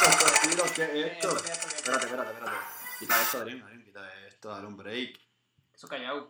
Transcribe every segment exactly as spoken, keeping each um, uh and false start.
estos tiros, ¿qué es esto? Espérate, espérate, espérate. Quita esto, Adrián, Adrián, quita esto, dale un break. Eso callado.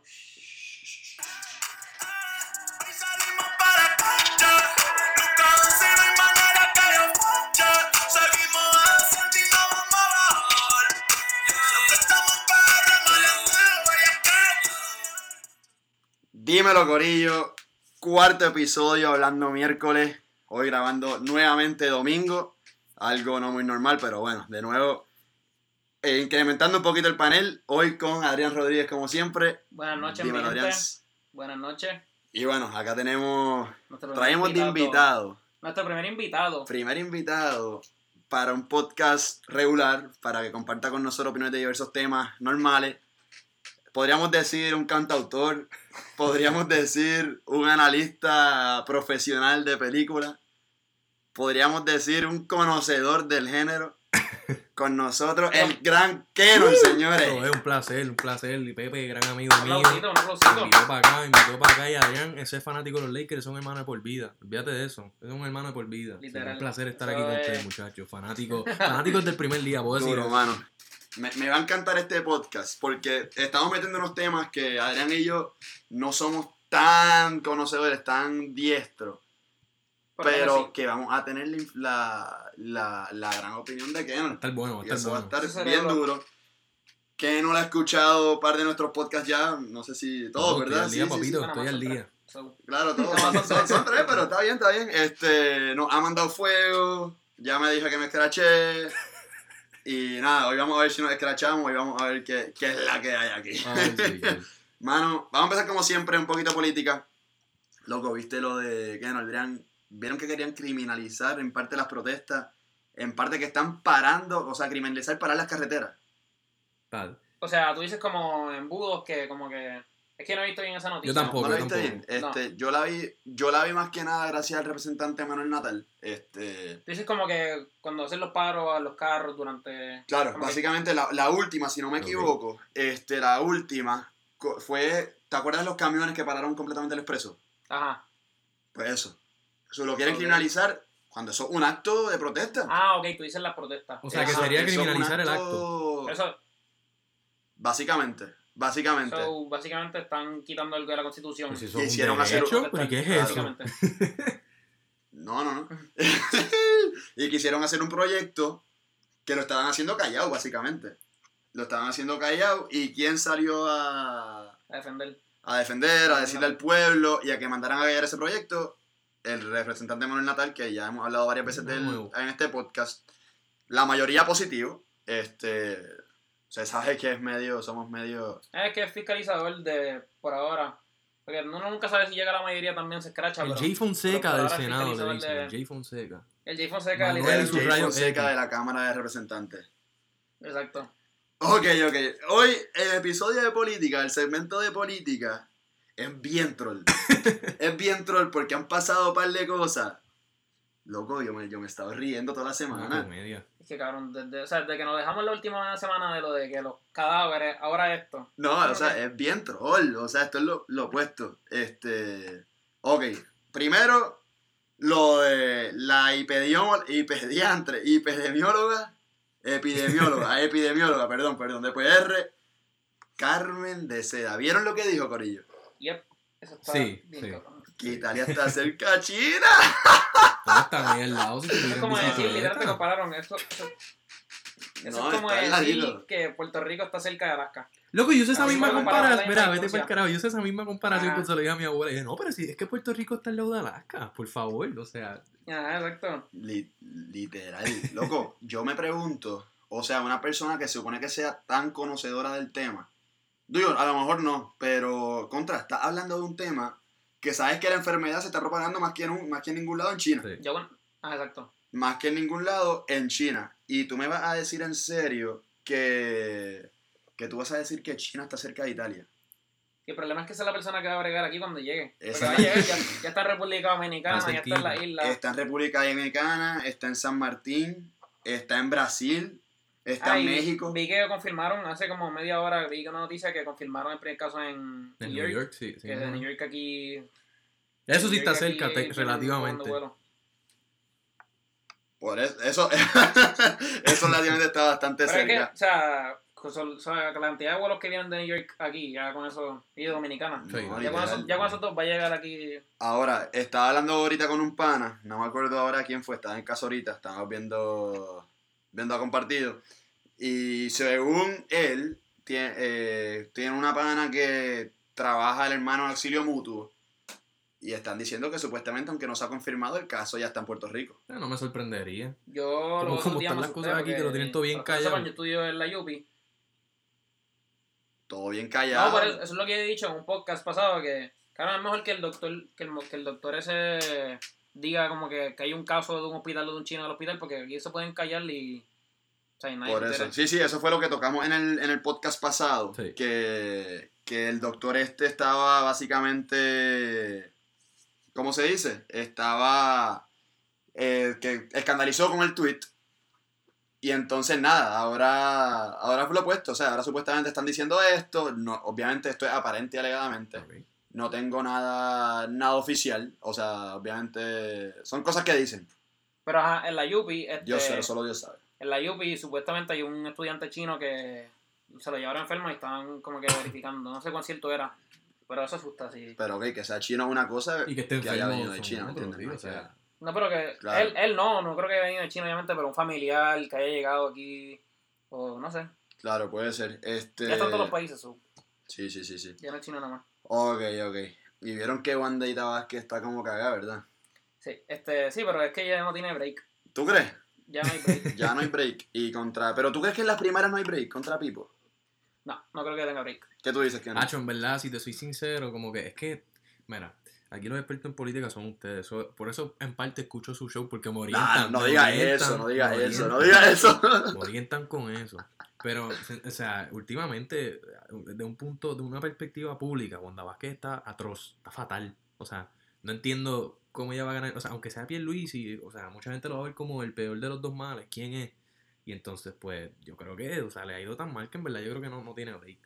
Dímelo, corillo. Cuarto episodio hablando miércoles. Hoy grabando nuevamente domingo. Algo no muy normal, pero bueno, de nuevo eh, incrementando un poquito el panel. Hoy con Adrián Rodríguez, como siempre. Buenas noches, Dímelo, mi Adrián. gente. Buenas noches. Y bueno, acá tenemos. Nuestro primer Traemos de invitado. Nuestro primer invitado. Primer invitado para un podcast regular, para que comparta con nosotros opiniones de diversos temas normales. Podríamos decir un cantautor, podríamos decir un analista profesional de películas, podríamos decir un conocedor del género. Con nosotros, el gran Kenon, señores. Es un placer, un placer. Y Pepe, gran amigo Un mío. aplausito, un aplausito. Me invitó para acá, me invitó para acá. Y Adrián, ese es fanático de los Lakers, son hermanos de por vida. Olvídate de eso. Es un hermano de por vida. Literal. Es un placer estar Eso aquí con es- ustedes, muchachos. Fanáticos, fanáticos del primer día, puedo decir. Duro, mano. Me, me va a encantar este podcast porque estamos metiendo unos temas que Adrián y yo no somos tan conocedores, tan diestros, Porque pero sí. que vamos a tener la, la, la gran opinión de Va a Kenon. estar bueno, va a Y estar eso va a bueno. estar Eso bien será duro. Que no lo ha escuchado un par de nuestros podcasts ya, no sé si todos, No, ¿verdad? Estoy al día, Sí, sí, sí. papito, Bueno, estoy más al son día. So, Claro, todos. Son- Son, son, son tres, pero está bien, está bien. Este, nos ha mandado fuego, ya me dijo que me escraché. Y nada, hoy vamos a ver si nos escrachamos, hoy vamos a ver qué, qué es la que hay aquí. Ay, sí, sí. Mano, vamos a empezar como siempre un poquito política. Loco, ¿viste lo de que no, Adrián? Vieron que querían criminalizar en parte las protestas, en parte que están parando, o sea, criminalizar parar las carreteras. Tal. o sea, tú dices como embudos que como que... Es que no he visto bien esa noticia. Yo tampoco. ¿No la yo viste tampoco. bien? Este, yo la vi, yo la vi más que nada gracias al representante Manuel Natal. Este, Tú dices como que cuando hacen los paros a los carros durante... claro, como que- básicamente la, la última, si no me Ok. equivoco, este, la última co- fue, ¿te acuerdas de los camiones que pararon completamente el expreso? Ajá. Pues eso. Eso lo quieren Ok. criminalizar cuando eso es un acto de protesta. Ah, ok, tú dices las protestas. O sea, que Eso- sería eso es un criminalizar el acto. Eso, Básicamente, básicamente. so, básicamente están quitando algo de la Constitución. Pues si eso es un Quisieron hacer- derecho, pues, ¿y qué es Claro. eso? Básicamente. No, no, no. Y quisieron hacer un proyecto que lo estaban haciendo callado, básicamente. Lo estaban haciendo callado. ¿Y quién salió a, A defender. a defender, a decirle al pueblo y a que mandaran a callar ese proyecto? El representante Manuel Natal, que ya hemos hablado varias veces de él Nuevo. en este podcast. La mayoría positivo. Este, se sabe que es medio, somos medio... Es que es fiscalizador de, por ahora. Porque uno nunca sabe si llega a la mayoría también se escracha. El pero- Jay Fonseca pero por del ahora es Senado le fiscalizador dicen. de- El Jay Fonseca. El Jay Fonseca, Manuel literal. y sus Jay rayos Fonseca X. de la Cámara de Representantes. Exacto. Ok, ok. Hoy el episodio de política, el segmento de política, es bien troll. Es bien troll porque han pasado un par de cosas. Loco, yo me, yo me he estado riendo toda la Una semana. comedia. Es que cabrón, desde, o sea, desde que nos dejamos la última semana de lo de que los cadáveres, ahora esto. No, o sea, es bien troll. O sea, esto es lo, lo opuesto. Este. Ok, primero, lo de la epidemióloga, epediantre, epidemióloga, epidemióloga, epidemióloga, perdón, perdón, de P R, Carmen de Seda. ¿Vieron lo que dijo, corillo? Yep. Eso está Sí, bien sí. cabrón. Que Italia está cerca a China. Todo está ahí al lado. Si Es tuvieran como decir, bicicleta. literal te compararon. Eso, eso, eso No, es como está al decir ladito. que Puerto Rico está cerca de Alaska. Loco, yo usé esa Así misma me comparación. comparaba Mira, la vete distancia. para el carajo. Yo usé esa misma comparación Ajá. cuando se lo dije a mi abuela. Y dije, no, pero si es que Puerto Rico está al lado de Alaska. Por favor, o sea. Ajá, exacto. Li- literal, loco, yo me pregunto, o sea, una persona que se supone que sea tan conocedora del tema, digo, a lo mejor no, pero contra, está hablando de un tema que sabes que la enfermedad se está propagando más que en, un- más que en ningún lado en China, Sí. Yo, bueno, ah, exacto. más que en ningún lado en China, y tú me vas a decir en serio que, que tú vas a decir que China está cerca de Italia. Y el problema es que esa es la persona que va a bregar aquí cuando llegue. Porque Esa va a es la- llegar, ya, ya está en República Dominicana, Está ya está en la cerquita. isla. Está en República Dominicana, está en San Martín, está en Brasil, está Ah, en y México. Vi que confirmaron, hace como media hora, vi una noticia que confirmaron el primer caso en En New New York. York, sí. sí Que de no. New York aquí... Eso sí New está York cerca, aquí te- viene relativamente. tomando vuelo. Por eso, eso, eso relativamente está bastante Pero es que, cerca. o sea, con, o sea, la cantidad de vuelos que vienen de New York aquí, ya con eso, y de Dominicana. Sí, No, ya, con literal. eso, ya con esos dos va a llegar aquí. Ahora, estaba hablando ahorita con un pana, no me acuerdo ahora quién fue, estaba en casa ahorita, estábamos viendo, viendo a compartido. Y según él, tiene, eh, tiene una pana que trabaja el hermano en auxilio mutuo. Y están diciendo que supuestamente, aunque no se ha confirmado, el caso ya está en Puerto Rico. Eh, no me sorprendería. Yo Como- los como otros días están me las asusté cosas aquí, que lo tienen todo bien para que no sepan, callado. yo estudio en la U P I. Todo bien No, callado. por eso, eso es lo que he dicho en un podcast pasado, que claro, es mejor que el doctor, que el, que el doctor ese diga como que, que hay un caso de un hospital o de un chino en el hospital, porque aquí se pueden callar y... O sea, y nadie Por se eso. entera. Sí, sí, eso fue lo que tocamos en el, en el podcast pasado. Sí. Que, que el doctor este estaba básicamente... ¿Cómo se dice? Estaba... Eh, que escandalizó con el tweet. Y entonces nada, ahora, ahora fue lo opuesto. O sea, ahora supuestamente están diciendo esto. No, obviamente esto es aparente y alegadamente. Ok. No tengo nada, nada oficial. O sea, obviamente son cosas que dicen. Pero ajá, en la U P I, este, Dios sabe, solo Dios sabe. en la U P I supuestamente hay un estudiante chino que se lo llevaron enfermo y estaban como que verificando. No sé cuán cierto era, pero eso asusta, sí. Pero ok, que sea chino es una cosa Y que esté que haya enfermo venido de son China, ¿me otros, entiendes? sí, O o sea, sea, No, pero que Claro. él, él no, no creo que haya venido de China, obviamente, pero un familiar que haya llegado aquí, o no sé. claro, puede ser. Este... Ya están todos los países, so, Sí, sí, sí, sí. ya no es China nada más. Ok, ok. Y vieron que Wandeita Vázquez está como cagada, ¿verdad? Sí, este, sí, pero es que ya no tiene break. ¿Tú crees? Ya no hay break. Ya no hay break. Y contra... ¿Pero tú crees que en las primeras no hay break contra Pipo? No, no creo que tenga break. ¿Qué tú dices que no? Hacho, en verdad, si te soy sincero, como que es que, mira, aquí los expertos en política son ustedes. So- por eso, en parte, escucho su show, porque me Nah, orientan. no me digas orientan, eso, no digas me eso, no orientan, digas eso. me orientan con eso. Pero, o sea, últimamente, de un punto, de una perspectiva pública, Wanda Vázquez está atroz, está fatal. O sea, no entiendo cómo ella va a ganar. O sea, aunque sea Pierluisi, o sea, mucha gente lo va a ver como el peor de los dos males. ¿Quién es? Y entonces, pues, yo creo que, o sea, le ha ido tan mal que en verdad yo creo que no, no tiene break.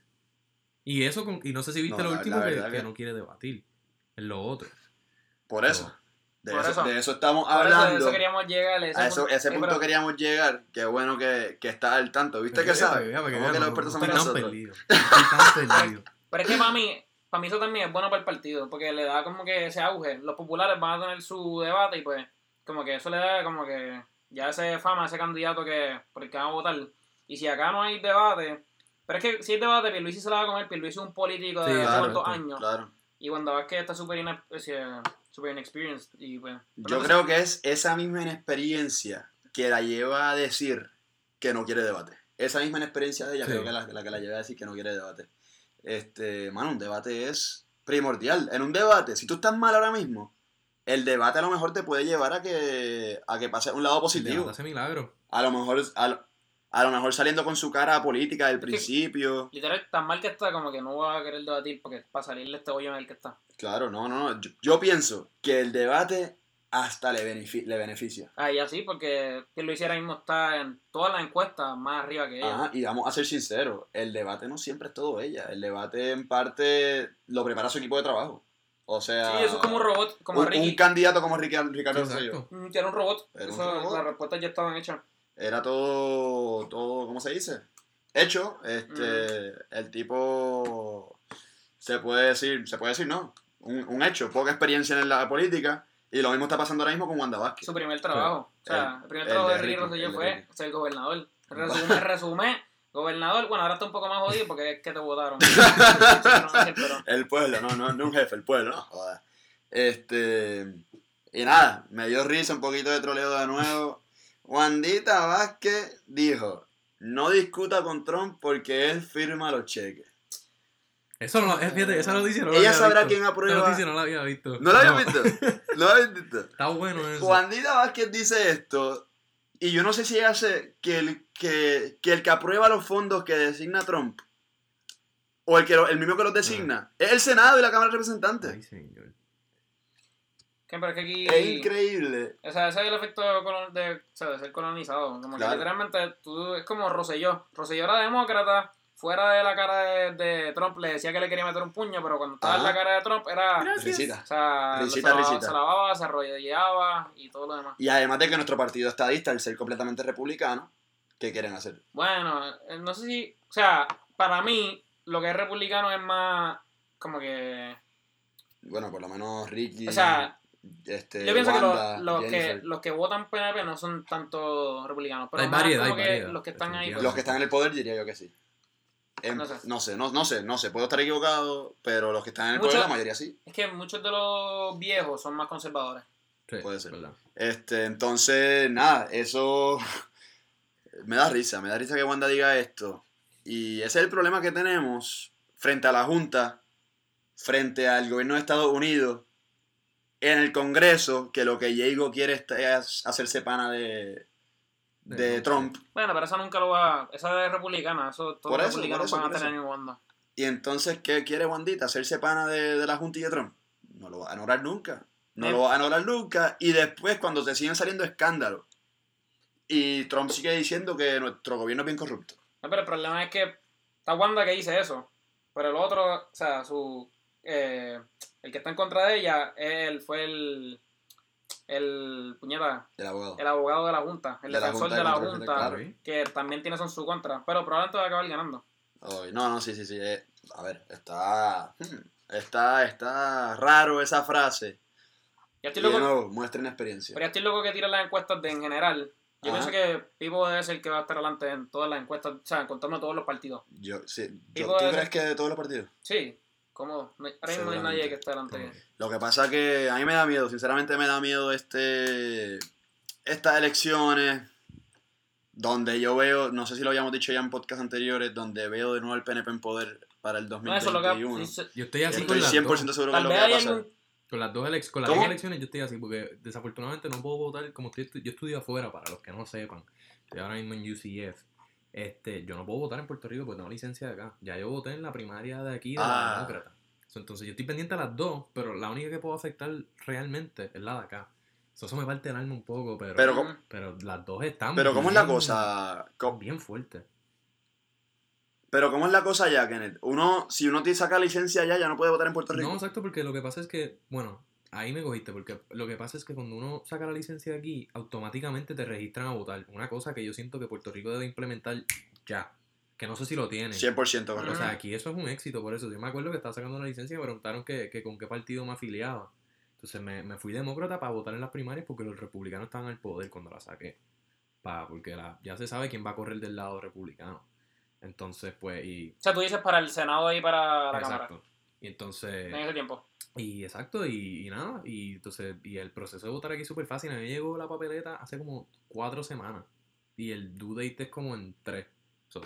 Y eso, con, y no sé si viste No, lo la- último la que, verdad que que- no quiere debatir. Es lo otro. Por eso. De, Por eso, eso. de eso estamos Por eso, hablando. eso queríamos llegar. Ese A eso, punto, ese sí, punto pero- queríamos llegar. Qué bueno que, que está al tanto. ¿Viste Para que vea, sabe? para que vea, para que ¿Cómo vea, que los no- expertos no somos estoy tan nosotros? perdido. No estoy tan perdido. Pero es que para mí, para mí eso también es bueno para el partido, porque le da como que ese auge. Los populares van a tener su debate y pues como que eso le da como que ya ese fama a ese candidato que por el que van a votar. Y si acá no hay debate, pero es que si hay debate, Pierluisi se la va a comer, Pierluisi es un político de Sí, hace claro, cuántos esto- años. Claro. Y Wanda Vázquez está súper ine- o sea, súper inexperienced. Y pues, Yo pero creo que es esa misma inexperiencia que la lleva a decir que no quiere debate. Esa misma inexperiencia de ella Sí. creo que la, la que la lleva a decir que no quiere debate. Este, mano, un debate es primordial. En un debate, si tú estás mal ahora mismo, el debate a lo mejor te puede llevar a que, a que pase a un lado El positivo. debate hace milagro. A lo mejor, a lo, a lo mejor saliendo con su cara política del principio. literal, tan mal que está como que no va a querer debatir porque para salirle este hoyo en el que está. Claro, no, no, no. Yo, yo pienso que el debate hasta le, benefi- le beneficia. Ah, y así, porque que lo hiciera mismo está en todas las encuestas más arriba que ella. Ajá, y vamos a ser sinceros, el debate no siempre es todo ella. El debate en parte lo prepara su equipo de trabajo. O sea, Sí, eso es como un robot, como un, Ricky. un candidato como Ricardo, Ricardo Sí, Rosselló. exacto. Mm, que era un robot. Era un Eso, robot. Las respuestas ya estaban hechas. Era todo, todo, ¿cómo se dice? Hecho. Este, el tipo, se puede decir, se puede decir, no, un, un hecho, poca experiencia en la política. Y lo mismo está pasando ahora mismo con Wanda Vázquez. Su primer trabajo. O sea, El- el, primer el trabajo de de Ricky Ricky, Rosselló el de fue Ricky. ser gobernador. Resume, resume, gobernador. Bueno, ahora está un poco más jodido porque es que te votaron. Pero, El pueblo, no, no, no un jefe, el pueblo, no joda. Este, y nada, me dio risa, un poquito de troleo de nuevo. Wandita Vázquez dijo, no discuta con Trump porque él firma los cheques. Eso no lo, eh, fíjate, esa noticia no la Ella había sabrá visto. quién aprueba. Esa noticia no la había visto. ¿No lo habías visto? ¿No lo habías visto? Está bueno eso. Wandita Vázquez dice esto, y yo no sé si ella hace que el que, que el que aprueba los fondos que designa Trump, o el, que lo- el mismo que los designa, es el Senado y la Cámara de Representantes. Ay, señor. ¿qué? Pero es que aquí... Es increíble. O sea, ese es el efecto colon- de, o sea, de ser colonizado. Como Claro. que literalmente tú, es como Rosselló. Rosselló era demócrata, fuera de la cara de, de Trump le decía que le quería meter un puño, pero cuando estaba Ajá. en la cara de Trump era... Risita. O sea, risita, se, risita. Lavaba, se lavaba, se arrodillaba y todo lo demás. Y además de que nuestro partido estadista, al ser completamente republicano, ¿qué quieren hacer? Bueno, no sé si... O sea, para mí, lo que es republicano es más como que... Bueno, por lo menos Ricky... O sea... Este, yo pienso Wanda, que, los, los que los que votan P N P no son tanto republicanos, pero hay más variedad, como hay que variedad, los que están ahí. Los que están en el poder diría yo que sí. En, no sé, no sé, no, no sé, no sé, puedo estar equivocado, pero los que están en el Mucho, poder la mayoría sí. Es que muchos de los viejos son más conservadores. Sí, puede ser. ¿verdad? Este, entonces, nada, eso me da risa, me da risa que Wanda diga esto. Y ese es el problema que tenemos frente a la Junta, frente al gobierno de Estados Unidos. En el Congreso, que lo que Diego quiere es hacerse pana de, de, de Trump. Bueno, pero esa nunca lo va... Esa es republicana, eso todos los republicanos eso, van a tener en Wanda. Y entonces, ¿qué quiere Wandita? ¿Hacerse pana de, de la Junta y de Trump? No lo va a lograr nunca. No eh. lo va a lograr nunca. Y después, cuando te siguen saliendo escándalos, y Trump sigue diciendo que nuestro gobierno es bien corrupto. No, pero el problema es que está Wanda que dice eso. Pero el otro, o sea, su... Eh, el que está en contra de ella él fue el el puñeta el abogado el abogado de la junta el de defensor la junta de la junta, claro. Que también tiene eso en su contra, pero probablemente va a acabar ganando. Oh, no no sí sí sí eh, a ver está está está raro esa frase. Ya estoy loco, y de nuevo, muestren experiencia. Pero ya estoy loco que tiran las encuestas de en general. Yo Ajá. pienso que Pipo debe ser el que va a estar adelante en todas las encuestas, o sea, contando todos los partidos. Yo sí yo, ¿tú crees ser... que de todos los partidos? Sí. ¿Cómo? No, ahora mismo no hay nadie que esté delante. Lo que pasa es que a mí me da miedo, sinceramente me da miedo este estas elecciones donde yo veo, no sé si lo habíamos dicho ya en podcast anteriores, donde veo de nuevo el P N P en poder para el dos mil veintiuno. No, eso que, yo estoy así estoy con las cien por ciento dos. seguro que es lo que va a pasar. Algún... Con las dos elecciones, con las dos elecciones yo estoy así, porque desafortunadamente no puedo votar como estoy, yo estudio afuera, para los que no sepan. Estoy ahora mismo en U C F. Este, yo no puedo votar en Puerto Rico porque tengo licencia de acá. Ya yo voté en la primaria de aquí de ah. la Demócrata. Entonces yo estoy pendiente a las dos, pero la única que puedo afectar realmente es la de acá. Eso, eso me parte el alma un poco, pero, pero, pero las dos están Pero ¿cómo bien, es la cosa? ¿Cómo? Bien fuerte. Pero ¿cómo es la cosa ya, Kenneth? Uno, si uno te saca licencia ya, ya no puede votar en Puerto Rico. No, exacto, porque lo que pasa es que, bueno, ahí me cogiste, porque lo que pasa es que cuando uno saca la licencia de aquí, automáticamente te registran a votar. Una cosa que yo siento que Puerto Rico debe implementar ya. Que no sé si lo tienen. cien por ciento correcto. O sea, aquí eso es un éxito, por eso. Yo me acuerdo que estaba sacando la licencia y me preguntaron que, que con qué partido me afiliaba. Entonces me, me fui demócrata para votar en las primarias porque los republicanos estaban al poder cuando la saqué. Pa, porque la, ya se sabe quién va a correr del lado republicano. Entonces, pues, y... O sea, tú dices para el Senado y para la exacto. Cámara. Y entonces... En ese tiempo. Y exacto, y, y nada. Y entonces, y el proceso de votar aquí es súper fácil. A mí me llegó la papeleta hace como cuatro semanas. Y el due date es como en tres. So,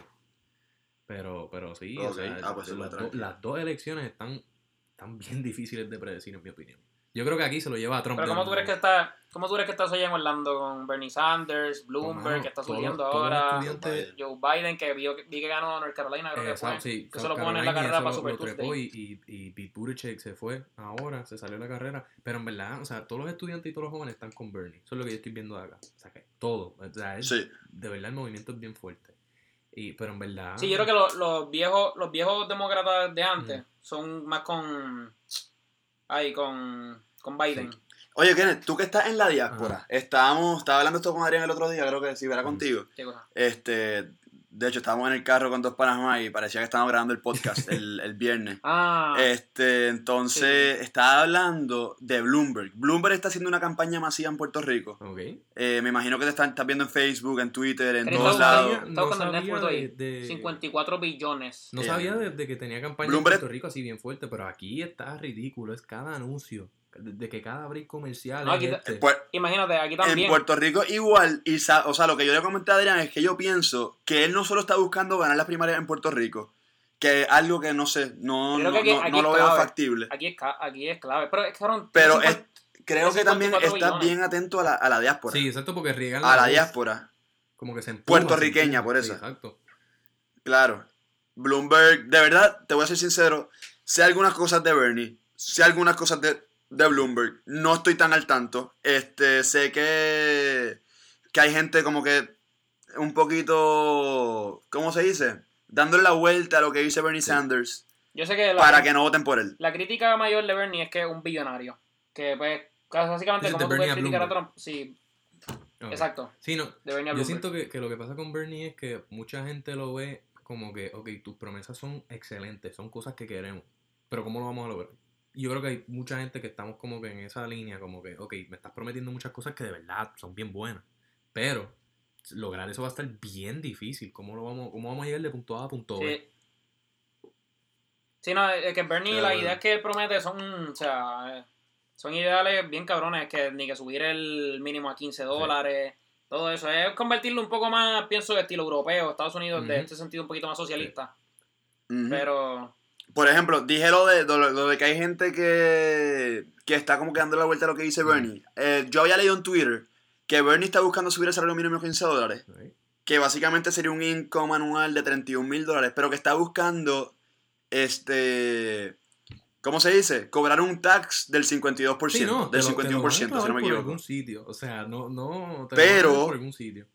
Pero, pero sí, okay. o sea, ah, pues las, do, las dos elecciones están, están bien difíciles de predecir, en mi opinión. Yo creo que aquí se lo lleva a Trump. Pero ¿cómo tú crees que está, cómo tú crees que está allá en Orlando con Bernie Sanders, Bloomberg, bueno, que está subiendo todos, ahora, todos Joe Biden, que vio, vi que ganó North Carolina, creo eh, que fue, sí, que se lo pone en la carrera para Super Tuesday. Y, y, y Pete Buttigieg se fue ahora, se salió de la carrera. Pero en verdad, o sea, todos los estudiantes y todos los jóvenes están con Bernie. Eso es lo que yo estoy viendo de acá. O sea, que todo. O sea, es, sí. de verdad el movimiento es bien fuerte. Y, pero en verdad... Sí, yo creo que los, los viejos los viejos demócratas de antes mm. son más con... Ay, con, con Biden. Sí. Oye, Kenneth, tú que estás en la diáspora, Ajá. estábamos, estaba hablando esto con Adrián el otro día, creo que sí, era contigo. ¿Qué cosa? Este, de hecho, estábamos en el carro con dos panas más y parecía que estábamos grabando el podcast el, el viernes. Ah. Este, entonces, sí. estaba hablando de Bloomberg. Bloomberg está haciendo una campaña masiva en Puerto Rico. Okay. Eh, me imagino que te estás, estás viendo en Facebook, en Twitter, en todos lados. Está buscando el Netflix ahí. De... cincuenta y cuatro billones. No sabía de, de que tenía campaña Bloomberg... en Puerto Rico así bien fuerte, pero aquí está ridículo, es cada anuncio. De que cada break comercial no, aquí, este. Pu- imagínate, aquí también. En Puerto Rico igual, y o sea, lo que yo le comenté a Adrián es que yo pienso que él no solo está buscando ganar las primarias en Puerto Rico, que es algo que no sé, no, no, aquí, no, aquí no lo veo factible. Aquí es, aquí es clave, pero es que Pero es, creo que también estás bien atento a la, a la diáspora. Sí, exacto, porque riegan a la, la diáspora. Como que se empuja, puertorriqueña, por eso. Sí, exacto. Claro. Bloomberg, de verdad, te voy a ser sincero, sé algunas cosas de Bernie, sé algunas cosas de... de Bloomberg, no estoy tan al tanto. Este, sé que que hay gente como que un poquito, ¿cómo se dice? dándole la vuelta a lo que dice Bernie sí. Sanders Yo sé que la, para que no voten por él. La crítica mayor de Bernie es que es un billonario. Que pues, básicamente, como tú puedes criticar a Trump, sí. Okay. Exacto. Sí, no. Yo siento que, que lo que pasa con Bernie es que mucha gente lo ve como que, ok, tus promesas son excelentes, son cosas que queremos, pero ¿cómo lo vamos a lograr? Yo creo que hay mucha gente que estamos como que en esa línea, como que, ok, me estás prometiendo muchas cosas que de verdad son bien buenas, pero lograr eso va a estar bien difícil. ¿Cómo, lo vamos, cómo vamos a llegar de punto A a punto B? Sí, sí no, es que Bernie, claro, las ideas que él promete son, o sea, son ideales bien cabrones, que ni que subir el mínimo a quince dólares, sí. Todo eso. Es convertirlo un poco más, pienso, de estilo europeo, Estados Unidos, uh-huh. De este sentido un poquito más socialista. Sí. Uh-huh. Pero... Por ejemplo, dije lo de, lo, lo de que hay gente que, que está como que dando la vuelta a lo que dice Bernie. Uh-huh. Eh, yo había leído en Twitter que Bernie está buscando subir el salario mínimo a quince dólares. Uh-huh. Que básicamente sería un income anual de treinta y un mil dólares. Pero que está buscando, este... ¿Cómo se dice? Cobrar un tax del cincuenta y dos por ciento. Sí, no, del lo, cincuenta y uno por ciento, si no me equivoco. Por algún sitio. O sea, no, no te pero, lo por algún sitio.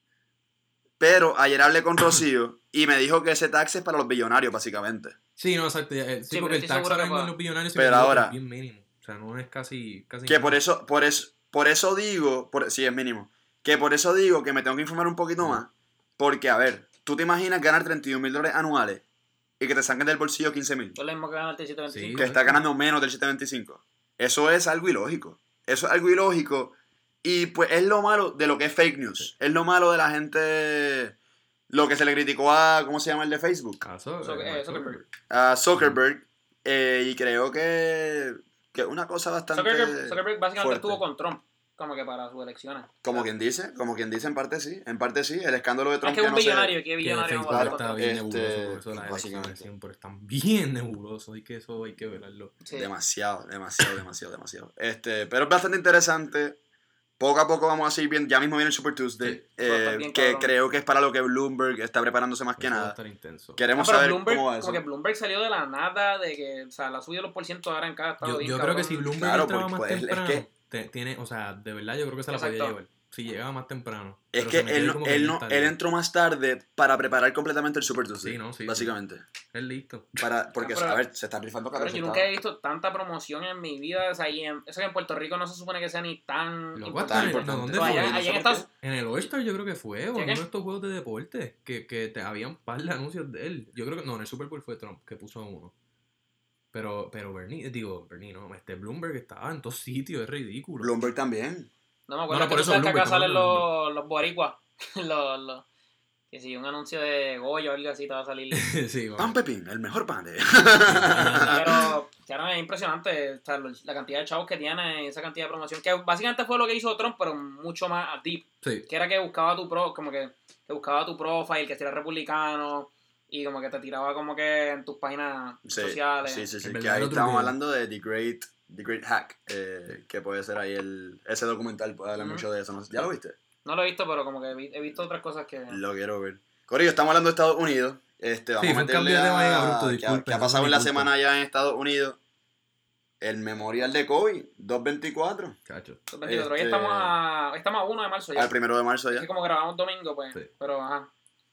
Pero ayer hablé con Rocío y me dijo que ese tax es para los billonarios, básicamente. Sí, no, exacto. Sí, sí, porque el tax ahora mismo en los billonarios pero ahora, es bien mínimo. O sea, no es casi... casi que por eso, por eso, por eso digo... Por, sí, es mínimo. Que por eso digo que me tengo que informar un poquito uh-huh. más. Porque, a ver, tú te imaginas ganar treinta y un mil dólares anuales y que te saquen del bolsillo quince mil. Es lo mismo que ganar el siete veinticinco. Que está ganando menos del siete veinticinco. Eso es algo ilógico. Eso es algo ilógico. Y pues es lo malo de lo que es fake news. Sí. Es lo malo de la gente... Lo que se le criticó a... ¿Cómo se llama el de Facebook? A so- so- eh, Zuckerberg. A Zuckerberg. Eh, y creo que... Que es una cosa bastante... Zuckerberg, Zuckerberg básicamente fuerte. Estuvo con Trump. Como que para sus elecciones. Como quien dice, como quien dice, en parte sí, en parte sí, el escándalo de Trump. Es que es un no billonario, sé, que billonario. Que Facebook está bien este, nebuloso, por eso las elecciones siempre están bien nebulosos y que eso hay que verlo. Sí. Demasiado, demasiado, demasiado, demasiado. Este, pero es bastante interesante. Poco a poco vamos a seguir viendo, ya mismo viene el Super Tuesday, sí. eh, que cabrón. Creo que es para lo que Bloomberg está preparándose más que eso nada. Va a estar intenso. Queremos ah, saber Bloomberg, cómo va eso. Como que Bloomberg salió de la nada, de que, o sea, la subió los porcientos ahora en cada estado. Yo, bien yo cabrón. creo que si Bloomberg claro, entraba más pues, temprano, es que, te, tiene, o sea, de verdad yo creo que se la exacto. podía llevar. Si llegaba más temprano. Es que él, no, él, no, él entró más tarde para preparar completamente el Super Tuesday. Sí, no, sí, básicamente. Sí. Es listo. Para, porque, no, pero, a ver, se está rifando cada vez. Yo nunca he visto tanta promoción en mi vida. O sea, y en, eso que en Puerto Rico no se supone que sea ni tan Lo importante. importante. No, ¿dónde so, fue? allá, allá en, Estados... en el All-Star yo creo que fue, o en uno de estos juegos de deporte, que, que te habían un par de anuncios de él. Yo creo que, no, en el Super Bowl fue Trump, que puso uno. Pero, pero Bernie, digo, Bernie no, este Bloomberg estaba en todos sitios, es ridículo. Bloomberg también. No me acuerdo no, no, que por tú eso sabes que acá Bloomberg, salen no, los, los boricuas. los, los, que si un anuncio de Goya o algo así te va a salir. Sí, pan Pepín, el mejor pan de... Pero, claro, es impresionante, o sea, la cantidad de chavos que tiene, esa cantidad de promoción, que básicamente fue lo que hizo Trump, pero mucho más deep. Sí. Que era que buscaba tu pro, como que, que buscaba tu profile, que era republicano, y como que te tiraba como que en tus páginas sí, sociales. Sí, sí, sí, que ahí estábamos hablando de The Great... The Great Hack, eh, que puede ser ahí el ese documental, puede hablar uh-huh. mucho de eso. ¿No? ¿Ya lo viste? No lo he visto, pero como que he visto otras cosas que... Lo quiero ver. Corillo, estamos hablando de Estados Unidos. Este, vamos sí, a meterle a... Bruto, disculpe, ¿Qué ha pasado en la semana allá en Estados Unidos? El memorial de Kobe, dos veinticuatro. Cacho. dos veinticuatro. Este... Hoy estamos a, estamos a uno de marzo ya. Al primero de marzo ya. Es que como grabamos domingo, pues. Sí. Pero, ajá.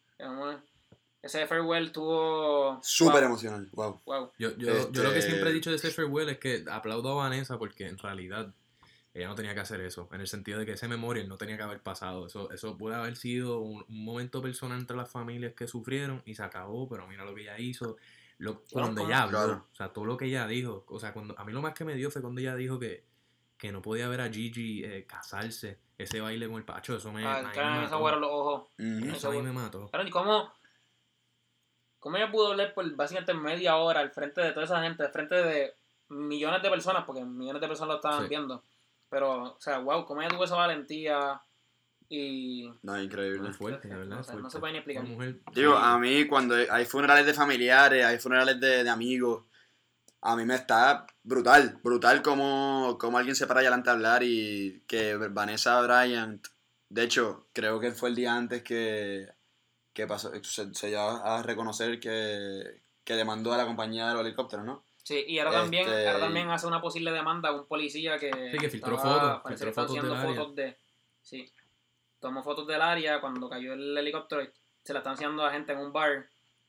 Ese farewell tuvo... Súper wow. emocional, wow. wow. Yo, yo, este... yo lo que siempre he dicho de ese farewell es que aplaudo a Vanessa porque en realidad ella no tenía que hacer eso. En el sentido de que ese memorial no tenía que haber pasado. Eso, eso puede haber sido un, un momento personal entre las familias que sufrieron y se acabó, pero mira lo que ella hizo. Lo, cuando ella habló, claro. O sea, todo lo que ella dijo. O sea, cuando a mí lo más que me dio fue cuando ella dijo que, que no podía ver a Gigi eh, casarse. Ese baile con el Pacho, eso me, ah, me, me mató. Eso los ojos. Mm-hmm. Eso a mí me mató. Claro, ¿y cómo... ¿Cómo ella pudo hablar por básicamente media hora al frente de toda esa gente, al frente de millones de personas, porque millones de personas lo estaban sí. viendo? Pero, o sea, wow, cómo ella tuvo esa valentía y... No, increíble. Es fuerte, de verdad. No, sé, no se puede ni explicar. Mujer, Digo, sí. A mí cuando hay funerales de familiares, hay funerales de, de amigos, a mí me está brutal, brutal como, como alguien se para allá adelante a hablar y que Vanessa Bryant, de hecho, creo que fue el día antes que... que pasó, se, se llama a reconocer que, que demandó a la compañía de los helicópteros, ¿no? Sí, y ahora, este... también, ahora también hace una posible demanda a un policía que... Sí, que filtró fotos, filtró fotos del fotos de... Sí, tomó fotos del área cuando cayó el helicóptero y se la están haciendo a gente en un bar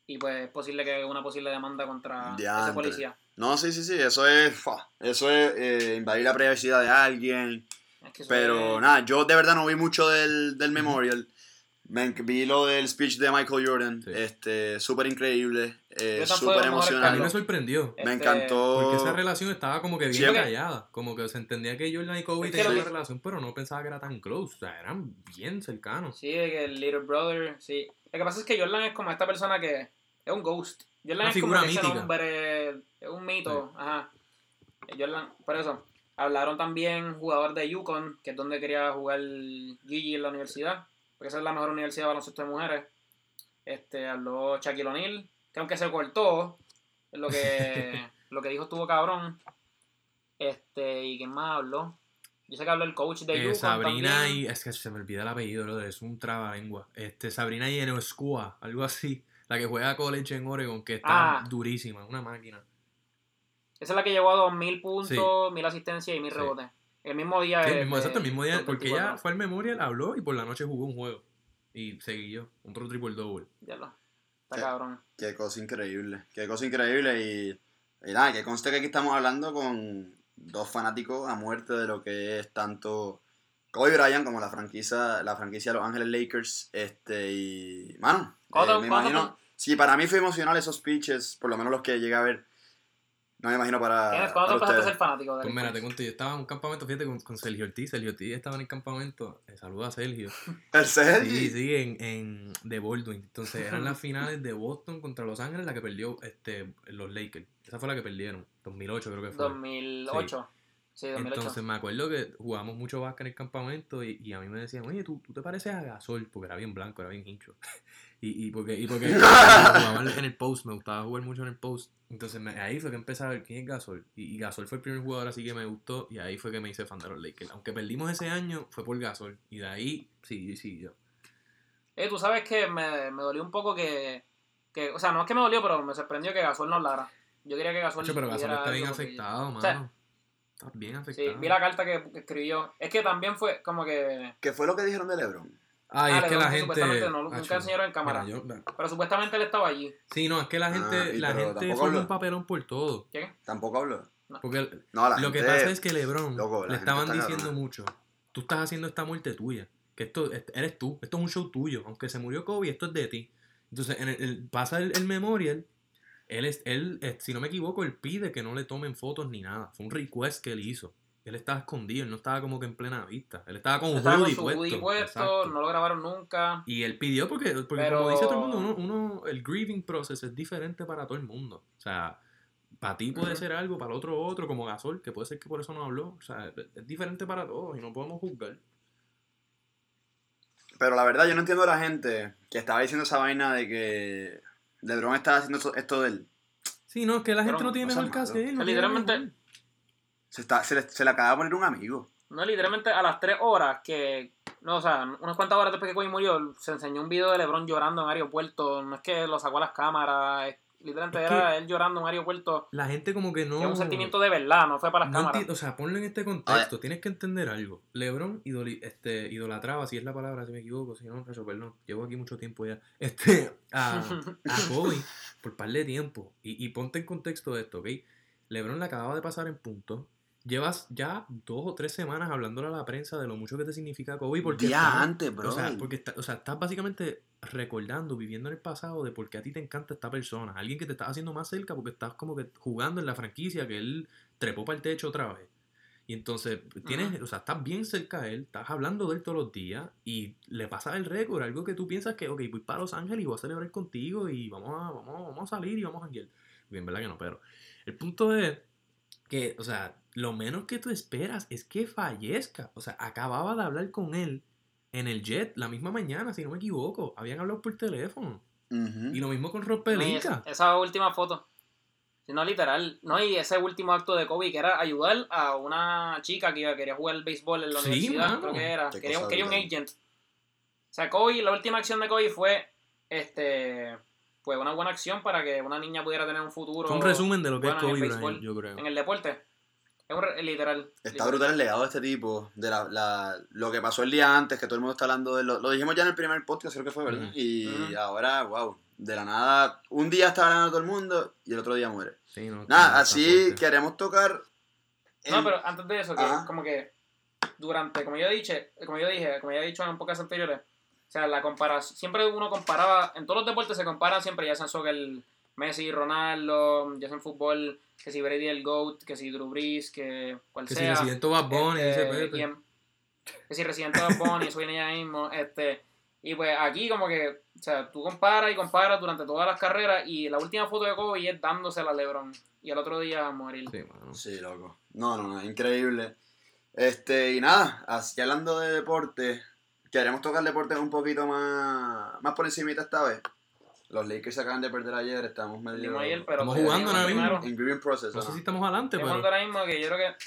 y pues es posible que una posible demanda contra Diantre. ese policía. No, sí, sí, sí, eso es, fa, eso es eh, invadir la privacidad de alguien. Es que eso Pero es- nada, yo de verdad no vi mucho del, del Memorial. Me, vi lo del speech de Michael Jordan, Sí. este, súper increíble, eh, Yo tampoco súper a lo mejor A mí emocionante. me sorprendió. Me Este, encantó. Porque esa relación estaba como que bien Siempre- callada. Como que se entendía que Jordan y Kobe Es que tenían lo una que- relación, pero no pensaba que era tan close. O sea, eran bien cercanos. Sí, de que el Little Brother, sí. Lo que pasa es que Jordan es como esta persona que es un ghost. Jordan Una es como figura que ese mítica. nombre, es un mito, ajá. Jordan, por eso, hablaron también jugador de UConn, que es donde quería jugar Gigi en la universidad, porque esa es la mejor universidad de baloncesto de mujeres. Este, habló Shaquille O'Neal, que aunque se cortó, lo que, lo que dijo estuvo cabrón. Este, ¿y quién más habló? Yo sé que habló el coach de Eh, UConn Sabrina también. y. Es que se me olvida el apellido, brother, es un trabalengua. Este, Sabrina y Enoscua, algo así. La que juega college en Oregon, que está Ah. durísima, una máquina. Esa es la que llegó a dos mil puntos, Sí. mil asistencias y mil Sí. rebotes. El mismo día Sí, el de- mismo, de exacto, el mismo día, los porque veinticuatro. ella fue al Memorial, habló y por la noche jugó un juego. Y seguí otro triple double. Ya lo. Está ¿Qué? cabrón. Qué cosa increíble, qué cosa increíble y, y nada, que conste que aquí estamos hablando con dos fanáticos a muerte de lo que es tanto Kobe Bryant como la franquicia, la franquicia de Los Ángeles Lakers, este y mano, ¿Cuándo- eh, me cuándo imagino, sí, para mí fue emocional esos pitches, por lo menos los que llegué a ver, no me imagino para, Kenneth, ¿cuándo tú para empezaste a ustedes. ser fanático de Pues mira, Lakers? te conté, yo estaba en un campamento, fíjate, con, con Sergio Ortiz. Sergio Ortiz estaba en el campamento. Eh, saluda a Sergio. ¿El Sergi? Sí, sí, en, en de Baldwin. Entonces eran las finales de Boston contra Los Ángeles, la que perdió este, los Lakers. Esa fue la que perdieron, dos mil ocho creo que fue. dos mil ocho. Sí, dos mil ocho. Entonces me acuerdo que jugamos mucho básquet en el campamento y, y a mí me decían, oye, ¿tú, tú te pareces a Gasol, porque era bien blanco, era bien hincho. Y, y porque, y porque jugaba en el post, me gustaba jugar mucho en el post. Entonces me- ahí fue que empecé a ver quién es Gasol. Y, y Gasol fue el primer jugador así que me gustó y ahí fue que me hice fan de los Lakers. Aunque perdimos ese año, fue por Gasol. Y de ahí, sí, sí, yo. Eh, tú sabes que me, me dolió un poco que, que. O sea, no es que me dolió, pero me sorprendió que Gasol no hablara. Yo quería que Gasol. Macho, pero Gasol dijera está bien algo porque- afectado, mano. O sea, Está bien sí, afectado. vi la carta que, que escribió. Es que también fue como que. ¿Qué fue lo que dijeron de LeBron? Ay, Ah, es que LeBron la que gente... supuestamente no, nunca Acho, enseñaron en cámara. mira, yo- Pero supuestamente él estaba allí. Sí, no, es que la gente, Ah, y la pero gente tampoco forma habló. un papelón por todo. ¿Qué? Tampoco habló. Porque el- No, la lo que gente- pasa es que LeBron loco, la le gente estaban está diciendo cabrona. mucho. Tú estás haciendo esta muerte tuya. Que esto es- eres tú. Esto es un show tuyo. Aunque se murió Kobe, esto es de ti. Entonces, en el, el- pasa el, el Memorial. Él, es, él, eh, si no me equivoco, él pide que no le tomen fotos ni nada. Fue un request que él hizo. Él estaba escondido, él no estaba como que en plena vista. Él estaba con un Estaba con hoodie su puesto. hoodie puesto, Exacto. no lo grabaron nunca. Y él pidió porque, porque Pero- como dice todo el mundo, uno, uno, el grieving process es diferente para todo el mundo. O sea, para ti puede Ujú. ser algo, para el otro otro, como Gasol, que puede ser que por eso no habló. O sea, es, es diferente para todos y no podemos juzgar. Pero la verdad, yo no entiendo a la gente que estaba diciendo esa vaina de que LeBron estaba haciendo eso- esto de él. Sí, no, es que la gente Pero no tiene no sea mejor que malo. hacer. no Que tiene literalmente- mejor. Se, está, se, le, se le acaba de poner un amigo. No, literalmente a las tres horas que... No, o sea, unas cuantas horas después que Kobe murió, se enseñó un video de LeBron llorando en aeropuerto. No es que lo sacó a las cámaras. es- literalmente Es era él llorando en aeropuerto. La gente como que no... Que es un sentimiento de verdad, no fue para las No cámaras. enti- o sea, ponlo en este contexto. Tienes que entender algo. LeBron idoli- este, idolatraba, si es la palabra, si me equivoco, si no, cacho, perdón. Llevo aquí mucho tiempo ya. Este, a, a Kobe por par de tiempo. Y, y ponte en contexto de esto, ¿ok? LeBron le acababa de pasar en punto. Llevas ya dos o tres semanas hablándole a la prensa de lo mucho que te significa Kobe. Porque Día estás- antes, bro. O sea, porque está- o sea, estás básicamente recordando, viviendo en el pasado de por qué a ti te encanta esta persona. Alguien que te está haciendo más cerca porque estás como que jugando en la franquicia que él trepó para el techo otra vez. Y entonces, tienes, Ujú. o sea, estás bien cerca de él, estás hablando de él todos los días y le pasas el récord, algo que tú piensas que, ok, voy para Los Ángeles y voy a celebrar contigo y vamos a, vamos, vamos a salir y vamos a janguear. Bien, verdad que no, pero el punto es que, o sea, lo menos que tú esperas es que fallezca. O sea, acababa de hablar con él en el jet la misma mañana, si no me equivoco. Habían hablado por teléfono. Ujú. Y lo mismo con Rob No, y Pelinka. esa, esa última foto. Si no, literal. No, y ese último acto de Kobe que era ayudar a una chica que quería jugar el béisbol en la Sí, universidad. mano. Creo que era. Qué Quería, cosa quería un brutal. agent. O sea, Kobe, la última acción de Kobe fue este pues una buena acción para que una niña pudiera tener un futuro Fue un resumen de lo que bueno es en el Kobe béisbol, Bryant, yo creo. en el deporte. Es un re- literal. Está literal. brutal el legado de este tipo, de la, la, lo que pasó el día antes, que todo el mundo está hablando de lo, lo dijimos ya en el primer podcast, creo que fue, ¿verdad? Ujú. Y Ujú. ahora, wow, de la nada, un día está ganando todo el mundo y el otro día muere. Sí, no, Nada, está así fuerte. queremos tocar... No, en- pero antes de eso, que Ajá. como que durante, como yo dije, como yo dije, como ya he dicho en pocas anteriores, o sea, la comparación, siempre uno comparaba, en todos los deportes se comparan siempre, ya sea en soccer, Messi, Ronaldo, ya sea en fútbol, que si Brady el GOAT, que si Drew Brees, que cual Que si sea. Residente Bad Bunny, este, dice Pepe. y en- que si Residente Bad Bunny, soy ya mismo, este, y pues aquí como que, o sea, tú comparas y comparas durante todas las carreras y la última foto de Kobe es dándosela a LeBron y al otro día a morir. Sí, mano. Sí, loco. No, no, no, increíble. Este, y nada, así hablando de deporte, queremos tocar deporte un poquito más, más por encimita esta vez. Los Lakers se acaban de perder ayer, estamos medio... Perdimos ayer, pero Estamos pues, jugando ganamos ahora mismo. primero. En grieving process, No sé ¿no? si estamos adelante, Estoy pero... jugando ahora mismo que yo creo que...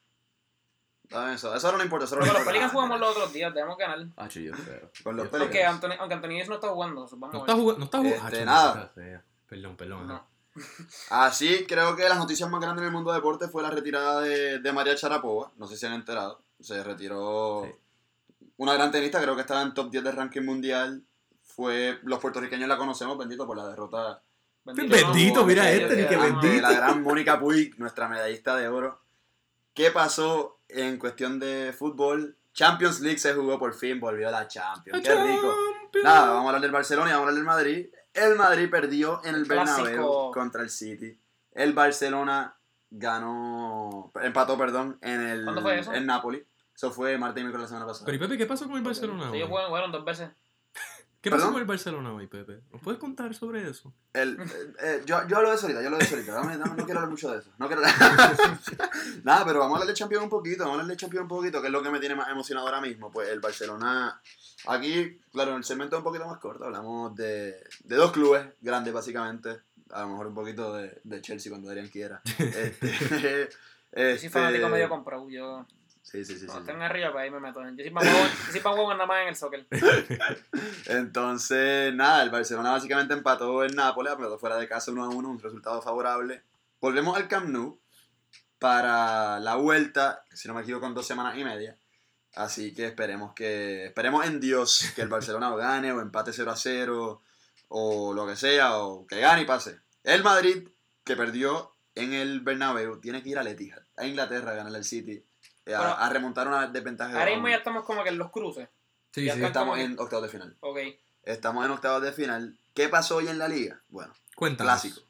Ah, Eso, eso no importa, eso no Pero los importa. Pelicans jugamos los otros días, debemos ganar. Ah, yo espero. Con los Yo Pelicans. Aunque Anthony, aunque Anthony Davis no está jugando, vamos No a está ver. jugando, no está jugando. Este, Ah, nada. maldita sea. Perdón, perdón. No. ajá. Así, creo que las noticias más grandes en el mundo del deporte fue la retirada de, de María Sharapova. No sé si han enterado. Se retiró Sí. una gran tenista, creo que estaba en top diez del ranking mundial. Fue, los puertorriqueños la conocemos, bendito, por la derrota Bendito, tuvo mira ante- este, ni que ante bendito. la gran Mónica Puig, nuestra medallista de oro. ¿Qué pasó en cuestión de fútbol? Champions League se jugó por fin, volvió la Champions. Qué rico. Nada, vamos a hablar del Barcelona y vamos a hablar del Madrid. El Madrid perdió en el Clásico. Bernabéu contra el City. El Barcelona ganó, empató, perdón, en el ¿Cuándo fue eso? en Napoli. Eso fue martes y miércoles la semana pasada. Pero, ¿y Pepe, qué pasó con el Barcelona Sí, hoy? ellos jugaron, jugaron dos veces. ¿Qué pasó ¿Perdón? con el Barcelona hoy, Pepe? ¿Nos puedes contar sobre eso? El, eh, eh, yo, yo hablo de eso ahorita, yo hablo de eso ahorita. Dame- dame- no quiero hablar mucho de eso. No quiero Nada, pero vamos a hablar de Champions un poquito. Vamos a hablar de Champions un poquito, que es lo que me tiene más emocionado ahora mismo. Pues el Barcelona. Aquí, claro, en el segmento un poquito más corto, hablamos de, de dos clubes grandes, básicamente. A lo mejor un poquito de, de Chelsea cuando Adrián quiera. Este, Yo soy fanático este- medio comprado. Yo, Sí, sí, sí. sí, cuando sí. estén arriba, para ahí me meto. Yo soy para huevo, yo soy pa' huevo nada más en el soccer. Entonces, nada, el Barcelona básicamente empató en Nápoles, empató fuera de casa uno a uno, un resultado favorable. Volvemos al Camp Nou para la vuelta, si no me equivoco, en dos semanas y media. Así que esperemos que esperemos en Dios que el Barcelona o gane o empate cero a cero o lo que sea, o que gane y pase. El Madrid, que perdió en el Bernabéu, tiene que ir al Etihad, a Inglaterra a ganarle al City, eh, a, Bueno, a remontar una desventaja. de Ahora dos a mismo uno. ya estamos como que en los cruces. Sí, Ya sí. está. Estamos como- en octavos de final. Ok. Estamos en octavos de final. ¿Qué pasó hoy en la liga? Bueno, Cuéntanos. clásico.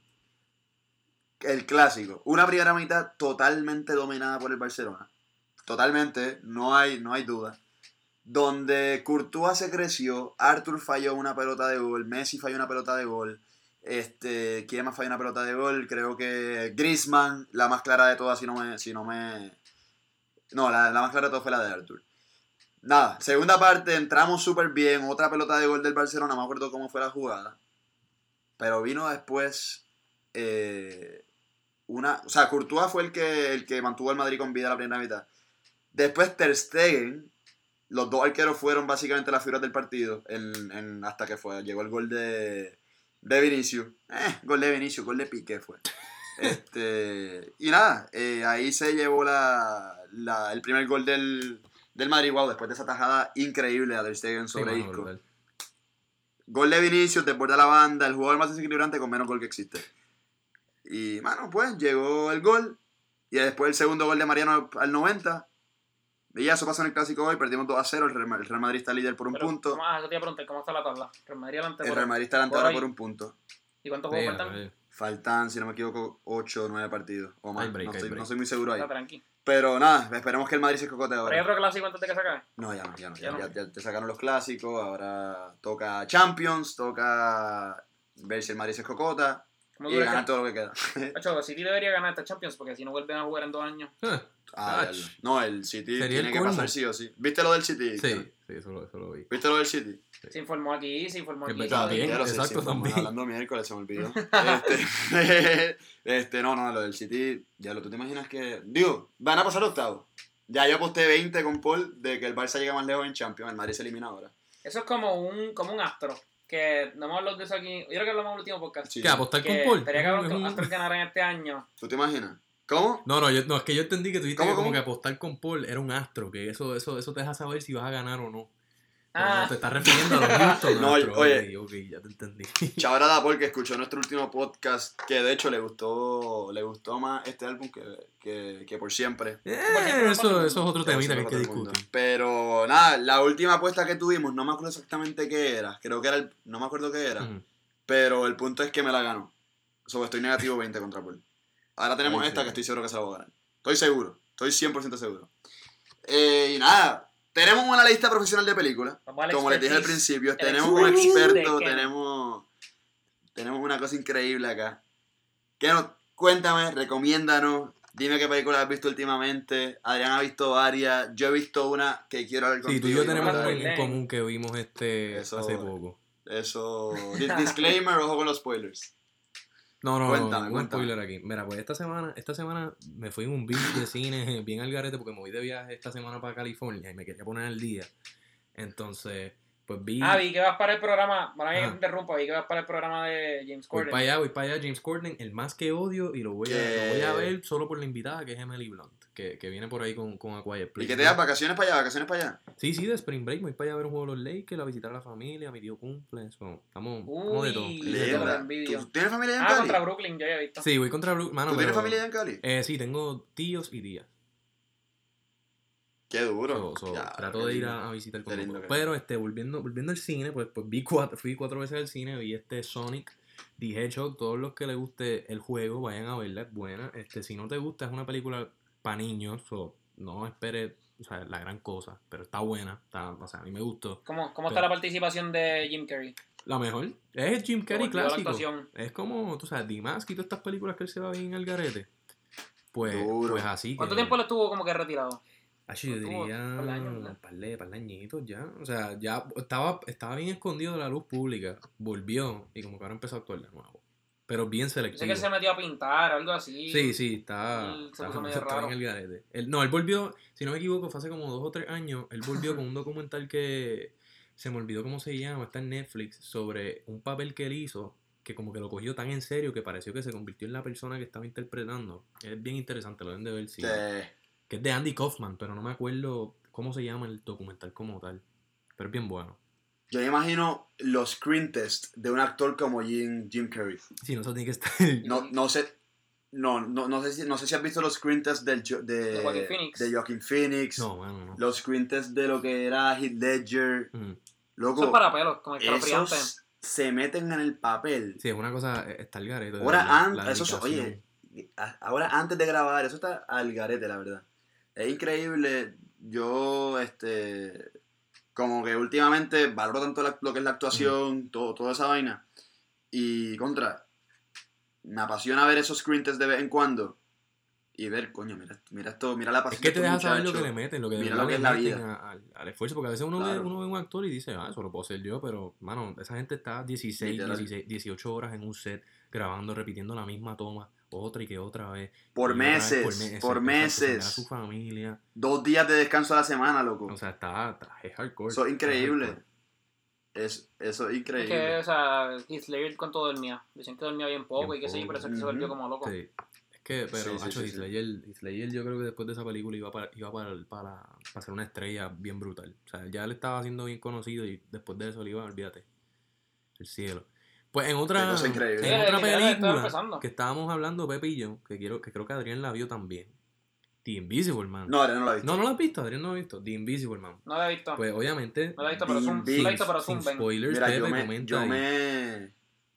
El clásico. Una primera mitad totalmente dominada por el Barcelona. Totalmente, no hay, no hay duda. Donde Courtois se creció, Arthur falló una pelota de gol, Messi falló una pelota de gol. Este, ¿quién más falló una pelota de gol? Creo que Griezmann, la más clara de todas, si no me. Si no, me... no la, la más clara de todas fue la de Arthur. Nada, segunda parte, entramos súper bien. Otra pelota de gol del Barcelona, no me acuerdo cómo fue la jugada. Pero vino después. Eh, una. O sea, Courtois fue el que, el que mantuvo al Madrid con vida la primera mitad. Después Ter Stegen. Los dos arqueros fueron básicamente las figuras del partido. En, en, hasta que fue. Llegó el gol de. De Vinicius. Eh, gol de Vinicius, gol de Piqué fue. Este. Y nada, eh, ahí se llevó la, la, el primer gol del. Del Madrid, wow, después de esa tajada increíble a Ter Stegen Sí, sobre mano, Isco. brutal. Gol de Vinicius, desborda la banda, el jugador más desequilibrante con menos gol que existe. Y, mano, pues, llegó el gol. Y después el segundo gol de Mariano al noventa. Y ya eso pasó en el Clásico hoy, perdimos dos a cero, el Real Ma- el Real Madrid está líder por un Pero, punto. ¿cómo- ah, eso te iba a preguntar, ¿cómo está la tabla? Real Madrid adelante. El por- Real Madrid está delante por ahora ahí. por un punto. ¿Y cuántos juegos Mira, faltan? eh, Faltan, si no me equivoco, ocho o nueve partidos. O más, Hay break, no, hay estoy, break. no soy muy seguro ahí. Está tranqui. Pero nada, esperemos que el Madrid se cocote ¿Pero hay ahora. otro clásico antes de que se acabe? No, ya no, ya no. Ya, Ya no. ya- ya te sacaron los clásicos, ahora toca Champions, toca ver si el Madrid se cocota ¿Cómo y tú crees ganar que- todo lo que queda. Hacho, City debería ganar esta Champions porque si no vuelven a jugar en dos años. eh, Ah, Ach. diablo. No, el City Sería el tiene que colmo. pasar sí o sí. ¿Viste lo del City? Sí, sí, eso lo, eso lo vi. ¿Viste lo del City? Se informó aquí, se informó Que aquí. me ¿sabes? también, Ya lo sé, exacto, sí, estamos también. hablando miércoles, se me olvidó. este, este, no, no, lo del City, ya lo tú te imaginas que... Digo, van a pasar octavos. Ya yo aposté veinte con Paul de que el Barça llega más lejos en Champions, el Madrid se elimina ahora. Eso es como un, como un astro. Que no hemos hablado de eso aquí. Yo creo que hablamos en el último podcast. Sí. ¿Qué, apostar Que con Paul? estaría cabrón Es que un- los astros ganaran este año. ¿Tú te imaginas? ¿Cómo? No, no, yo, no, es que yo entendí que tú dijiste ¿Cómo, que como cómo? que apostar con Paul era un astro, que eso, eso, eso te deja saber si vas a ganar o no. Pero Ah. no, te estás refiriendo a los Houston No, Astros. oye. Ok, ok, ya te entendí. Chabrada a Paul que escuchó nuestro último podcast, que de hecho le gustó le gustó más este álbum que, que, que por siempre. Eh, Por siempre no eso, pasa eso es otro Que por temita que hay siempre que para todo el mundo. discutir. Pero nada, la última apuesta que tuvimos, no me acuerdo exactamente qué era. Creo que era el. No me acuerdo qué era. Ujú. Pero el punto es que me la ganó. So, estoy negativo veinte contra Paul. Ahora tenemos Ay, esta sí. que estoy seguro que se la voy a ganar. Estoy seguro. Estoy cien por ciento seguro. Eh, y nada. Tenemos una lista profesional de películas. Vamos al Como les dije al expertise. principio, El tenemos un expertise de experto, Ken. tenemos, tenemos una cosa increíble acá. Keno, cuéntame, recomiéndanos, dime qué películas has visto últimamente. Adrián ha visto varias, yo he visto una que quiero hablar contigo. Sí, tú y yo y tenemos comentar. algo en común que vimos este Eso- hace poco. Eso, dis- disclaimer, ojo con los spoilers. No, no, Cuéntame, no, ningún cuéntame. spoiler aquí. Mira, pues esta semana, esta semana me fui en un beat de cine bien al garete porque me voy de viaje esta semana para California y me quería poner al día. Entonces, pues vi... Ah, vi que vas para el programa, para mí que Ajá. te interrumpa, vi que vas para el programa de James Voy Corden. para allá, voy para allá, James Corden, el más que odio, y lo voy a, lo voy a ¿Qué? ver solo por la invitada, que es Emily Blunt, que, que viene por ahí con, con A Quiet ¿Y Place. qué te das? ¿Vacaciones para allá? ¿Vacaciones para allá? Sí, sí, de Spring Break, voy para allá a ver un juego de los Lakers, a visitar a la familia, mi tío cumple, eso, estamos, estamos de todo. Uy, de todo. Linda. Linda. envidio. ¿Tú tienes familia allá en Ah, Cali? contra Brooklyn, ya había visto. Sí, voy contra Blue, mano, ¿Tú tienes pero- familia allá en Cali? Eh, sí, tengo tíos y tías. Qué duro. So, so, Ya, trato qué de ir lindo. a, a visitar con Qué lindo, ellos. qué Pero este, volviendo, volviendo al cine, pues, pues vi cuatro, fui cuatro veces al cine, vi este Sonic the Hedgehog. Todos los que les guste el juego, vayan a verla, es buena. Este, si no te gusta, es una película para niños, so, no esperes, o sea, la gran cosa, pero está buena, está, o sea, a mí me gustó. ¿Cómo, cómo está Pero- la participación de Jim Carrey? La mejor es Jim Carrey Volvió a la clásico. actuación. Es como, tú sabes, Dimask y todas estas películas que él se va bien al garete. Pues, Duro. pues así. ¿Cuánto que- tiempo él estuvo como que retirado? Ah, yo Estuvo diría un par de años, un ¿no? par de, par de añitos ya. O sea, ya estaba, estaba bien escondido de la luz pública. Volvió y como que ahora empezó a actuar de nuevo. Pero bien Sé selectivo. que él se metió a pintar, algo así. Sí, sí, está, Él se está, puso medio está raro. en el garete. Él- no, él volvió, si no me equivoco, fue hace como dos o tres años. Él volvió con un documental que se me olvidó cómo se llama, está en Netflix, sobre un papel que él hizo que como que lo cogió tan en serio que pareció que se convirtió en la persona que estaba interpretando. Es bien interesante, lo deben de ver, sí. Te- Que es de Andy Kaufman, pero no me acuerdo cómo se llama el documental como tal. Pero es bien bueno. Yo me imagino los screen test de un actor como Jim, Jim Carrey. Sí, no, eso tiene que estar... No, no sé. No, no, no, sé si, no sé si has visto los screen tests del, Jo- de, De Joaquin Phoenix. de Joaquin Phoenix. No, mano, no. Los screen tests de lo que era Heath Ledger. Mm. Loco, Eso es para pelos, como escalofriante. esos se meten en el papel. Sí, es una cosa... Está al garete. de Ahora, verdad, an- la eso es- dedicación. oye, a- ahora antes de grabar, eso está al garete, la verdad. Es increíble. Yo, este, como que últimamente valoro tanto la- lo que es la actuación, todo, toda esa vaina. Y contra, me apasiona ver esos screen tests de vez en cuando. Y ver, coño, mira, mira esto, mira la Es pasión que de te estos deja saber lo que muchachos. le meten, lo que de Mira verdad lo que le es la meten vida. a- al, al esfuerzo. Porque a veces uno, Claro. ve, uno ve un actor y dice, ah, eso lo puedo hacer yo, pero, mano, esa gente está dieciséis, Literal. dieciséis, dieciocho horas en un set grabando, repitiendo la misma toma, otra y que otra vez. Por y otra vez meses, por, me- por exacto, meses. sin ver a su familia. Dos días de descanso a la semana, loco. O sea, está, está es hardcore. Eso es está increíble. hardcore. Es, eso es Es increíble. que, o sea, Heath Ledger cuánto dormía. Dicen que dormía bien poco Bien y que sí, poco. pero eso es que se Ujú. volvió como loco. Sí. Es que, pero, Sí, sí, hacho, sí, Heath sí. Ledger, Heath Ledger yo creo que después de esa película iba para, iba para, para, para ser una estrella bien brutal. O sea, ya le estaba haciendo bien conocido y después de eso le iba, olvídate, el cielo. Pues en otra, Qué cosa increíble. en Sí, otra literal, estaba película empezando. que estábamos hablando, Pepe y yo, que, quiero, que creo que Adrián la vio también. The Invisible Man. No, Adrián no lo ha visto. no, no la has visto, Adrián no la ha visto. The Invisible Man. No la he visto. Pues obviamente, no la he visto, pero zoom. Sin- No la he visto, pero sin zoom. ven. spoilers, Mira, Pepe yo me, comenta yo ahí. me...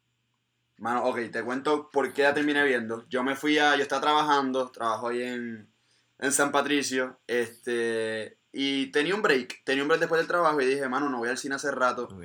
Mano, ok, te cuento por qué la terminé viendo. Yo me fui a... Yo estaba trabajando, trabajo ahí en, en San Patricio, este... Y tenía un break, tenía un break después del trabajo y dije, mano, no voy al cine hace rato. Ok.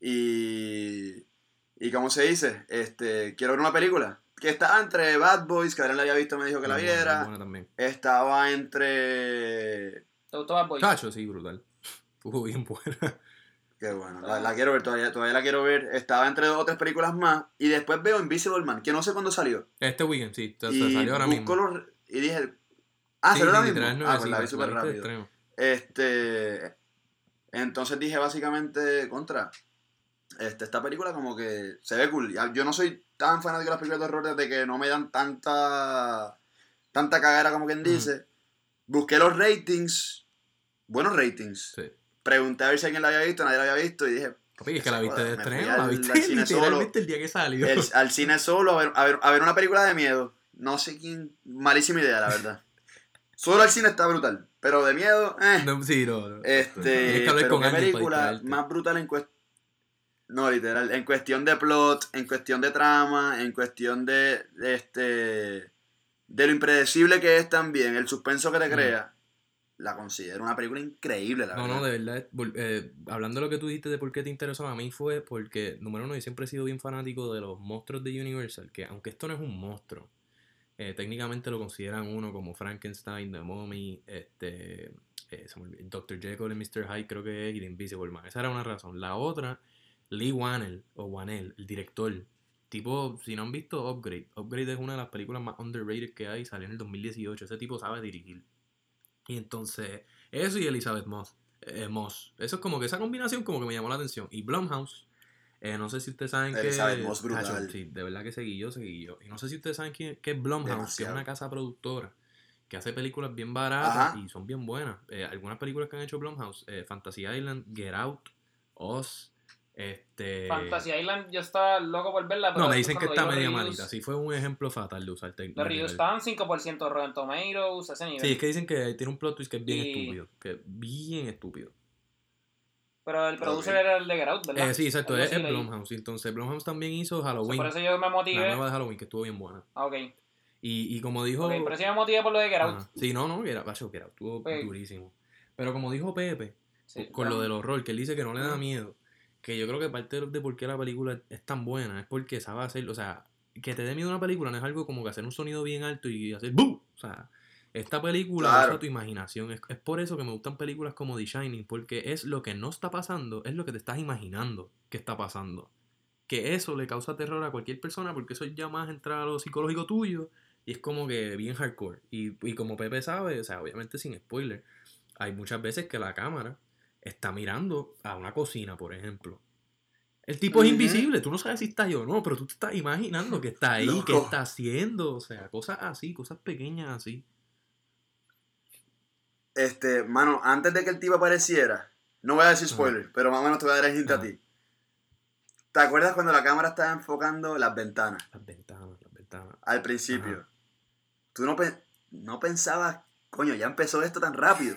Y... ¿Y cómo se dice? Este, quiero ver una película. Que estaba entre Bad Boys, que Adrián la había visto, me dijo que la Muy buena, muy viera. buena también. Estaba entre... ¿Te gustó Bad Boys? Chacho, sí, brutal. Estuvo bien buena. Qué bueno, la, la quiero ver, todavía, todavía la quiero ver. Estaba entre dos o tres películas más. Y después veo Invisible Man, que no sé cuándo salió. Este weekend, sí, se, se Y salió ahora busco mismo. los- y dije... Ah, Sí, ¿salió sí, ahora mismo? literal, Ah, pues la vi nuevecita, súper la viste de rápido. estreno. Este... Entonces dije básicamente, contra... Este, esta película como que se ve cool. Ya- Yo no soy tan fanático de las películas de horror desde que no me dan tanta... tanta cagada como quien dice. Mm. Busqué los ratings, buenos ratings. Sí. Pregunté a ver si alguien la había visto, nadie la había visto y dije... Papi, es que la viste de estreno, al, la viste al cine literalmente solo, el día que salió. El, al cine solo a ver, a, ver, a ver una película de miedo. No sé quién... Malísima idea, la verdad. Solo al cine está brutal, pero de miedo, eh. No, sí, no, no. Este, Tienes que hablar pero con qué alguien película para más brutal en cuestión... No, literal, en cuestión de plot, en cuestión de trama, en cuestión de, de este... De lo impredecible que es también, el suspenso que te crea. Mm. La considero una película increíble, la no, verdad. No, no, de verdad, eh, hablando de lo que tú dijiste de por qué te interesó, a mí fue porque, número uno, yo siempre he sido bien fanático de los monstruos de Universal, que aunque esto no es un monstruo, eh, técnicamente lo consideran uno como Frankenstein, The Mummy, este, eh, doctor Jekyll y mister Hyde creo que es, y The Invisible Man. Esa era una razón. La otra, Lee Whannell, o Whannell, el director, tipo, si no han visto Upgrade, Upgrade es una de las películas más underrated que hay, salió en el dos mil dieciocho, ese tipo sabe dirigir. Y entonces, eso y Elizabeth Moss, eh, Moss. Eso es como que esa combinación como que me llamó la atención. Y Blumhouse, eh, no sé si ustedes saben que... Elizabeth Moss brutal. Tacho, sí, de verdad que seguí yo, seguí yo. Y no sé si ustedes saben que, que es Blumhouse, Demasiado. Que es una casa productora que hace películas bien baratas. Ajá. Y son bien buenas. Eh, algunas películas que han hecho Blumhouse, eh, Fantasy Island, Get Out, Oz... Este... Fantasy Island, yo estaba loco por verla, pero no, me dicen que está media reviews, malita. Sí, fue un ejemplo fatal de usar técnica. Los reviews estaban cinco por ciento Rotten Tomatoes, ese nivel. Sí, es que dicen que tiene un plot twist que es bien y... estúpido. Que es bien estúpido. Pero el producer okay. era el de Get Out, ¿verdad? Eh, sí, exacto, es, es Blumhouse. Entonces, Blumhouse también hizo Halloween. O sea, por eso yo me motivé. La nueva de Halloween, que estuvo bien buena. Ah, ok. Y, y como dijo... Ok, pero sí me motivé por lo de Get Out. Ah, sí, no, no, Get Out, Get Out estuvo okay. durísimo. Pero como dijo Pepe, sí, con claro. lo del horror, que él dice que no le da miedo, que yo creo que parte de por qué la película es tan buena es porque sabe hacer, o sea, que te dé miedo una película no es algo como que hacer un sonido bien alto y hacer ¡boom! O sea, esta película claro. usa tu imaginación. Es, es por eso que me gustan películas como The Shining, porque es lo que no está pasando, es lo que te estás imaginando que está pasando. Que eso le causa terror a cualquier persona porque eso ya más entra a lo psicológico tuyo y es como que bien hardcore. Y, y como Pepe sabe, o sea, obviamente sin spoiler, hay muchas veces que la cámara está mirando a una cocina, por ejemplo. El tipo uh-huh. es invisible, tú no sabes si está ahí o no, pero tú te estás imaginando que está ahí, Loco. que está haciendo, o sea, cosas así, cosas pequeñas así. Este, mano, antes de que el tipo apareciera, no voy a decir spoiler, uh-huh. pero más o menos te voy a dar el hint uh-huh. a ti. ¿Te acuerdas cuando la cámara estaba enfocando las ventanas? Las ventanas, las ventanas. Al principio. Uh-huh. Tú no, pe- no pensabas, coño, ya empezó esto tan rápido.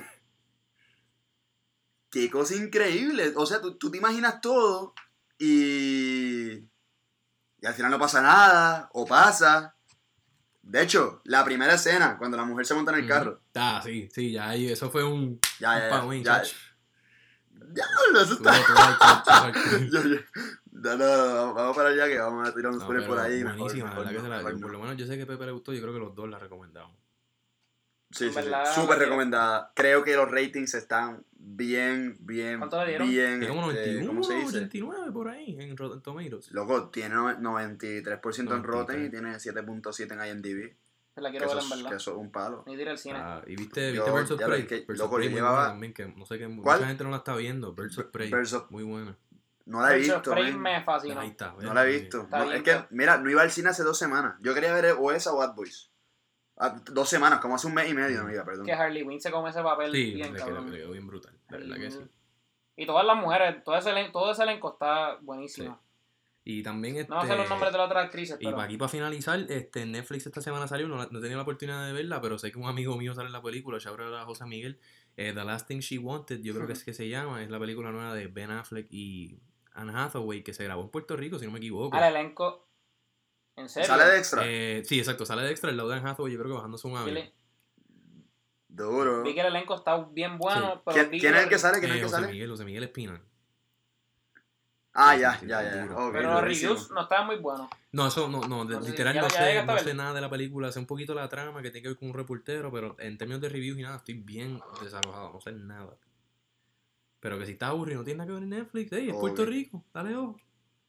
Qué cosa increíble. O sea, tú, tú te imaginas todo y... y al final no pasa nada, o pasa. De hecho, la primera escena, cuando la mujer se monta en el mm. carro. Ah, sí, sí, ya ahí, eso fue un... Ya, ya, un ya. Ya, ya, eso está... yo, yo, no, no, no, vamos para allá que vamos a tirar un spoiler no, por ahí. Buenísima, mejor, mejor, la, por lo menos yo sé que a Pepe le gustó, yo creo que los dos la recomendamos. Sí, sí, sí. Súper recomendada. Creo que los ratings están bien, bien, ¿Cuánto le dieron? bien. Tiene como noventa y uno, ¿cómo se dice? ochenta y nueve por ahí en Rotten Tomatoes. Loco, tiene noventa y tres por ciento en Rotten y tiene siete punto siete en I M D B. La quiero ver en verdad. Que eso es un palo. Ni ir al cine. Ah, y viste, viste Birds of Prey. Que, Birds loco, of Prey yo llevaba... también, que no sé que ¿Cuál? mucha gente no la está viendo. Birds of Prey. Birds of... Muy buena. No la he Birds visto. Of Prey me fascina. Ahí está. No la he visto. No, es que, mira, no iba al cine hace dos semanas. Yo quería ver o esa o Bad Boys. Ah, dos semanas, como hace un mes y medio, no iba, perdón. Que Harley Quinn se come ese papel sí, bien, le cabrón. quedó, le quedó bien brutal, la verdad que sí. Y todas las mujeres, todo ese, todo ese elenco está buenísimo. Sí. Y también este... No sé los nombres de las otras actrices, pero... Y para aquí, para finalizar, este, Netflix esta semana salió, no, no he tenido la oportunidad de verla, pero sé que un amigo mío sale en la película, shout out a José Miguel, eh, The Last Thing She Wanted, yo creo uh-huh. que es que se llama, es la película nueva de Ben Affleck y Anne Hathaway, que se grabó en Puerto Rico, si no me equivoco. Al elenco... ¿En serio? ¿Sale de extra? Eh, sí, exacto, sale de extra el lado de Anne Hathaway, yo creo que bajándose un avión. Duro. Vi que el elenco está bien bueno, sí. pero... ¿Quién, ¿quién es el que sale? ¿Quién eh, es el que José sale? Miguel, José Miguel Espina. Ah, sí, ya, sí, ya, ya, ya. Okay, pero los reviews no estaban muy buenos. No, eso no, no, no literal ya, no, ya, sé, ya no sé nada de la película, sé un poquito la trama que tiene que ver con un reportero, pero en términos de reviews y nada, estoy bien desalojado, no sé nada. Pero que si estás aburrido, no tienes nada que ver en Netflix, hey, es okay. Puerto Rico, dale ojo.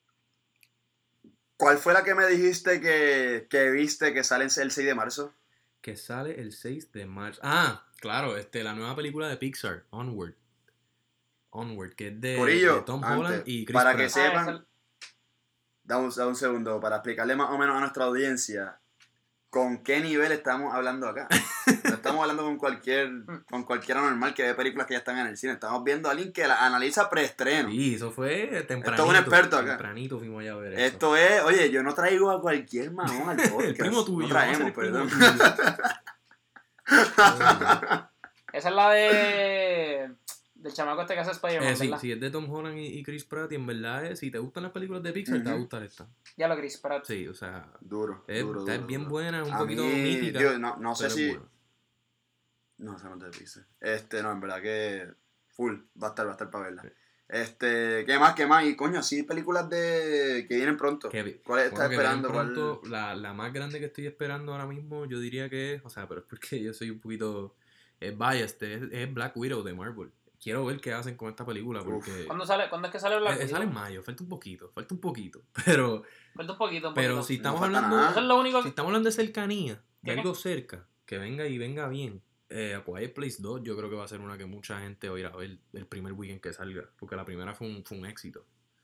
¿Cuál fue la que me dijiste que, que viste que sale el seis de marzo? Que sale el seis de marzo. Ah, claro, este, la nueva película de Pixar, Onward. Onward, que es de, Corillo, de Tom antes, Holland y Chris para Pratt. que sepan, da un, da un segundo, para explicarle más o menos a nuestra audiencia. ¿con qué nivel estamos hablando acá? No estamos hablando con cualquier con cualquiera normal que ve películas que ya están en el cine. Estamos viendo a alguien que la analiza preestreno. Sí, eso fue tempranito. Esto es un experto acá. Tempranito fuimos allá a ver eso. Esto es, oye, yo no traigo a cualquier mamón al podcast. El primo tuyo. No traemos, perdón. Esa es la de... Del chamaco este que hace Spider-Man, eh, sí, ¿verdad? sí, es de Tom Holland y, y Chris Pratt, y en verdad, eh, si te gustan las películas de Pixar, uh-huh. te va a gustar esta. Ya lo Chris Pratt. Sí, o sea... Duro, es, duro, está duro, bien duro. buena, un a poquito mí, mítica. Yo, no, no sé pero si... es buena. No, esa no te Pixar. Este, no, en verdad que... Full, va a estar, va a estar para verla. Sí. Este, ¿qué más, qué más? Y coño, así películas de... que vienen pronto. Que, ¿Cuál estás bueno, que esperando? pronto, ¿Cuál? la, la más grande que estoy esperando ahora mismo, yo diría que es, o sea, pero es porque yo soy un poquito eh, biased, es, es Black Widow de Marvel. Quiero ver qué hacen con esta película porque... ¿Cuándo sale? ¿Cuándo es que sale Black eh, Widow? sale en mayo, falta un poquito, falta un poquito, pero... Falta un poquito, un Pero poquito. si estamos No falta hablando... nada. Eso es lo único Si que... estamos hablando de cercanía, de ¿Qué? algo cerca, que venga y venga bien, eh, A Quiet Place dos yo creo que va a ser una que mucha gente va a ir a ver el primer weekend que salga, porque la primera fue un, fue un éxito.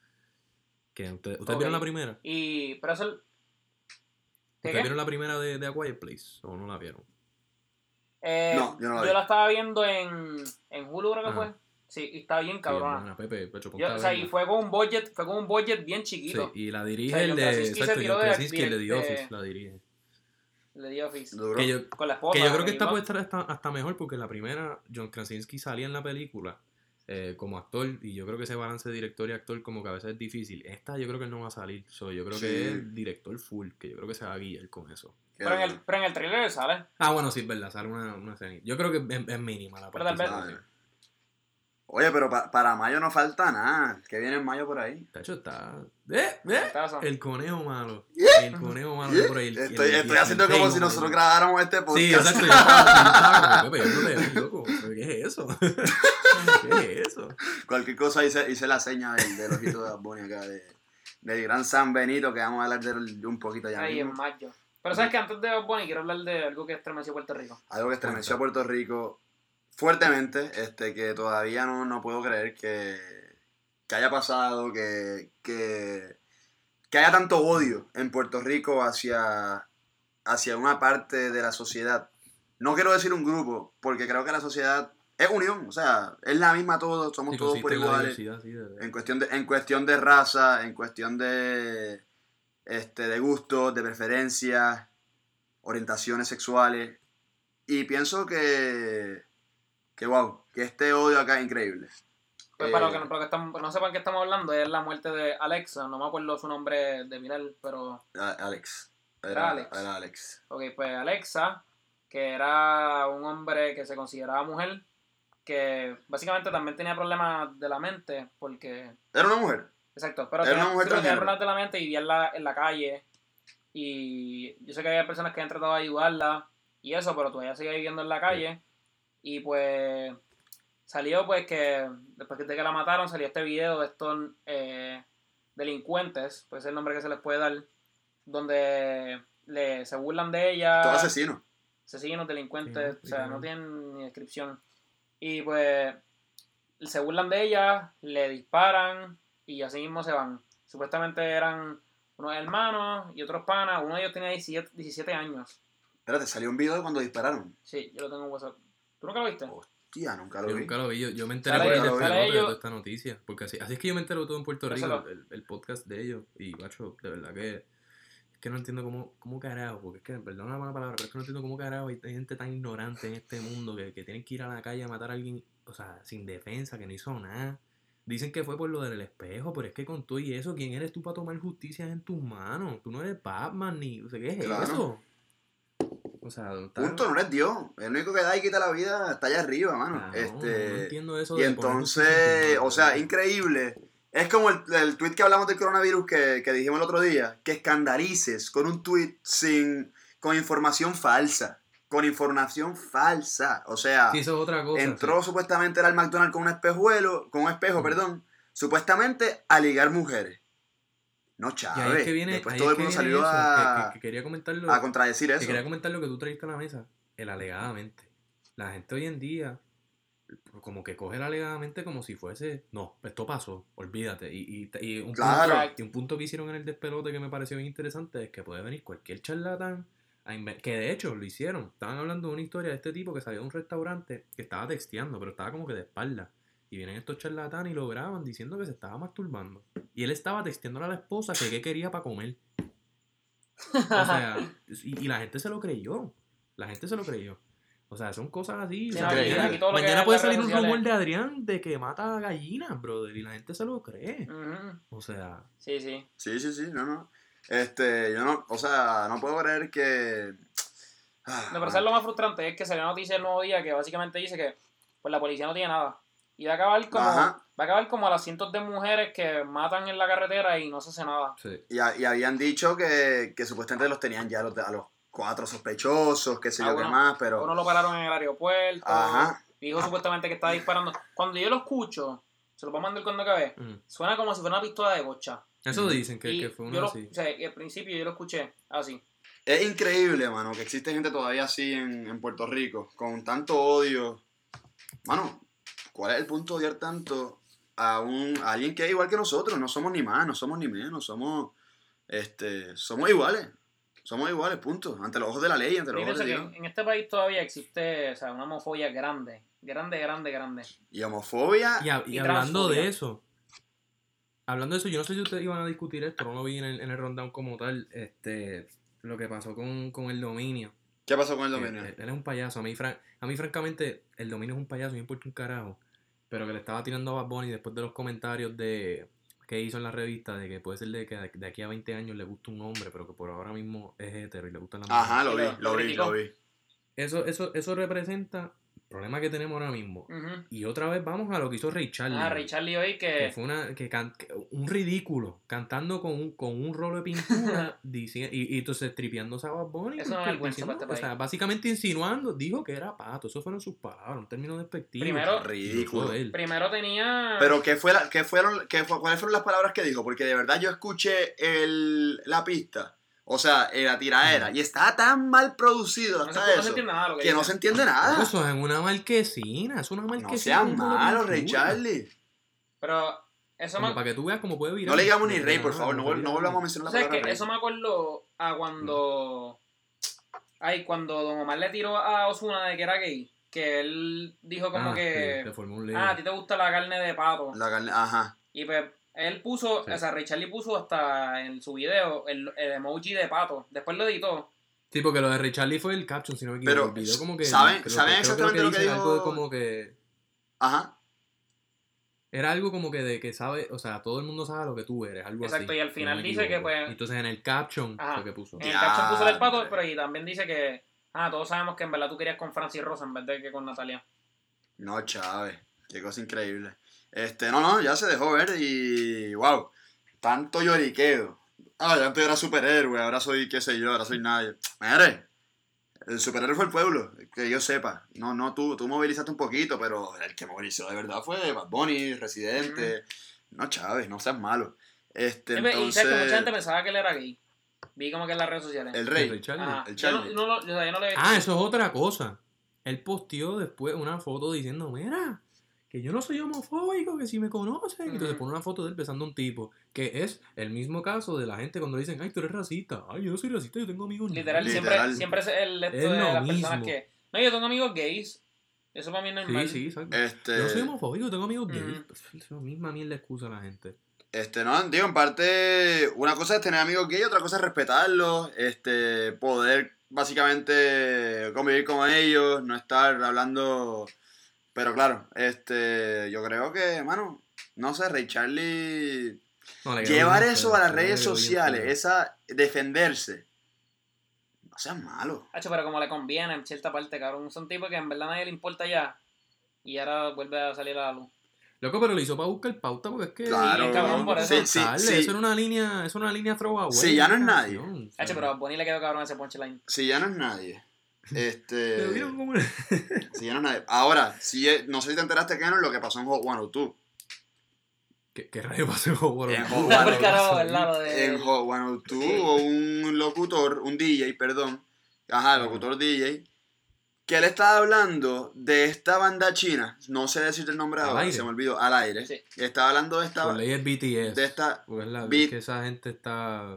¿Qué? ¿Ustedes, ¿ustedes Ok. vieron la primera? Y... Pero eso... ¿Qué, ¿Ustedes qué? vieron la primera de, de A Quiet Place o no la vieron? Eh, No, yo no la vi. yo la estaba viendo en, en Hulu, creo que Ajá. fue. Sí, y está bien Sí, cabrona. buena, Pepe, Pecho, ponte Yo, a o sea, y verla. fue con un budget, fue con un budget bien Sí, chiquito. y la dirige O sea, el John de... Krasinski se Exacto, tiró John de- Krasinski, el de The de- Office, la dirige. Le dio Office. Duro. Que yo, Con la esposa. que yo creo que y esta va. puede estar hasta, hasta mejor porque la primera, John Krasinski salía en la película eh, como actor y yo creo que ese balance de director y actor como que a veces es difícil. Esta yo creo que él no va a salir, so, yo creo Sí. que es director full, que yo creo que se va a guiar con eso. Qué Pero en, el, duro. pero en el trailer sale. Ah, bueno, sí, es verdad, sale una, una escena. Yo creo que es, es mínima la Pero tal vez- participación. Oye, pero pa- para mayo no falta nada. ¿Qué viene en mayo por ahí? De hecho, está... ¡Eh! ¿Eh? Tazo. El conejo malo. Yeah. El conejo malo de por ahí. el- Estoy, el- estoy el- haciendo el como Damon si nosotros malo. grabáramos este podcast. Sí, exacto. Yo estaba, yo estaba como, Pepe, yo no te ves, loco. ¿Qué es eso? ¿Qué es eso? Cualquier cosa hice, hice la seña del, del ojito de Bad Bunny acá, de, del gran San Benito, que vamos a hablar de, de un poquito ya Ahí en mismo. mayo. Pero sabes que antes de Bad Bunny quiero hablar de algo que estremeció Puerto Rico. Algo que estremeció a Puerto Rico fuertemente, este, que todavía no, no puedo creer que, que haya pasado, que, que, que haya tanto odio en Puerto Rico hacia, hacia una parte de la sociedad. No quiero decir un grupo, porque creo que la sociedad es unión, o sea, es la misma todos, somos Sí, todos por consiste en la iguales. diversidad, sí, de verdad. En cuestión de, en cuestión de raza, en cuestión de, este, de gustos, de preferencias, orientaciones sexuales. Y pienso que, que wow, que este odio acá es increíble. Pues Eh, para los que, no, para los que estamos, no sepan qué estamos hablando, es la muerte de Alexa. No me acuerdo su nombre de viral, pero... a- Alex. Era Era, Alex. era Alex. Ok, pues Alexa, que era un hombre que se consideraba mujer, que básicamente también tenía problemas de la mente, porque... Era una mujer. Exacto, pero Era tenía, una mujer sí, pero tenía transgénero. problemas de la mente y vivía en la, en la calle. Y yo sé que había personas que han tratado de ayudarla y eso, pero todavía sigue viviendo en la calle. Y pues salió pues que después de que la mataron salió este video de estos eh, delincuentes, pues es el nombre que se les puede dar, donde le, se burlan de ella. Todo asesino. Asesinos, delincuentes, Sí, o sea, claro. no tienen ni descripción. Y pues se burlan de ella, le disparan y así mismo se van. Supuestamente eran unos hermanos y otros panas. Uno de ellos tenía diecisiete, diecisiete años. Espérate, salió un video de cuando dispararon. Sí, yo lo tengo en WhatsApp. ¿Tú nunca lo viste? Hostia, nunca lo Yo vi. nunca lo vi, yo, yo me enteré Sale por ahí ellos, del sale pelote de ellos. toda esta noticia, porque así, así es que yo me entero todo en Puerto Pero Rico, se lo- el, el podcast de ellos, y macho, de verdad que es que no entiendo cómo, cómo carajo, porque es que, perdón la mala palabra, pero es que no entiendo cómo carajo hay gente tan ignorante en este mundo que, que tienen que ir a la calle a matar a alguien, o sea, sin defensa, que no hizo nada. Dicen que fue por lo del espejo, pero es que con todo y eso, ¿quién eres tú para tomar justicia en tus manos? Tú no eres Batman ni, o sea, ¿qué es Claro. eso? O sea, está- Punto, no eres Dios. El único que da y quita la vida está allá arriba, mano. Ah, no, este, no entiendo eso y de poner justicia en entonces, tus manos, o sea, ¿no? increíble. Es como el, el tweet que hablamos del coronavirus que, que dijimos el otro día, que escandalices con un tweet sin, con información falsa. Con información falsa. O sea, Sí, eso es otra cosa. entró sí. supuestamente era al McDonald's con un espejuelo, con un espejo, Mm. perdón, supuestamente a ligar mujeres. No, Y ahí chave. es que viene, Después ahí todo es el que mundo viene salió eso, a, que, que- que quería comentarlo, a contradecir que eso. quería comentar lo que tú trajiste a la mesa, el alegadamente. La gente hoy en día como que coge el alegadamente como si fuese, no, esto pasó, olvídate. Y, y, y, un Claro. punto, y un punto que hicieron en el despelote que me pareció bien interesante es que puede venir cualquier charlatán a inven- que de hecho lo hicieron. Estaban hablando de una historia de este tipo que salió de un restaurante que estaba texteando, pero estaba como que de espalda. Y vienen estos charlatanes y lo graban diciendo que se estaba masturbando. Y él estaba texteándole a la esposa que qué quería para comer. O sea, y, y la gente se lo creyó. La gente se lo creyó. O sea, son cosas así. Sí, o sea, no, mañana aquí todo lo que mañana hay puede en las salir redes un sociales. rumor de Adrián de que mata gallinas, brother. Y la gente se lo cree. Ujú. O sea, Sí, sí. Sí, sí, sí, no, no. Este, yo no, o sea, no puedo creer que... Ah, Me parece lo más frustrante es que salió una noticia el nuevo día que básicamente dice que pues la policía no tiene nada. Y va a acabar como, Ajá. va a acabar como a las cientos de mujeres que matan en la carretera y no se hace nada. sí. Y, a- y habían dicho que, que supuestamente los tenían ya a los, a los cuatro sospechosos, qué sé A yo qué uno- más, a pero... uno lo pararon en el aeropuerto. Ajá. Dijo supuestamente que estaba disparando. Cuando yo lo escucho, se lo voy a mandar cuando acabe, Mm. suena como si fuera una pistola de bocha. Eso dicen que, y que fue yo uno lo, así. o sea, y al principio yo lo escuché así. Es increíble, mano, que existe gente todavía así en, en Puerto Rico, con tanto odio. Mano, ¿cuál es el punto de odiar tanto a, un, a alguien que es igual que nosotros? No somos ni más, no somos ni menos, somos, este, somos iguales. Somos iguales, punto. Ante los ojos de la ley, ante Yo los ojos pienso de que Dios. en, en este país todavía existe, o sea, una homofobia grande. Grande, grande, grande. Y homofobia. Y, a- y y hablando de transfobia. eso, hablando de eso, yo no sé si ustedes iban a discutir esto, no lo vi en el, en el rundown como tal, este, lo que pasó con, con el dominio. ¿Qué pasó con el Que dominio? Él, él es un payaso. A mí, fran- a mí, francamente, el dominio es un payaso, me importa un carajo. Pero que le estaba tirando a Bad Bunny después de los comentarios de que hizo en la revista de que puede ser de que de aquí a veinte años le gusta un hombre, pero que por ahora mismo es hetero y le gustan las mujeres. Ajá, lo Y vi, lo- lo lo vi, criticó. lo vi. Eso, eso, eso representa el problema que tenemos ahora mismo. Ujú. Y otra vez vamos a lo que hizo Ray Charlie. Ah, Ray Charlie hoy Que que... fue una, que can- que un ridículo, cantando con un, con un rolo de pintura dici- y, y entonces tripeándose a Bad Bunny. Eso es una porque vergüenza diciendo- para este O sea, país. básicamente insinuando, dijo que era pato, eso fueron sus palabras, un término despectivo. Primero- Ridículo. Lo usó él. Primero tenía... Pero ¿qué, fue la- qué fueron, qué fue- ¿cuáles fueron las palabras que dijo? Porque de verdad yo escuché el, la pista, o sea, eh, la tiraera, y estaba tan mal producido no se, hasta no se eso, entiende nada lo que, que no dice. se entiende nada. Eso es una marquesina, es una marquesina. No sean con un rolo de malos, Ray pintura. Charlie. Pero eso Como me... para que tú veas cómo puede virar. No le digamos ni De rey, por nada, favor, no, puede vol- no virar. volvamos a mencionar la ¿Sabes palabra qué? rey. Eso me acordó a cuando... Ay, cuando Don Omar le tiró a Ozuna de que era gay. Que él dijo como Ah, que... sí, le formó un lío. ah, a ti te gusta la carne de pato. La carne, ajá. Y pues él puso, Sí. o sea, Ray Charlie puso hasta en su video el, el emoji de pato. Después lo editó. Sí, porque lo de Ray Charlie fue el caption, si no me equivoco. Pero, el video como que, ¿saben- creo saben que- creo exactamente lo que dice dijo? algo de como que... Ajá. Era algo como que de que sabe, o sea, todo el mundo sabe lo que tú eres, algo Exacto, así. y al si final no me dice que, equivoco. pues- Y entonces en el caption Ajá. fue que puso. En el caption puso el pato, Diantre. pero y también dice que, ah, todos sabemos que en verdad tú querías con Francis Rosa en vez de que con Natalia. No, Chávez. Qué cosa increíble. Este, no, no, ya se dejó ver y. ¡Wow! Tanto lloriqueo. Ah, ya antes era superhéroe, ahora soy, qué sé yo, ahora soy nadie. Mire, el superhéroe fue el pueblo, que yo sepa. No, no, tú, tú movilizaste un poquito, pero el que movilizó de verdad fue Bad Bunny, Residente. No, Chávez, no seas malo. Este, Y sabes que mucha gente entonces. pensaba que él era gay. Vi como que en las redes sociales. El El Ray rey. Charlie. Ajá. el Yo no, Charlie. no lo- o sea, yo no le... Ah, eso es otra cosa. Él posteó después una foto diciendo, mira, que yo no soy homofóbico, que si me conocen. Ujú. Entonces pone una foto de él besando a un tipo, que es el mismo caso de la gente cuando dicen, ay, tú eres racista. Ay, yo no soy racista, yo tengo amigos Literal, negros". Literal. siempre, siempre es el esto Es de lo las personas mismo. que... No, yo tengo amigos gays. Eso para mí es normal. Sí, sí, exacto. Este. Yo no soy homofóbico, tengo amigos gays. Ujú. Pues, es la misma mierda excusa a la gente. Este, no, digo, en parte, una cosa es tener amigos gay, otra cosa es respetarlos, este, poder básicamente convivir con ellos, no estar hablando, pero claro, este, yo creo que, mano, no sé, Ray Charlie, No, le quedó llevar bien eso feo, a las creo que redes le quedó bien sociales, feo. esa, defenderse, no seas malo. Hacho, pero como le conviene en cierta parte, cabrón. Son tipos que en verdad a nadie le importa ya. Y ahora vuelve a salir a la luz. Loco, pero lo hizo para buscar pauta porque es que... Claro, cabrón, por eso. sí, sí, Contarle, sí. Eso era una línea, eso era una línea throwaway. Sí, ya no es una nadie. canción, o sea, Hacho, pero a Bonnie le quedó cabrón ese punchline. Si ya no es nadie, este, le dieron como una- si ya no es nadie, ahora, si, no sé si te enteraste, Keanu, lo que pasó en Hot ciento dos. ¿Qué, qué rayo pasó en Hot En Wheels? Hot Está Bueno, por carajo, ¿verdad? Lo de... En Hot ciento dos hubo un locutor, un D J, perdón, ajá, el locutor D J, que él estaba hablando de esta banda china, no sé decirte el nombre Al ahora, aire. se me olvidó, al aire, Sí. estaba hablando de esta, Por ley es B T S. de esta, Porque es la, Beat- que esa gente está,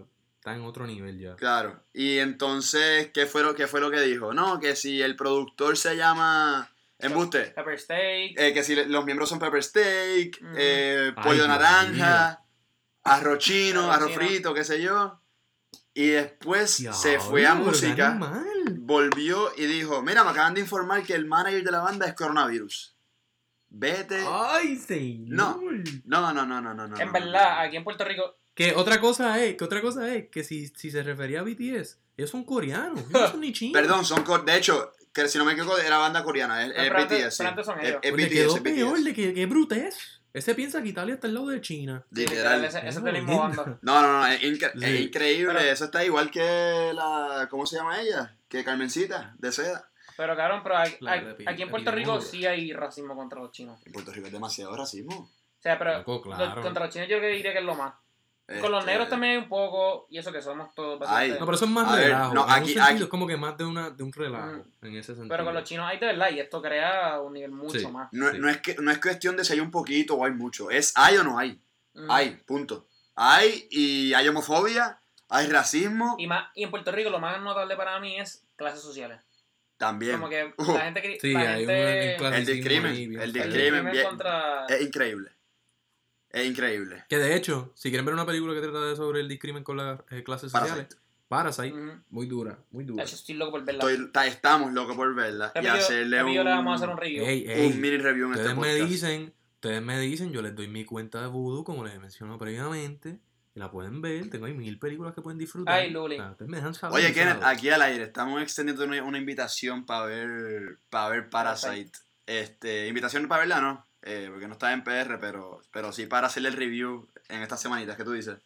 está en otro nivel ya. Claro. Y entonces, ¿qué fue lo, qué fue lo que dijo? No, que si el productor se llama... Embuste. Pepper steak. Eh, que si le- los miembros son pepper steak, Mm. eh, Ay, pollo Dios naranja, arroz chino, Arroz arroz chino. frito, qué sé yo. Y después se Diablo, fue a pero qué música, animal. volvió y dijo, mira, me acaban de informar que el manager de la banda es coronavirus. Vete. Ay, señor. No. No, no, no, no, no, no. En no, verdad, no. aquí en Puerto Rico, Que otra cosa es, que otra cosa es, que si, si se refería a B T S, ellos son coreanos, ellos no son ni chinos. Perdón, son cor- de hecho, que si no me equivoco, era banda coreana, es, No, es pero antes- B T S. sí. pero antes son Es, ellos. es Pues le B T S, quedó es B T peor, S. de que, que brutes. Ese piensa que Italia está al lado de China. Literal. ese, ese es Esa del mismo jodienda. bando. No, no, no, es, incre- Sí. es increíble. Pero- Eso está igual que la. ¿Cómo se llama ella? Que Carmencita, de seda. Pero cabrón, pero hay- La hay- de Pi- aquí en Puerto Rico epidemióloga. sí hay racismo contra los chinos. En Puerto Rico es demasiado racismo. O sea, pero Loco, lo- claro. contra los chinos yo que diría que es lo más. Con los Este, negros también hay un poco, y eso que somos todos básicamente. Ay. No, pero eso es más A ver, relajo. no, en aquí- un sentido aquí- es como que más de, una, de un relajo, en ese sentido. Pero con los chinos hay de verdad, y esto crea un nivel mucho Sí. más. No, Sí. no, es que, no es cuestión de si hay un poquito o hay mucho. Es hay o no hay. Mm. Hay, punto. Hay y hay homofobia, hay racismo Y, más, y en Puerto Rico lo más notable para mí es clases sociales. también. Como que Uh, la gente que Sí, la hay gente, un clasismo El discrimen, ahí bien el feo. el discrimen. discrimen bien- contra Es increíble. Es increíble. Que de hecho, si quieren ver una película que trata de sobre el discrimen con las eh, clases sociales, Parasite. Parasite, Ujú. muy dura, muy dura. Eso estoy loco por verla. Estoy- ta- estamos locos por verla. Pepe y y yo- hacerle Pepe y yo un, le vamos a hacer un review. Ey, ey, un mini review en este ustedes me podcast. dicen, ustedes me dicen, yo les doy mi cuenta de Voodoo, como les he mencionado previamente, y la pueden ver, tengo ahí mil películas que pueden disfrutar. Ay, Luli. Ah, ustedes me dejan saber. Oye, yo Kenneth, saben. aquí al aire estamos extendiendo una, una invitación para ver para ver Parasite. Este, invitación para verla, ¿no? Eh, porque no está en P R, pero, pero sí para hacerle el review en estas semanitas. ¿Qué tú dices?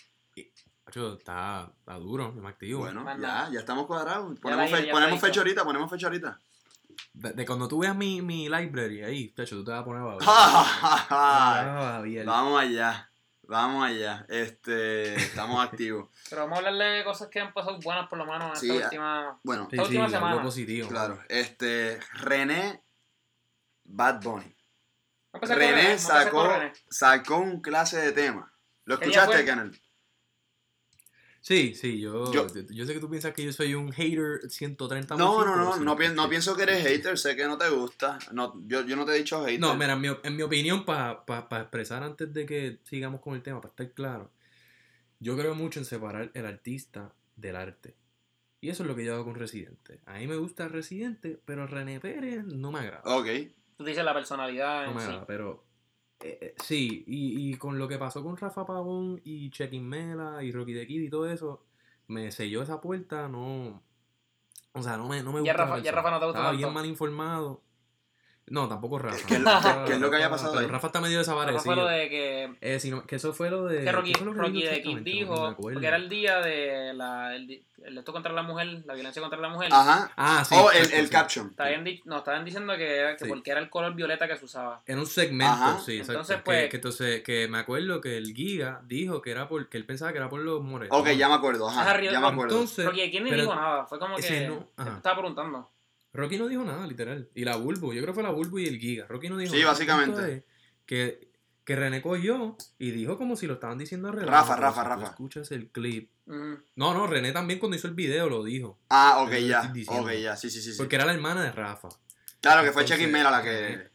Macho, está, está duro, yo me activo. Bueno, Más ya, nada. ya estamos cuadrados. Ya Ponemos, la fe- idea ya ponemos está fecha dicho. ahorita, ponemos fecha ahorita. De, de cuando tú veas mi, mi library ahí, tacho, tú te vas a poner a babar. Ah, Ah, bien. Vamos allá, vamos allá. Este, estamos activos. Pero vamos a hablarle de cosas que han pasado buenas por lo menos en Sí, esta ah. última... Bueno, Sí, esta sí, última algo semana. positivo. claro. Este, René Bad Bunny. Vamos a empezar con René René, vamos a empezar sacó, con René. sacó un clase de tema. ¿Lo ¿Qué día escuchaste, fue? Kenneth? Sí, sí, yo, Yo- yo, yo sé que tú piensas que yo soy un hater ciento treinta por No, ciento. no, no, pero sí no, lo pien- no escuché. pienso que eres hater, sé que no te gusta. No, yo, yo no te he dicho hater. No, mira, en mi, en mi opinión, para pa, pa expresar antes de que sigamos con el tema, para estar claro, yo creo mucho en separar el artista del arte. Y eso es lo que yo hago con Residente. A mí me gusta Residente, pero René Pérez no me agrada. Ok. Tú dices la personalidad No en me sí. agrada, pero eh, eh, sí, y, y con lo que pasó con Rafa Pavón y Chequin Mela y Rocky the Kid y todo eso, me selló esa puerta, no... O sea, no me, no me Ya gusta. Rafa- ya Rafa no te gusta Estaba tanto. bien mal informado. No, tampoco Rafa. ¿Qué- qué es lo- Rafa- qué- qué es lo que había Rafa- pasado pero ahí? Rafa está medio Rafa desaparecido. fue lo de que, Eh, sino, que eso fue lo de... que Rocky, ¿qué fue lo que Rocky dijo de Kid exactamente? No dijo, me acuerdo. porque era el día de la, el, di- el esto contra la mujer, la violencia contra la mujer. Ajá. Ah, sí. oh, el, exacto, el sí. caption. Estaban, di- no, estaban diciendo que, era- que Sí. porque era el color violeta que se usaba. Era un segmento, Ajá. sí, exacto. Entonces, que, pues- que entonces, que me acuerdo que el Giga dijo que era por, que él pensaba que era por los morenos. Ok, ya me acuerdo, ajá. Ajá, Ya me acuerdo. Entonces, Rocky de Kid ni pero dijo nada, fue como ese que no, ajá. estaba preguntando. Rocky no dijo nada, literal. Y la Bulbo, yo creo que fue la Bulbo y el Giga. Rocky no dijo Sí, nada. básicamente. El punto es Que, que René cogió y dijo como si lo estaban diciendo alrededor. Rafa, pero Rafa, si tú Rafa. escuchas el clip. Mm. No, no, René también cuando hizo el video lo dijo. Ah, ok, Eso te ya. estoy diciendo. Ok, ya. Sí, sí, sí. sí. Porque era la hermana de Rafa. Claro que fue Entonces, Chequin Mela la que. René-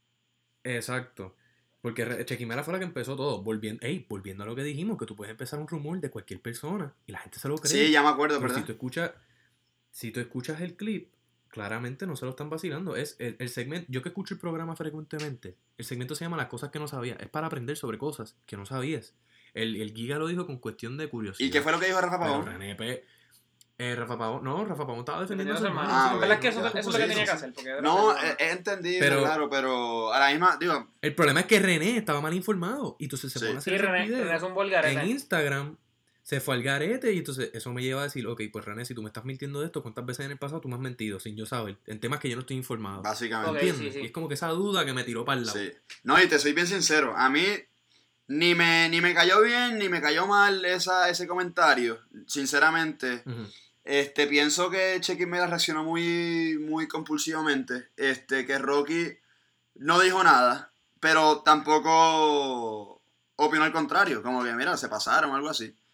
Exacto. Porque Re- Chequimera fue la que empezó todo. Volviendo, ey, volviendo a lo que dijimos, que tú puedes empezar un rumor de cualquier persona y la gente se lo cree. Sí, ya me acuerdo, Pero si ¿verdad? tú escuchas, si tú escuchas el clip, claramente no se lo están vacilando. Es el, el segmento, yo que escucho el programa frecuentemente, el segmento se llama Las cosas que no sabías. Es para aprender sobre cosas que no sabías. El, el Giga lo dijo con cuestión de curiosidad. ¿Y qué fue lo que dijo Rafa Pero Pavón? René P- eh, Rafa Pavón, no, Rafa Pavón estaba defendiendo a su Defendiendo a su hermano. Ah, hermano. ok. En verdad es que eso, Ya, eso es lo sí, que sí, tenía que sí. hacer. Porque era No, su hermano. he, he entendido, Pero- claro, pero a la misma, digo, El problema es que René estaba mal informado. Y entonces se Sí. pone a hacer Sí, esos René, videos René es un volgarete. en Instagram. Se fue al garete y entonces eso me lleva a decir, ok, pues René, si tú me estás mintiendo de esto, ¿cuántas veces en el pasado tú me has mentido sin yo saber? En temas que yo no estoy informado. básicamente. Ok, ¿Entiendes? sí, sí. Y es como que esa duda que me tiró para el lado. Sí. No, y te soy bien sincero, a mí ni me, ni me cayó bien ni me cayó mal esa, ese comentario, sinceramente. Ujú. Este, pienso que Chequin Mela reaccionó muy, muy compulsivamente. Este, que Rocky no dijo nada, pero tampoco opinó al contrario. Como que, mira, se pasaron o algo así.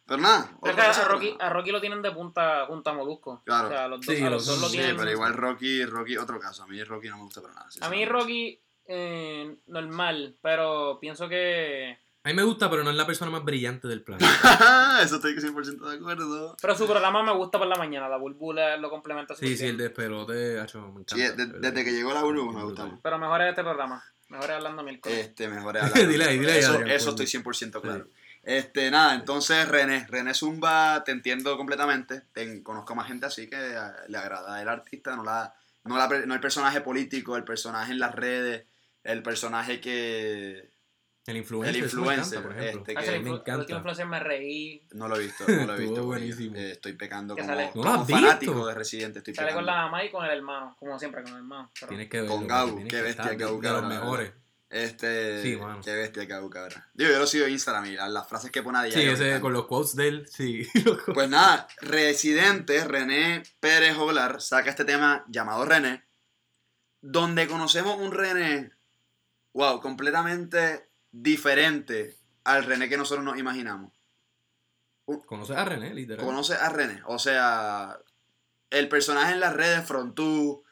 Pero nada. Pero es que a Rocky, a Rocky lo tienen de punta junto a Molusco. Claro. O sea, los dos, Sí, a los dos lo Sí, tienen. pero igual Rocky, Rocky, otro caso. A mí Rocky no me gusta para nada. A mí Rocky, eh, normal, pero pienso que... A mí me gusta, pero no es la persona más brillante del planeta. Eso estoy cien por ciento de acuerdo. Pero su programa me gusta por la mañana, la Búlbula lo complementa súper Sí, sí, bien. el despelote, hacho, me encanta. Sí, de- desde que llegó la burbuja me gusta. Pero mejor es este programa. Mejor es hablando miércoles. Este, mejor es hablar. Dile ahí, dile ahí, Eso, Adrián, eso por- estoy cien por ciento claro. Este, nada, entonces René, René Zumba, te entiendo completamente. Te, conozco más gente así que eh, le agrada el artista, no, la, no, la, no el personaje político, el personaje en las redes, el personaje que... El influencer. El eso me influencer, encanta, por ejemplo. este, Ah, que sí, me el encanta. último influencer me reí. No lo he visto, no lo he Estuvo visto. buenísimo. Eh, estoy pecando Que como, sale- ¿No lo como has visto? fanático de Residente. Estoy Sale con pecando. la mamá y con el hermano, como siempre, con el hermano. Pero... Tienes que verlo. Con Gau, tienes qué que bestia estar de- Gau, de los cabrón. mejores. Este, Sí, mano. qué bestia Gau, cabrón. Digo, yo lo sigo en Instagram y las, las frases que pone a diario. Sí, me ese encantan. con los quotes de él, sí. Pues nada, Residente, René Pérez Joglar, saca este tema llamado René, donde conocemos un René, wow, completamente diferente al René que nosotros nos imaginamos. Conoces a René, literal. Conoce a René, o sea, el personaje en las redes, Frontú,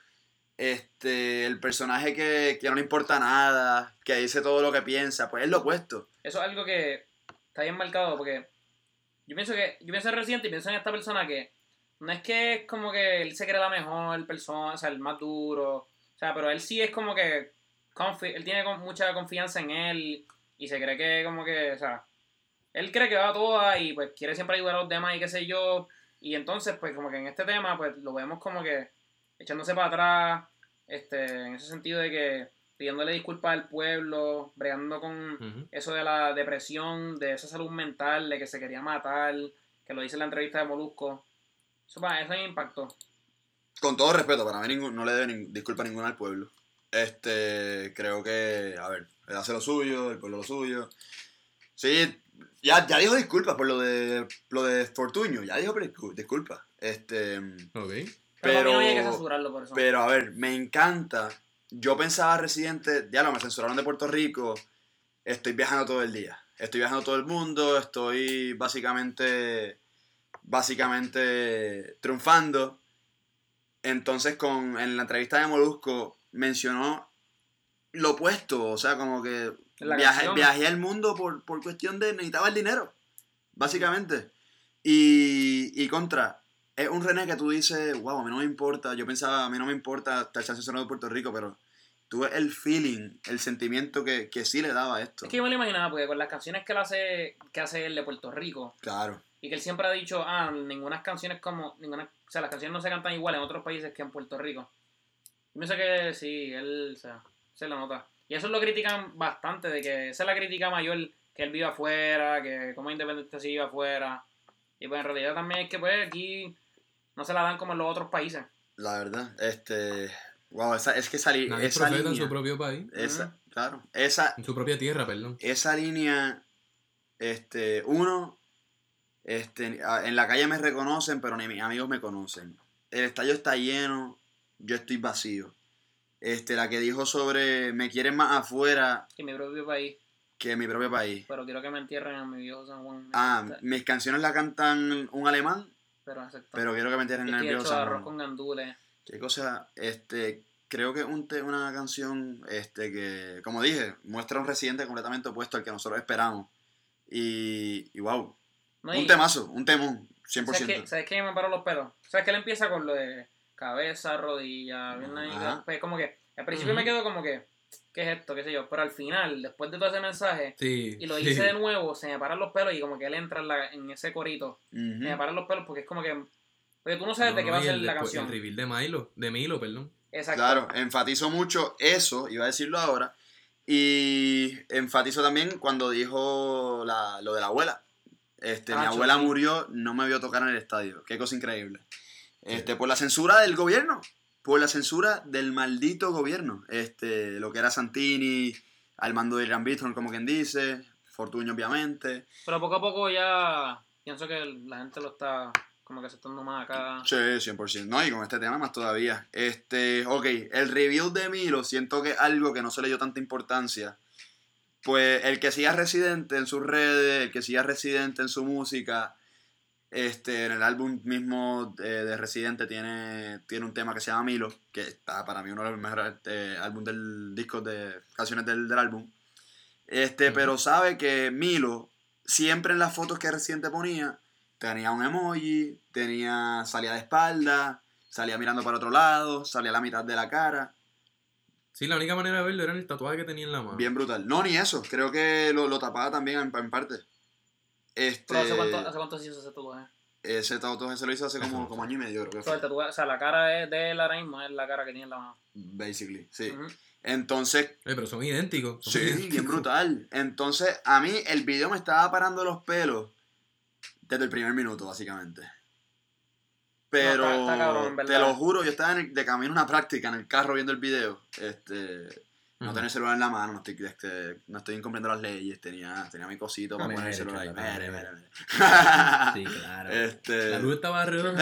este, el personaje que, que no le importa nada, que dice todo lo que piensa, pues es lo opuesto. Eso es algo que está bien marcado porque yo pienso que yo pienso en Residente y pienso en esta persona que no es que es como que él se cree la mejor persona, o sea, el más duro, o sea, pero él sí es como que confi- él tiene con- mucha confianza en él y se cree que como que, o sea, él cree que va a todas y pues quiere siempre ayudar a los demás y qué sé yo, y entonces pues como que en este tema pues lo vemos como que echándose para atrás, este, en ese sentido de que pidiéndole disculpas al pueblo, bregando con Ujú. eso de la depresión, de esa salud mental, de que se quería matar, que lo dice en la entrevista de Molusco. Eso, pa- eso me impactó. Con todo respeto, para mí ningún- no le debe ning- disculpa ninguna al pueblo. Este, creo que, a ver, él hace lo suyo, el pueblo lo suyo. Sí, ya, ya dijo disculpas por lo de lo de Fortuño, ya dijo discul- disculpas. Este, Ok. Pero, para mí no había que pero, censurarlo por eso. pero a ver, me encanta. Yo pensaba Residente, ya lo me censuraron de Puerto Rico. Estoy viajando todo el día. Estoy viajando todo el mundo. Estoy básicamente, básicamente triunfando. Entonces, con, en la entrevista de Molusco mencionó lo opuesto. O sea, como que La viaje, canción. viajé al mundo por, por cuestión de necesitaba el dinero. Básicamente. Y, y contra, es un René que tú dices, wow, a mí no me importa. Yo pensaba, a mí no me importa estar censurado de Puerto Rico, pero tú ves el feeling, el sentimiento que, que sí le daba a esto. Es que yo me lo imaginaba, porque con las canciones que él hace, que hace él de Puerto Rico, Claro. y que él siempre ha dicho, ah, ninguna canción es como, ninguna, o sea, las canciones no se cantan igual en otros países que en Puerto Rico. Yo pienso que sí, él, o sea, se lo nota. Y eso lo critican bastante, de que esa es la crítica mayor, que él vive afuera, que como independiente se vive afuera. Y pues en realidad también es que pues aquí no se la dan como en los otros países. La verdad, este... Wow, esa, es que esa, li- Nadie es esa profeta en línea... su propio país. Esa, Ujú. claro, esa, En su propia tierra, perdón. esa línea, este, uno, este, a- en la calle me reconocen, pero ni mis amigos me conocen. El estadio está lleno, yo estoy vacío. Este, la que dijo sobre me quieren más afuera En mi propio país. que en mi propio país. Pero quiero que me entierren en mi viejo San Juan. Ah, mis canciones la cantan un alemán, Pero exacto. pero quiero que me entierren Yo en el estoy viejo hecho de San arroz Juan. con gandules. Qué cosa, este, creo que un te- una canción, este, que, como dije, muestra un Residente completamente opuesto al que nosotros esperamos. Y, y wow, No, un y- temazo, un temón, cien por ¿Sabes ciento. qué? ¿Sabes qué? Me paró los pelos. ¿Sabes que él empieza con lo de cabeza, rodilla, bien ahí? Ajá. Pues como que al principio me Ujú. quedo como que, ¿qué es esto? ¿Qué sé yo? Pero al final, después de todo ese mensaje, Sí. y lo sí. hice de nuevo, se me paran los pelos y como que él entra en, la- en ese corito. Ujú. Se me paran los pelos porque es como que. Porque tú no sabes No, de qué no, va a y ser el la después- canción. El reveal de Milo, de Milo, perdón. Exacto. Claro, enfatizo mucho eso, iba a decirlo ahora. Y enfatizo también cuando dijo la- lo de la abuela. Este, mi Ah, abuela sí. murió, no me vio tocar en el estadio. Qué cosa increíble. Este, por la censura del gobierno. Por la censura del maldito gobierno. Este, lo que era Santini, al mando de Irán Bithorn, como quien dice. Fortuño, obviamente. Pero poco a poco ya pienso que la gente lo está como que aceptando más acá. Sí, cien por ciento. No, y con este tema más todavía. Este, ok, el review de Milo siento que es algo que no se le dio tanta importancia. Pues el que siga Residente en sus redes, el que siga Residente en su música, Este, en el álbum mismo eh, de Residente tiene, tiene un tema que se llama Milo, que está para mí uno de los mejores eh, álbumes del disco de canciones del, del álbum. Este, uh-huh. Pero sabe que Milo, siempre en las fotos que Residente ponía, tenía un emoji, tenía, salía de espalda, salía mirando para otro lado, salía a la mitad de la cara. Sí, la única manera de verlo era el tatuaje que tenía en la mano. Bien brutal. No, ni eso. Creo que lo, lo tapaba también en, en parte. Este, ¿Pero hace cuánto, hace cuánto se hizo ese tatuaje? Ese tatuaje se lo hizo hace como, como año y medio, creo que fue. O sea, el tatuaje, o sea, la cara de, de él ahora mismo es la cara que tiene en la mano. Basically, sí. Uh-huh. Entonces... Oye, pero son idénticos. Son sí, idénticos. Bien brutal. Entonces, a mí el video me estaba parando los pelos desde el primer minuto, básicamente. Pero, no, está, está cabrón, te lo juro, yo estaba en el, de camino a una práctica en el carro viendo el video. Este, no uh-huh. tenía el celular en la mano, no estoy, este, no estoy incumpliendo las leyes, tenía, tenía mi cosito para poner el celular. Mere, mere, mere. Sí, claro. Este, la luz estaba alrededor.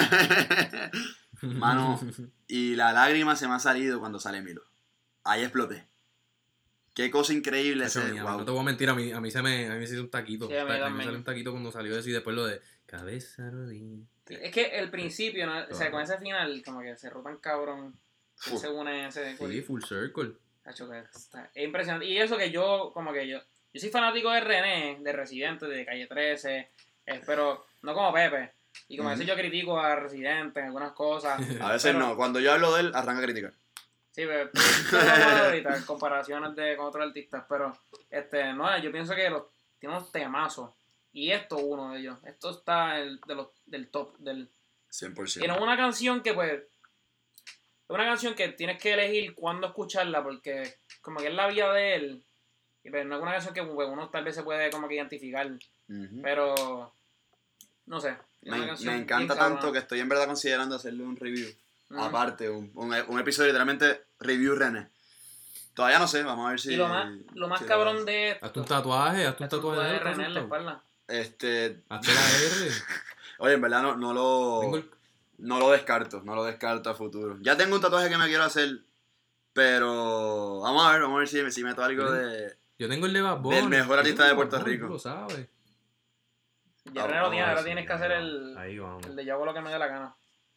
Mano, y la lágrima se me ha salido cuando sale Milo. Ahí exploté. Qué cosa increíble ese, mía, wow. No te voy a mentir, a mí, a mí se me, a mí se hizo un taquito. Sí, a mí, a mí me salió un taquito cuando salió eso y después lo de cabeza, rodilla. Es que el principio, ¿no? O sea, con ese final, como que se rotan cabrón. Se une ese... Sí, full circle. Está, es impresionante. Y eso que yo, como que yo... Yo soy fanático de René, de Residente, de Calle trece, eh, pero no como Pepe. Y como uh-huh. a veces yo critico a Residente en algunas cosas. A veces pero, no, cuando yo hablo de él, arranca a criticar. Sí, pero... pero ahorita, comparaciones de, con otros artistas, pero... este no, yo pienso que los, tiene unos temazos. Y esto uno de ellos. Esto está el, de los, del top del... cien por ciento. Y no es una canción que pues... Es una canción que tienes que elegir cuándo escucharla porque como que es la vida de él. Y pues no es una canción que pues, uno tal vez se puede como que identificar. Uh-huh. Pero... No sé. Me, me encanta tanto que estoy en verdad considerando hacerle un review. Uh-huh. Aparte, un, un, un episodio literalmente review René. Todavía no sé, vamos a ver si... Y lo más, lo más si cabrón lo... de esto... Hazte un tatuaje, hazte un tatuaje de, de René en la espalda. Este... Hazte la R. Oye, en verdad no, no lo... El... No lo descarto, no lo descarto a futuro. Ya tengo un tatuaje que me quiero hacer, pero... Vamos a ver, vamos a ver si, si meto algo de... Yo tengo el de Bad Bunny. Del mejor artista de Puerto Rico. Tú lo sabes. Ya René lo tiene, ahora tienes que hacer el... Ahí vamos. El de yo hago lo que me dé la gana.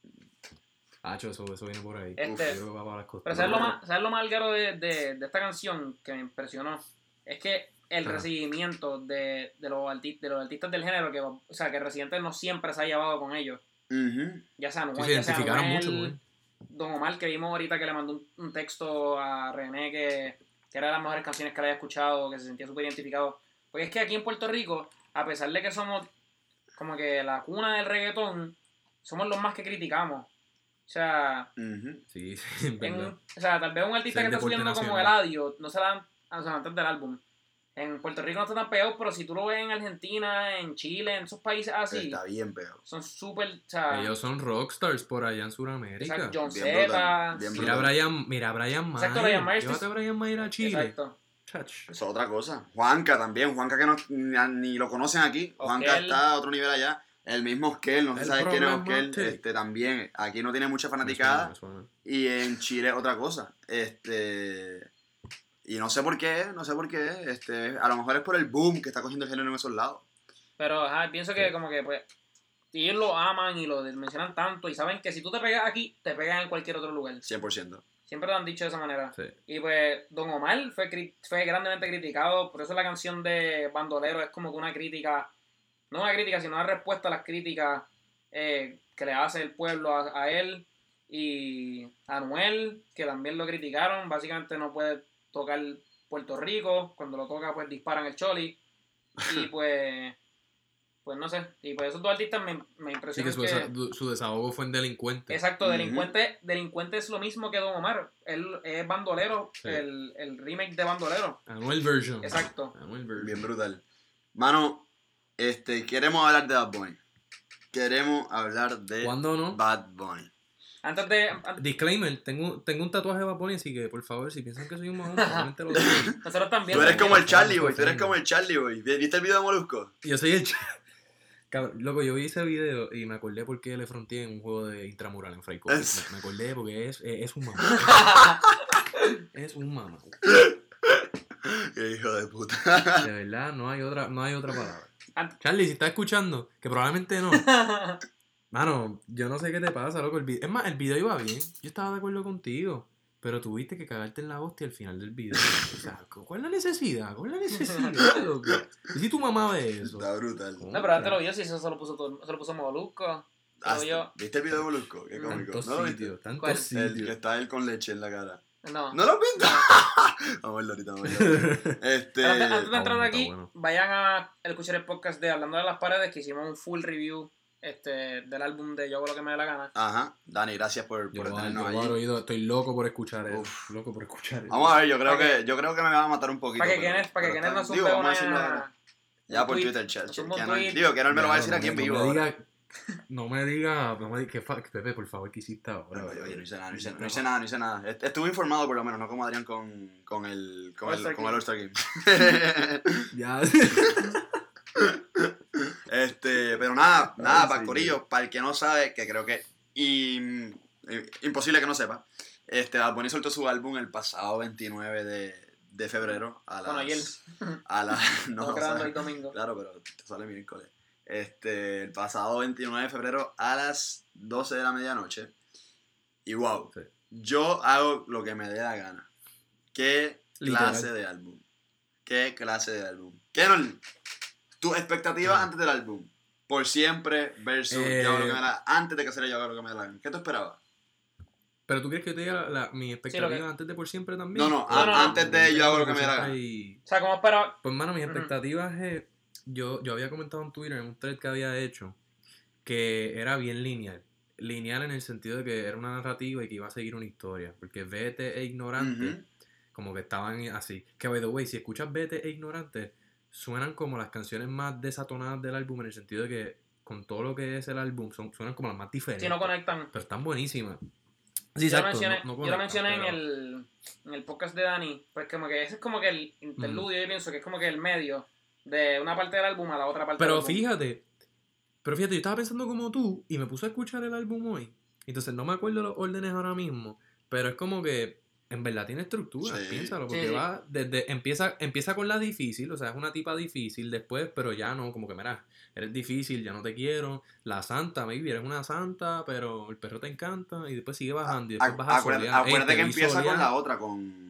Hacho, eso, eso viene por ahí. Este, Uf, va para pero ¿sabes lo más, ¿sabes lo más algaro de, de, de esta canción que me impresionó? Es que el ah. recibimiento de, de, los arti- de los artistas del género, que, o sea, que Residente no siempre se ha llevado con ellos. Uh-huh. Ya sea Anuel, sí, se identificaron Anuel, mucho, güey. Don Omar, que vimos ahorita que le mandó un, un texto a René que, que era de las mejores canciones que le había escuchado, que se sentía súper identificado. Porque es que aquí en Puerto Rico, a pesar de que somos como que la cuna del reggaetón, somos los más que criticamos. O sea, uh-huh. sí, sí, en, o sea, tal vez un artista que está subiendo como Eladio no se la dan, o sea, antes del álbum. En Puerto Rico no está tan pegado, pero si tú lo ves en Argentina, en Chile, en esos países así, está bien pegado. Son súper, o sea, ellos son rockstars por allá en Sudamérica. Exacto, John Z. Mira a Brian, mira a Brian Mayer. Exacto, Brian Mayer. Llévate a Brian Mayer a Chile. Exacto. Eso es otra cosa. Juanca también, Juanca que no, ni, ni lo conocen aquí. Oskel. Juanca está a otro nivel allá. El mismo Oskel, no sé si sabes quién es Oskel, este, también, aquí no tiene mucha fanaticada, me suena, me suena. Y en Chile es otra cosa, este, y no sé por qué, no sé por qué, este, a lo mejor es por el boom que está cogiendo el género en esos lados. Pero, ajá, pienso que como que, pues, ellos lo aman y lo mencionan tanto y saben que si tú te pegas aquí, te pegas en cualquier otro lugar. cien por ciento. Siempre lo han dicho de esa manera. Sí. Y pues, Don Omar fue, fue grandemente criticado, por eso la canción de Bandolero es como que una crítica... No una crítica, sino una respuesta a las críticas eh, que le hace el pueblo a, a él. Y a Anuel, que también lo criticaron. Básicamente no puede tocar Puerto Rico. Cuando lo toca, pues disparan el choli. Y pues... Pues no sé. Y pues esos dos artistas me, me impresionan. Sí, que su, que desa- su desahogo fue en Delincuente. Exacto, Delincuente, uh-huh. Delincuente es lo mismo que Don Omar. Él es Bandolero, sí. el, el remake de Bandolero. Anuel version. Exacto. Anuel version. Bien brutal. Mano... Este, queremos hablar de Bad Bunny. Queremos hablar de ¿Cuándo no? Bad Bunny. Antes de... Antes... Disclaimer, tengo, tengo un tatuaje de Bad Bunny, así que por favor, si piensan que soy un mamón, solamente lo digo. Nosotros también. Tú eres como el Charlie Boy, tú eres como el Charlie Boy. ¿Viste el video de Molusco? Yo soy el Charlie. Cabrón, loco, yo vi ese video y me acordé porque le fronteé en un juego de intramural en Fraico. Me, me acordé porque es, es, es un mamón. Es un mamón. Qué hijo de puta. De verdad, no hay otra, no hay otra palabra. Charlie, si estás escuchando, que probablemente no. Mano, yo no sé qué te pasa, loco. El video... Es más, el video iba bien. Yo estaba de acuerdo contigo. Pero tuviste que cagarte en la hostia al final del video. O sea, ¿cuál es la necesidad? ¿Cuál es la necesidad, loco? ¿Y si tu mamá ve eso? Está brutal. No, pero antes lo vio, si eso se lo puso, todo, se lo puso Molusco. Ah, Lo yo. ¿Viste el video de Molusco? Qué cómico. Tantos ¿No lo viste? sitios, tantos ¿Cuál? sitios. El que está él con leche en la cara. No. ¿No lo viste? Vamos a verlo ahorita, vamos a verlo. Este... Pero antes, antes de Ah, entrar bueno, de está aquí, bueno. vayan a escuchar el podcast de Hablando de las Paredes, que hicimos un full review este, del álbum de Yo Hago Lo Que Me Dé La Gana. Ajá. Dani, gracias por, Yo, por yo tenernos lo he allí. oído, estoy loco por escuchar eso. Uf. Loco por escuchar eso. Vamos a ver, yo creo Para que, yo creo que me va a matar un poquito. Para que pero- Kenneth, para que pero Kenneth está- nos digo, supe vamos a decirlo una... ahora. Ya un por tweet, Twitter, chat. nos chat, sumó un que no- tweet. Digo, que no me lo va a decir no aquí en me- vivo. No me ahora. diga, no me diga, no me diga, que fa- Pepe, por favor, ¿qué hiciste ahora? Oye, oye, no hice nada, no hice, no hice nada, no hice nada. Est- Estuve informado por lo menos, no como Adrián con, con el con el, All-Star con el All-Star Game. Ya. este, pero nada, nada, Ay, para sí, Corillo, para el que no sabe, que creo que im- eh, imposible que no sepa. Este, Bad Bunny soltó su álbum el pasado veintinueve de, de febrero a las Bueno, ayer. a las no, Estamos o grabando sea, hoy domingo. claro, pero te sale miércoles. Este, el pasado veintinueve de febrero a las doce de la medianoche. Y wow, Sí. yo hago lo que me dé la gana. ¿Qué Literal. clase de álbum? ¿Qué clase de álbum? ¿Qué no? Tus expectativas Ah. antes del álbum. Por siempre versus Eh. yo hago lo que me da, antes de que saliera yo hago lo que me dé la gana. ¿Qué tú esperabas? Pero tú crees que yo te diga la, la- mi expectativa que- antes de por siempre también. No, no, O- a- no, no. antes de yo hago lo que Por me dé la siempre gana. y- O sea, como para... Pues, mano, mis Ujú. expectativas es. Yo, yo había comentado en Twitter, en un thread que había hecho, que era bien lineal. Lineal en el sentido de que era una narrativa y que iba a seguir una historia. Porque Vete e Ignorante, Ujú. como que estaban así. Que, by the way, si escuchas Vete e Ignorante, suenan como las canciones más desatonadas del álbum, en el sentido de que, con todo lo que es el álbum, son, suenan como las más diferentes. Si no conectan. Pero están buenísimas. Sí, yo, lo exacto, mencioné, no- no yo lo conectan, mencioné en, pero- el, en el podcast de Dani, pues como que ese es como que el interludio, yo pienso que es como que el medio de una parte del álbum a la otra parte Pero del álbum. fíjate, pero fíjate, yo estaba pensando como tú y me puse a escuchar el álbum hoy. Entonces no me acuerdo los órdenes ahora mismo, pero es como que en verdad tiene estructura, Sí. piénsalo, Sí, porque sí. va desde, empieza, empieza con la difícil, o sea, es una tipa difícil después, pero ya no, como que mira, eres difícil, ya no te quiero. La santa, maybe, eres una santa, pero el perro te encanta, y después sigue bajando y después Acu- baja acuérdate soleada. acuérdate Ey, que te vi empieza con soleada. la otra, con,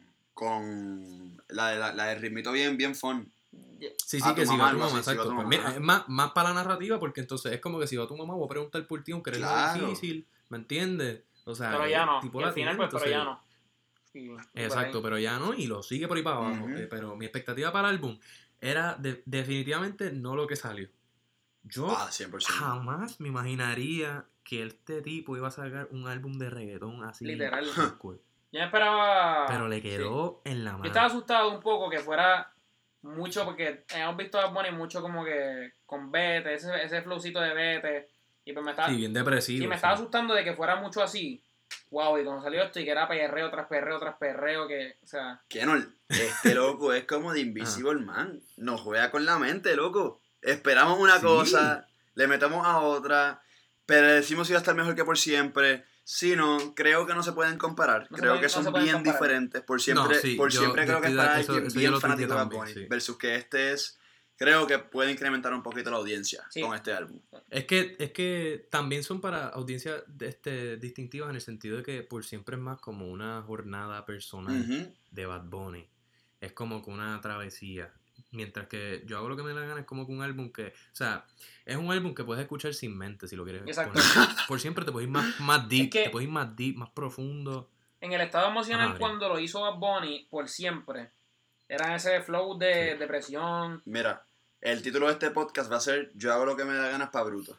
con la, de- la, la de ritmito bien, bien fun. Sí, a sí, tu que si mamá, va tu algo mamá, así, si va exacto. tu Pues mamá. mira, es más, más para la narrativa, porque entonces es como que si va tu mamá, voy a preguntar por ti, aunque eres Claro. lo difícil, ¿me entiendes? O sea, Pero el ya no. tipo Y la al final, tiene, pues, pero ya entonces- no. Y- y Exacto, por ahí. pero ya no, y lo sigue por ahí para abajo. Ujú. eh, pero mi expectativa para el álbum era de- definitivamente no lo que salió. Yo Ah, cien por ciento. jamás me imaginaría que este tipo iba a sacar un álbum de reggaetón así. Literal. cool. Yo me esperaba... Pero le sí. quedó en la Yo mano. estaba asustado un poco que fuera mucho, porque hemos visto a Bad Bunny mucho como que con Vete, ese, ese flowcito de Vete, y pues me estaba, Sí, bien depresivo. y me sí. estaba asustando de que fuera mucho así. Wow, y cuando salió esto y que era perreo tras perreo tras perreo, que, o sea, Que no, este loco es como de Invisible Man. Nos juega con la mente, loco. Esperamos una Sí. cosa, le metemos a otra, pero decimos si va a estar mejor que por siempre. Si no, creo que no se pueden comparar. No se creo pueden- que no son se pueden bien comparar. diferentes. Por siempre, No, sí, por yo- siempre yo creo que estoy es de- para eso- alguien eso yo bien lo fanático de tuiteé Bad Bunny. también, sí. Versus que este es. Creo que puede incrementar un poquito la audiencia Sí. con este álbum. Es que, es que también son para audiencias de este, distintivas en el sentido de que por siempre es más como una jornada personal Ujú. de Bad Bunny. Es como que una travesía. Mientras que yo hago lo que me da la gana, es como que un álbum que... O sea, es un álbum que puedes escuchar sin mente si lo quieres Exacto. poner. Por siempre te puedes ir más, más deep, Es que- te puedes ir más deep, más profundo. en el estado emocional Ajá, cuando lo hizo Bad Bunny, por siempre, era ese flow de Sí. depresión. Mira, el título de este podcast va a ser Yo hago lo que me da ganas para bruto.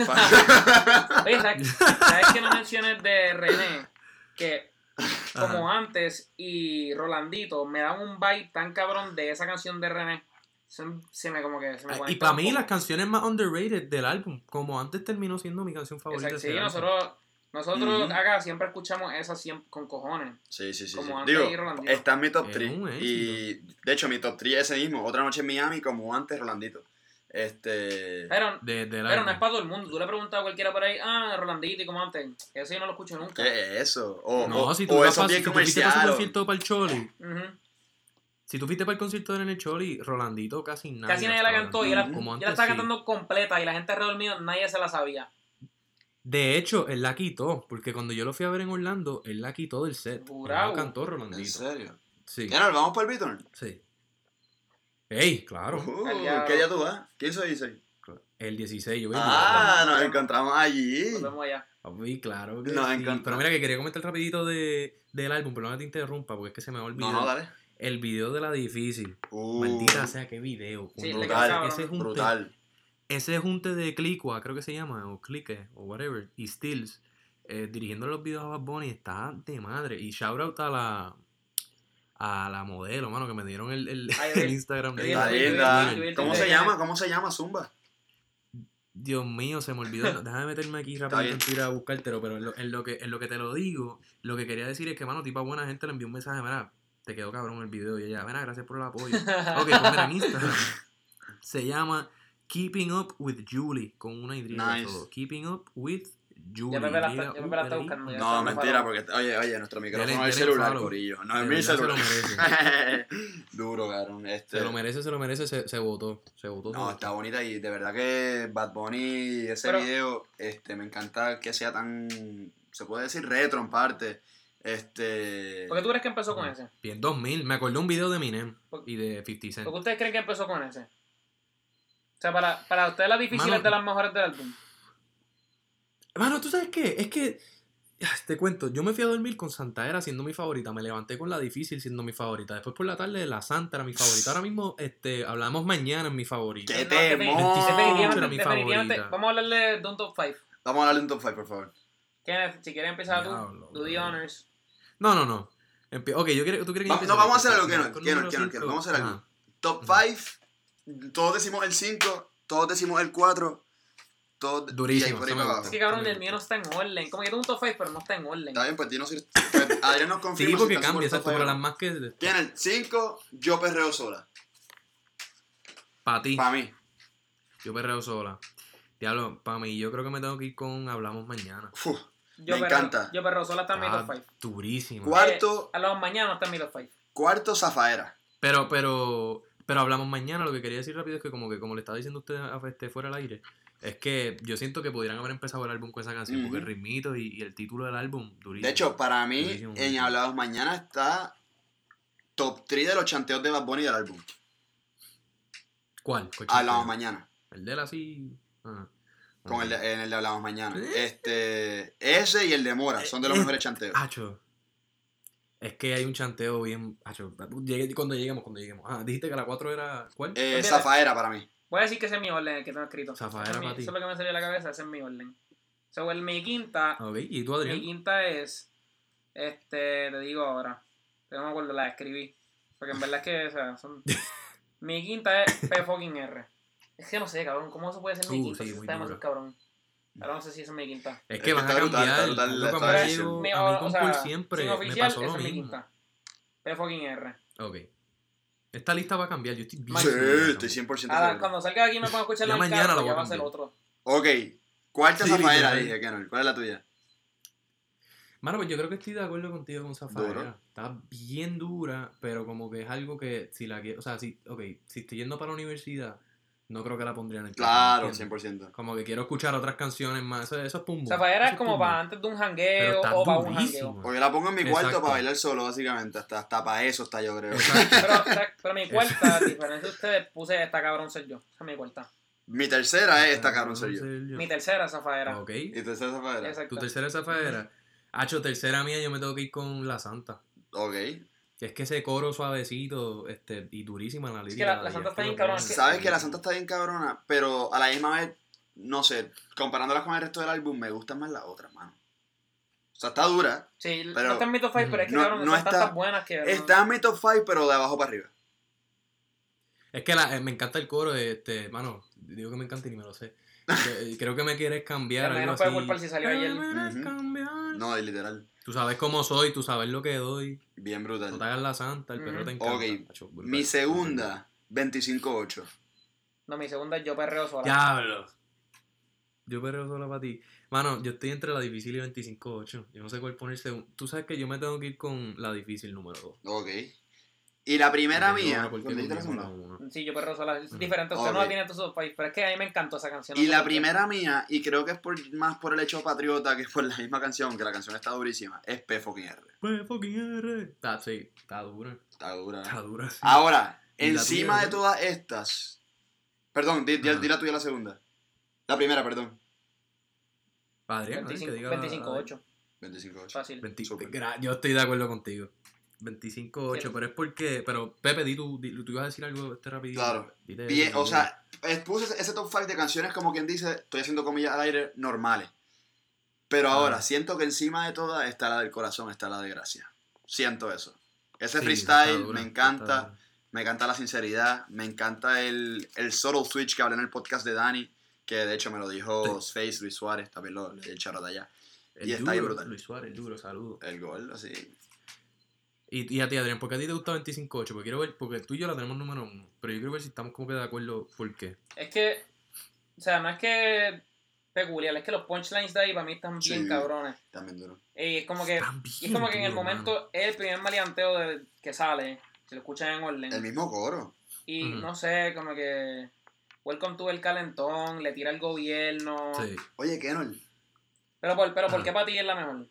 Oye, ¿sabes, ¿sabes que no menciones de René? Que como Ajá. antes y Rolandito me dan un vibe tan cabrón de esa canción de René. Se, se me como que se me Ah, Y conecta para un mí poco. las canciones más underrated del álbum, como antes terminó siendo mi canción favorita. Exacto, de sí, ese álbum. nosotros, nosotros Ujú. acá siempre escuchamos esa siempre con cojones. Sí, sí, sí. Como sí. antes Digo, y Rolandito. está en mi top Es tres. un éxito. Y de hecho, mi top tres es ese mismo. Otra noche en Miami, como antes, Rolandito. Este. Pero, De, del pero álbum. no es para todo el mundo. Tú le preguntas a cualquiera por ahí, ah, Rolandito y como antes. Eso yo no lo escucho nunca. ¿Qué es eso? O, No, o, si tú, o vas eso pa- bien si tú fuiste para comercial. ese o- concierto para el Choli, Ujú. Si tú fuiste para el concierto de Nene Choli, Rolandito casi nadie Casi la nadie la estaba cantó y cantando. él, Como él antes la estaba sí. cantando completa y la gente alrededor mío, nadie se la sabía. De hecho, él la quitó, porque cuando yo lo fui a ver en Orlando, él la quitó del set. Él Jurado. la cantó ¿En Rolandito. serio? Sí, ¿Qué no? ¿Vamos para el Beaton? sí. Ey, claro. Uh, Al diablo. ¿Qué día tú vas? ¿quién soy dice? El dieciséis, yo vi el Ah, Nos nos vemos. encontramos allí. Nos vemos allá. video. Sí, claro que Nos sí. encanta. Pero mira que quería comentar rapidito de, del álbum, pero no te interrumpa, porque es que se me va a olvidar. No, no, dale. El video de La Difícil. Uh, Maldita sea, qué video. Sí, coño. le brutal, quedó ese cabrón. junte, brutal. ese junte de Clicua, creo que se llama, o Clique, o whatever, y Stills, eh, dirigiendo los videos a Bad Bunny, está de madre. Y shout out a la a la modelo, mano, que me dieron el, el, Ay, yo el vi- Instagram de yo vi- Está ella. yo vi- linda. yo vi el ¿Cómo video se de ella. llama? ¿Cómo se llama Zumba? Dios mío, se me olvidó. Déjame meterme aquí Está rapidito bien. en Twitter a buscártelo, pero en lo, en, lo que, en lo que te lo digo, lo que quería decir es que, mano, tipa buena gente le envió un mensaje, mira, te quedó cabrón el video, y ella, mira, gracias por el apoyo. Ok, pues mira, en Instagram se llama Keeping Up with Julie, con una Y. Nice. Todo. Keeping Up with Julie. Ya me la está- ya me la está J U L I. buscando, ya. No, está, mentira, no porque, oye, oye, nuestro micrófono Denle- es el denle celular, follow. corillo. No De es mi verdad se lo celular. Duro, cabrón. Este, Se lo merece, se lo merece, se, se votó. Se votó no, todo. está bonita y de verdad que Bad Bunny, ese Pero- video, este, me encanta que sea tan, se puede decir retro en parte. Este... ¿Por qué tú crees que empezó con ese? Bien, dos mil. Me acordé un video de Eminem Por- y de cincuenta Cent. ¿Por qué ustedes creen que empezó con ese? O sea, para, para ustedes la difícil Mano- es de las mejores del álbum. Mano, ¿tú sabes qué? Es que, ah, te cuento, yo me fui a dormir con Santa Era siendo mi favorita, me levanté con La Difícil siendo mi favorita, después por la tarde La Santa era mi favorita, ahora mismo este, hablamos mañana en mi favorita. ¡Qué No, temón! definitivamente, Era mi definitivamente, favorita. vamos a hablarle de un top cinco. Vamos a darle un top cinco, por favor. Kenneth, si quieres empezar Diablo, tú, do the bro. honors. No, no, no. Empie- ok, yo quiero, ¿tú quieres que Va- empiece? no, vamos a hacer algo, Con Kenan, el Kenan, número Kenan, cinco. Kenan, vamos a hacer algo. Ajá. Top Ujú. cinco, todos decimos el cinco, todos decimos el cuatro, todos... Durísimo, y ahí por ahí eso me para gusta. Es abajo. que cabrón, Eso me el mío no está en orden. Como que tengo un top cinco, pero no está en orden. Está bien, pues dinos si... Pues, Adrián nos confirma Sí, si porque está cambia, super exacto, top pero las cinco. más que... Kenan, cinco, yo perreo sola. Para ti, Para mí. yo perreo sola. Diablo, para mí, yo creo que me tengo que ir con Hablamos Mañana. Uf. Yo me perro, encanta. Yo perro sola está en mi Ah, top cinco. durísimo. Cuarto, A los mañanas está en mi top cinco. cuarto, Zafaera. Pero, pero, pero hablamos mañana. Lo que quería decir rápido es que como que como le estaba diciendo usted a este fuera del aire, es que yo siento que pudieran haber empezado el álbum con esa canción, porque el Ujú. ritmito y, y el título del álbum, durísimo. De hecho, para mí, Durísimo, en durísimo. Hablados Mañana está top tres de los chanteos de Bad Bunny del álbum. ¿Cuál? ¿Cuál Hablamos chiste? Mañana. El de él así. Ah. Con Ok. el de- en el de Hablamos Mañana. ¿Eh? Este, ese y el de Mora son de los Eh, mejores chanteos. Acho. Es que hay un chanteo bien. Acho, llegue- cuando lleguemos, cuando lleguemos. Ah, dijiste que la cuatro era. ¿Cuál? Eh, Pues mira. Zafaera para mí. Voy a decir que ese es mi orden, el que tengo escrito. Zafaera Ese es mi- para ti. Eso es lo que me salió a la cabeza, ese es mi orden. So, el, mi quinta, Ok, ¿y tú, mi Adrián? quinta es, este, te digo ahora, que no me acuerdo, la escribí. Porque en verdad es que, o sea, son... Mi quinta es P fucking R. Es que no sé, cabrón, ¿cómo eso puede ser mi Uh, quinta? sí, Si muy está demasiado dura. cabrón. Ahora no sé si esa es mi quinta. Es Es que que van a está brutal, cambiar. está brutal loco, la a mí esta me versión. llegó- Mi- a mí o con sea, Por Siempre sin me oficial, pasó lo esa es mi mismo. quinta. P fucking R. Ok. Esta lista va a cambiar, yo estoy bien Sí, seguro de eso. estoy cien por ciento Ahora, seguro. cuando salga de aquí me pongo a escuchar Ya la mañana carro, la voy ya a va a ser cambiar. otro. Ok, cuarta Sí, Zafaera literal. dije, Kenan. ¿Cuál es la tuya? Mano, pues yo creo que estoy de acuerdo contigo con Zafaera. Duro. Está bien dura, pero como que es algo que si la quiero, o sea, si, ok, si estoy yendo para la universidad, no creo que la pondría en el Claro, ¿entiendes? cien por ciento. Como que quiero escuchar otras canciones más, eso, eso es pum boom. Zafaera Eso es como pum boom. para antes de un Pero jangueo está o para un durísimo. jangueo. Porque la pongo en mi cuarto Exacto. para bailar solo, básicamente. Hasta, hasta para eso está yo, creo. Exacto. Pero, o sea, pero mi cuarta, a diferencia de ustedes, puse esta cabrón ser yo. Esa es mi cuarta. Mi tercera es esta, cabrón, soy yo. Mi tercera, Zafaera. Ok. ¿Y tu tercera Zafaera? Exacto. Tu tercera Zafaera. Hacho, tercera mía, yo me tengo que ir con La Santa. Ok. Que es que ese coro suavecito este, y durísima la lírica. que la- la y Santa es está que bien lo cabrona, ponen- es Sabes que la Santa está bien cabrona, pero a la misma vez, no sé, comparándolas con el resto del álbum, me gustan más las otras, mano. O sea, está dura. Sí, Pero- no está en mi top cinco, pero es que no- cabrón, no son está- tantas buenas que... Está en mi top cinco, pero de abajo para arriba. Es que la, eh, me encanta el coro de este, mano, digo que me encanta y ni me lo sé. Que- Creo que me quieres cambiar. Pero algo no puede así. culpar si salió ayer. Me quieres Ujú. cambiar. No, literal. Tú sabes cómo soy, tú sabes lo que doy. Bien No te brutal. hagas la santa, el perro Ujú. te encanta. Ok, Macho, brutal. Mi segunda, veinticinco ocho. No, mi segunda es Yo Perreo Sola. Diablo. Yo perreo sola para ti. Mano, yo estoy entre la difícil y veinticinco ocho. Yo no sé cuál poner segundo. Tú sabes que yo me tengo que ir con la difícil número dos. Ok. Y la primera Porque mía, no, porque ¿cuándo dijiste la no, segunda? no, no. Sí, yo perro sola. Es Mm. diferente. Usted no Ok. la tiene en tu país, pero es que a mí me encantó esa canción. no Y sé la por qué. primera mía, y creo que es por, más por el hecho patriota que por la misma canción, que la canción está durísima, es P fucking R. Pues fucking R. Está, sí, está dura. Está dura. Está dura, sí. Ahora, ¿Y la encima tuya, de no? todas estas... Perdón, di, di, Ajá. di la tuya la segunda. La primera, perdón. Adrián, ¿no? Que diga la- veinticinco ocho. veinticinco ocho. Fácil. veinti Súper. gra- Yo estoy de acuerdo contigo. veinticinco ocho, Quiero- pero es porque. Pero Pepe, di tú, di- tú ibas a decir algo este rapidito. Claro. Dite Bien, eso, o dite sea, eh, puse ese- ese top cinco de canciones como quien dice, estoy haciendo comillas al aire, normales. Pero Ah. ahora, siento que encima de todas está la del corazón, está la de Gracia. Siento eso. Ese Sí, freestyle está dura, me está encanta. dura. Me encanta la sinceridad, me encanta el, el subtle switch que hablé en el podcast de Dani, que de hecho me lo dijo Face Luis Suárez, también lo, le di el charro de allá. El Y está bien duro, brutal. Luis Suárez, el duro, saludos. El gol, así. Y, y a ti, Adrián, ¿por qué a ti te gusta veinticinco ocho? Porque quiero ver, porque tú y yo la tenemos número uno. Pero yo quiero ver si estamos como que de acuerdo por qué. Es que, o sea, no es que peculiar, es que los punchlines de ahí para mí están bien Sí. cabrones. También duro. Y es como que, Están y es bien como que en el duros, momento mano. es el primer maleanteo de, que sale, si lo escuchan en orden. El mismo coro. Y Ujú. no sé, como que Welcome to el calentón, le tira al gobierno. Sí. Oye, Kenol. Pero, por, pero ¿por Ah. qué para ti es la mejor?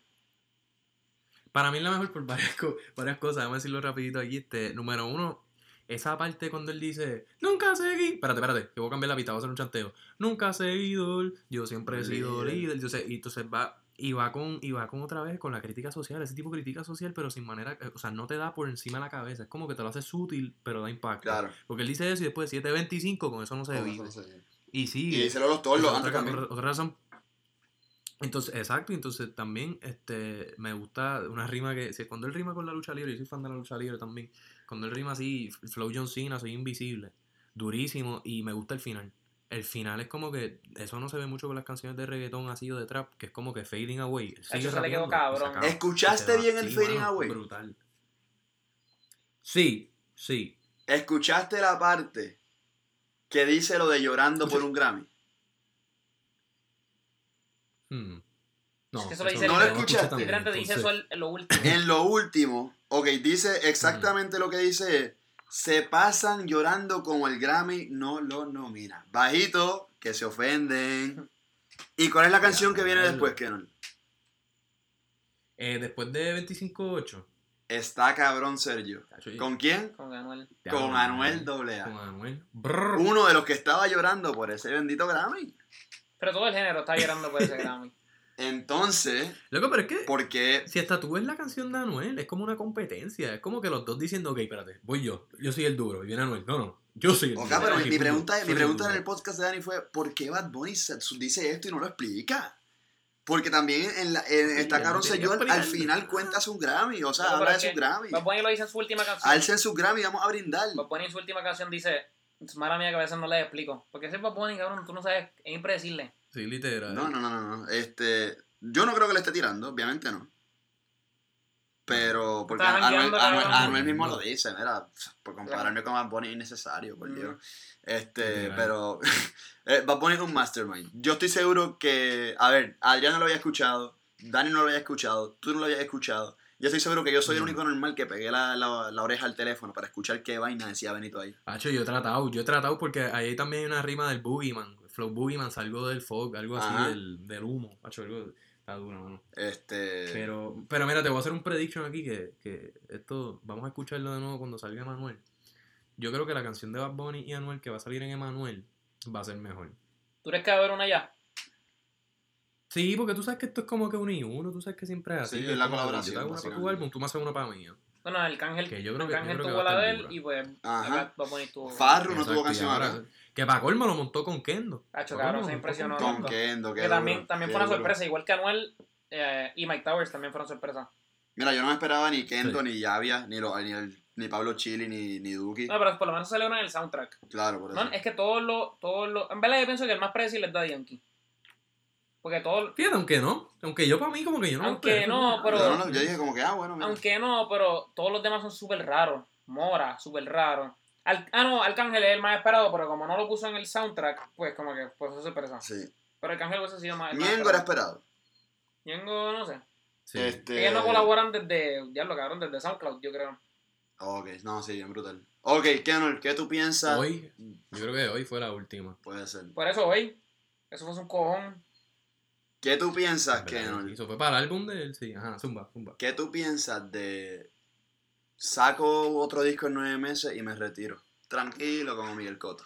Para mí es la mejor por varias, co- varias cosas. Vamos a decirlo rapidito aquí. Este, número uno, esa parte cuando él dice, nunca seguí. Espérate, espérate, que voy a cambiar la pista, voy a hacer un chanteo. Nunca seguido, yo siempre he sido Líder. líder. Yo sé, y entonces va, y va con, y va con otra vez con la crítica social, ese tipo de crítica social, pero sin manera, o sea, no te da por encima de la cabeza. Es como que te lo hace sutil, pero da impacto. Claro. Porque él dice eso y después siete veinticinco, con eso no se Todo vive. eso, sí. Y Y sigue. díselo los todos, Esa los es antes otra, también. otra- otra razón. Entonces, exacto, entonces también este, me gusta una rima que, si- cuando él rima con la lucha libre, yo soy fan de la lucha libre también, cuando él rima así, Flow John Cena, soy invisible, durísimo, y me gusta el final. El final es como que, eso no se ve mucho con las canciones de reggaetón así o de trap, que es como que fading away. Él sigue se le quedó rapeando y se cabrón. acaba, ¿Escuchaste y se va. bien el Sí, fading mano, away? Brutal. Sí, sí. ¿Escuchaste la parte que dice lo de llorando por un Grammy? Hmm. No, Es que eso lo dice no el- lo literalmente escuchaste. Literalmente dice eso entonces- en lo último. En lo último, ok, dice exactamente lo que dice es, se pasan llorando como el Grammy no lo nomina. Bajito, que se ofenden. ¿Y cuál es la canción que viene Diablo. después, Kenon? Eh, después de veinticinco ocho. Está cabrón Sergio. ¿Con quién? Con Anuel. Con Anuel AA. Con Anuel. Brrr. Uno de los que estaba llorando por ese bendito Grammy. Pero todo el género está llorando por ese Grammy. Entonces, Loco, pero es que ¿por qué? si hasta tú ves la canción de Anuel, es como una competencia. Es como que los dos diciendo, ok, espérate, voy yo. Yo soy el duro. Y viene Anuel. No, no. Yo soy el Ok, duro. pero mi, Aquí mi voy yo, pregunta, soy mi el pregunta duro. en el podcast de Dani fue, ¿por qué Bad Bunny se- dice esto y no lo explica? Porque también en, la, en Sí, esta él Caron no tiene que Señor al explicarlo. final cuenta su Grammy, o sea, Pero, habla pero de es su que Grammy. Bad Bunny lo dice en su última canción. Alcen su Grammy, vamos a brindar. Bad Bunny en su última canción dice, es mala mía que a veces no les explico. Porque ese Bad Bunny, cabrón, tú no sabes, es impredecible. Sí, literal. No, no, no, no, no. Este, yo no creo que le esté tirando, obviamente no. Pero, porque Está Anuel, jangueando, Anuel- cabrón. Anuel mismo lo dice, mira, por compararme con Bad Bunny es innecesario, por Mm. Dios. Este, Literal. pero eh, Bad Bunny es un mastermind. Yo estoy seguro que, a ver, Adrián no lo había escuchado, Dani no lo había escuchado, tú no lo habías escuchado. Yo estoy seguro que yo soy el No. único normal que pegué la, la, la oreja al teléfono para escuchar qué vaina decía Benito ahí. Hacho, yo he tratado, yo he tratado porque ahí también hay una rima del Boogeyman. Flow Boogeyman, algo del fog, algo así Ajá. del, del humo. Hacho, algo está duro, mano. Este, Pero, pero mira, te voy a hacer un prediction aquí que, que esto, vamos a escucharlo de nuevo cuando salga Emanuel. Yo creo que la canción de Bad Bunny y Anuel que va a salir en Emanuel va a ser mejor. ¿Tú eres cabrón allá? Sí, porque tú sabes que esto es como que uno y uno, tú sabes que siempre es así. Sí, que es la como que colaboración, Yo te hago una para tu básicamente. álbum, tú me haces una para mí. Bueno, Arcángel, Que yo creo que- yo Arcángel creo que tuvo va a la de estar él dura. y pues Ajá. acá Bad Bunny tuvo. Farru no Exacto, tuvo y canción ahora- acá. Que para colmo lo montó con Kendo. Hacho, Pa' cabrón, colmo se lo montó impresionó. con Con Kendo, qué Que también, duro, también qué fue una duro. sorpresa, igual que Anuel eh, y Mike Towers también fueron sorpresa. Mira, yo no me esperaba ni Kento, Sí. ni Yavia, ni, lo, ni, el, ni Pablo Chili, ni, ni Duki. No, pero por lo menos salió uno en el soundtrack. Claro, por eso. Man, es que todos los, todos los, en verdad yo pienso que el más predecible es Daddy Yankee. Porque todo, Fíjate, aunque no. Aunque yo para mí como que yo no. Aunque eso no, es pero- yo, no, yo dije como que, ah, bueno, mira. aunque no, pero todos los demás son súper raros. Mora, súper raro. Al, ah, no, Arcángel es el más esperado, pero como no lo puso en el soundtrack, pues como que pues eso sorpresa. Sí. Pero Arcángel hubiese sido más. el más Ñengo era esperado. esperado. Ñengo, no sé. Sí. Este... Ellos no colaboran desde, ya lo cabrón, desde SoundCloud, yo creo. Ok, no, sí, bien brutal. Ok, Kenol, ¿qué tú piensas? Hoy, yo creo que hoy fue la última. Puede ser. Por eso hoy, eso fue un cojón. ¿Qué tú piensas, En verdad que Kenol? sí, eso fue para el álbum de él, sí. Ajá, zumba, zumba. ¿Qué tú piensas de saco otro disco en nueve meses y me retiro? Tranquilo como Miguel Cotto.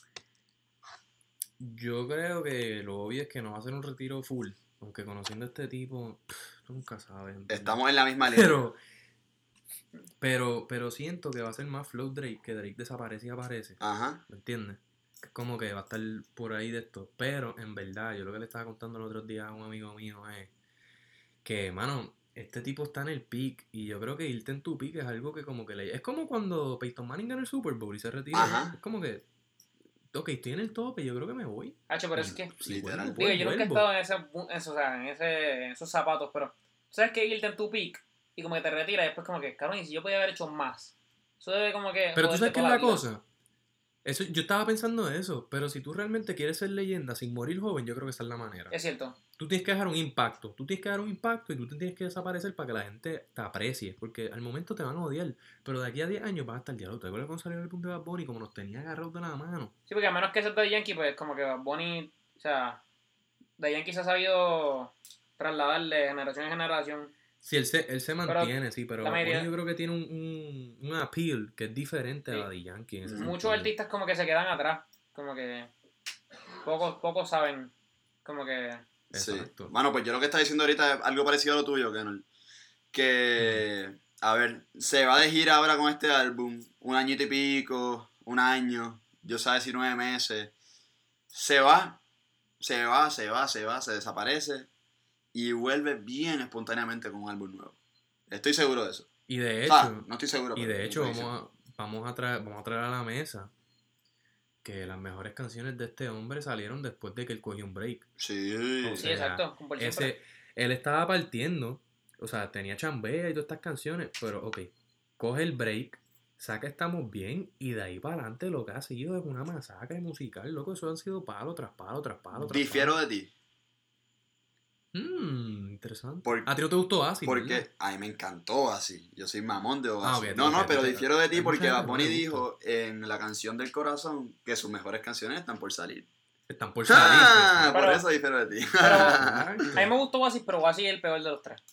Yo creo que lo obvio es que no va a ser un retiro full. Aunque conociendo a este tipo, pff, nunca sabes. ¿entiendes? Estamos en la misma línea. Pero, pero, pero siento que va a ser más Flow Drake, que Drake desaparece y aparece. Ajá. ¿Me entiendes? Es como que va a estar por ahí de esto. Pero en verdad, yo lo que le estaba contando el otro día a un amigo mío es que, mano, este tipo está en el peak. Y yo creo que irte en tu peak es algo que como que le... Es como cuando Peyton Manning ganó el Super Bowl y se retiró. Ajá. Es como que, ok, estoy en el tope, yo creo que me voy. Hacho, pero es que... Sí, Literal. vuelvo, Digo, yo nunca he vuelvo. estado en, ese, en, eso, o sea, en, ese, en esos zapatos, pero... ¿Sabes que irte en tu peak y como que te retiras y después como que, cabrón, y si yo podía haber hecho más? Eso debe como que... Pero tú joderte sabes qué es toda la vida. cosa. Eso, yo estaba pensando eso, pero si tú realmente quieres ser leyenda sin morir joven, yo creo que esa es la manera. Es cierto. Tú tienes que dejar un impacto, tú tienes que dar un impacto y tú te tienes que desaparecer para que la gente te aprecie, porque al momento te van a odiar, pero de aquí a diez años vas a estar diálogo. ¿Te acuerdas cuando salió el punto de Bad Bunny como nos tenía agarrados de la mano? Sí, porque a menos que sea de Yankee, pues como que Bonnie, o sea, de Yankee se ha sabido trasladar de generación en generación. Sí, él se, él se mantiene, sí, pero la Bad Bunny mayoría- yo creo que tiene un, un, un appeal que es diferente Sí. a la de Yankee en ese Muchos Muchos sentido. artistas como que se quedan atrás, como que pocos, pocos saben, como que... Sí. Exacto. Bueno, pues yo lo que estaba diciendo ahorita es algo parecido a lo tuyo, Kenol. Que, Mm. a ver, se va de gira ahora con este álbum, un añito y pico, un año, yo sabes si nueve meses. Se va, se va, se va, se va, se desaparece y vuelve bien espontáneamente con un álbum nuevo. Estoy seguro de eso. Y de O hecho, sea, no estoy seguro. y pero de estoy hecho diciendo. vamos a, vamos, a traer, vamos a traer a la mesa que las mejores canciones de este hombre salieron después de que él cogió un break. Sí. O Sí, sea, exacto, como por siempre. Ese, él estaba partiendo, o sea, tenía chambea y todas estas canciones, pero ok, coge el break, saca Estamos Bien y de ahí para adelante lo que ha sido es una masacre musical, loco, eso han sido palo tras palo tras palo tras Difiero palo. de ti. Mmm, interesante. Por- ¿A ti no te gustó así? Porque a mí me encantó así. Yo soy mamón de Oasis. Ah, ok, no, ok, no, ok, pero ok. difiero de ti Hay porque mucha Bad gente que no Bunny le dijo en la canción del corazón que sus mejores canciones están por salir. Están por salir. ¡Ah! exacto. Por Pero- eso difiero de ti. Pero Exacto. a mí me gustó Oasis, pero Oasis es el peor de los tres.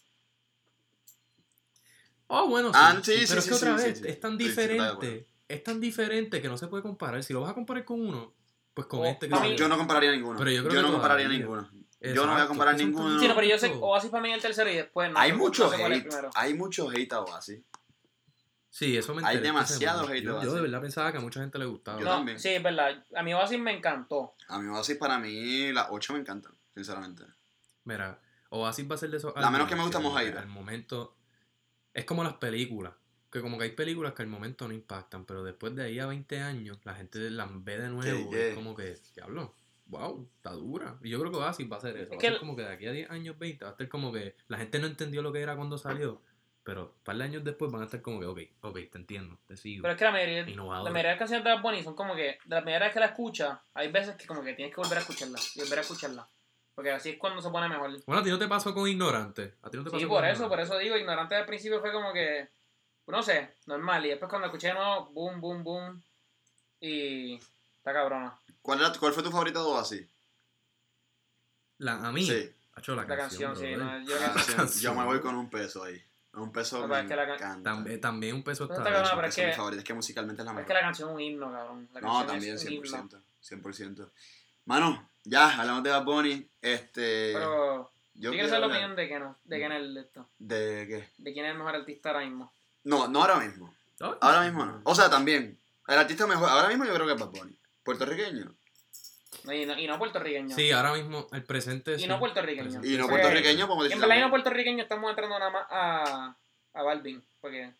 Oh, bueno, sí. Ah, sí, sí, pero sí, es que otra sí, vez sí, sí. es tan Sí, sí, estoy de acuerdo. diferente. Es tan diferente que no se puede comparar. Si lo vas a comparar con uno, pues con Oh, este que a No, mí- salió. yo no compararía ninguno. Pero yo yo creo que no compararía todavía. ninguno. yo Exacto, no voy a comparar es que son tan ninguno. Sí, no, pero yo sé distintos. Oasis para mí es el tercero y después no Hay sé- mucho no sé cuál es el hate. primero. Hay mucho hate a Oasis. Sí, eso me Hay enteré esta demasiado semana. hate Yo, de yo de Oasis. verdad pensaba que a mucha gente le gustaba. Yo No, también. sí, es verdad. A mí Oasis me encantó. A mí Oasis para mí las ocho me encantan, sinceramente. Mira, Oasis va a ser de esos La menos álbumes que me gusta como que Mojadita. al momento es como las películas, que como que hay películas que al momento no impactan, pero después de ahí a veinte años la gente las ve de nuevo ¿Qué, y qué? es como que, diablo, wow, está dura. Y yo creo que Oasis va a ser eso, Es va que a ser el- como que de aquí a diez años, veinte, va a estar como que la gente no entendió lo que era cuando salió, pero un par de años después van a estar como que, ok, ok, te entiendo, te sigo. Pero es que la mayoría, la Innovador. mayoría de las canciones de Bad Bunny son como que, de la primera vez que la escuchas, hay veces que como que tienes que volver a escucharla y volver a escucharla. Porque así es cuando se pone mejor. Bueno, a ti no te pasó con Ignorante. A ti no te pasó Sí, con por eso, por Ignorante? eso digo, Ignorante al principio fue como que, no sé, normal. Y después cuando escuché de nuevo, boom, boom, boom. Y está cabrona. ¿Cuál, era, ¿Cuál fue tu favorito de Oasis? La, a mí, Sí. Hacho, la, La canción, canción, sí. brother. No, yo Ah, la sí, canción. yo me voy con un peso ahí. Un peso No, me pero es que la ca- encanta. También, también un peso No está está bien. cabrona, Un pero es peso es mi que- favorito. Es que musicalmente es la Es mejor. que la canción es un himno, cabrón. La No, canción también es un cien por himno. ciento. cien por ciento. Mano, ya, hablamos de Bad Bunny. Este. Pero yo, yo quiero saber la hablar opinión de que no, de quién es el de esto. ¿De qué? De quién es el mejor artista ahora mismo. No, no ahora mismo. Ay, Ahora mismo no. O sea, también. El artista mejor. Ahora mismo yo creo que es Bad Bunny. Puertorriqueño. No, Y no, y no puertorriqueño. Sí, ahora mismo el presente Y sí. no puertorriqueño. Presente Y no sí. Porque- puertorriqueño, como En decir. verdad, y no puertorriqueño estamos entrando nada más a, a Balvin. Porque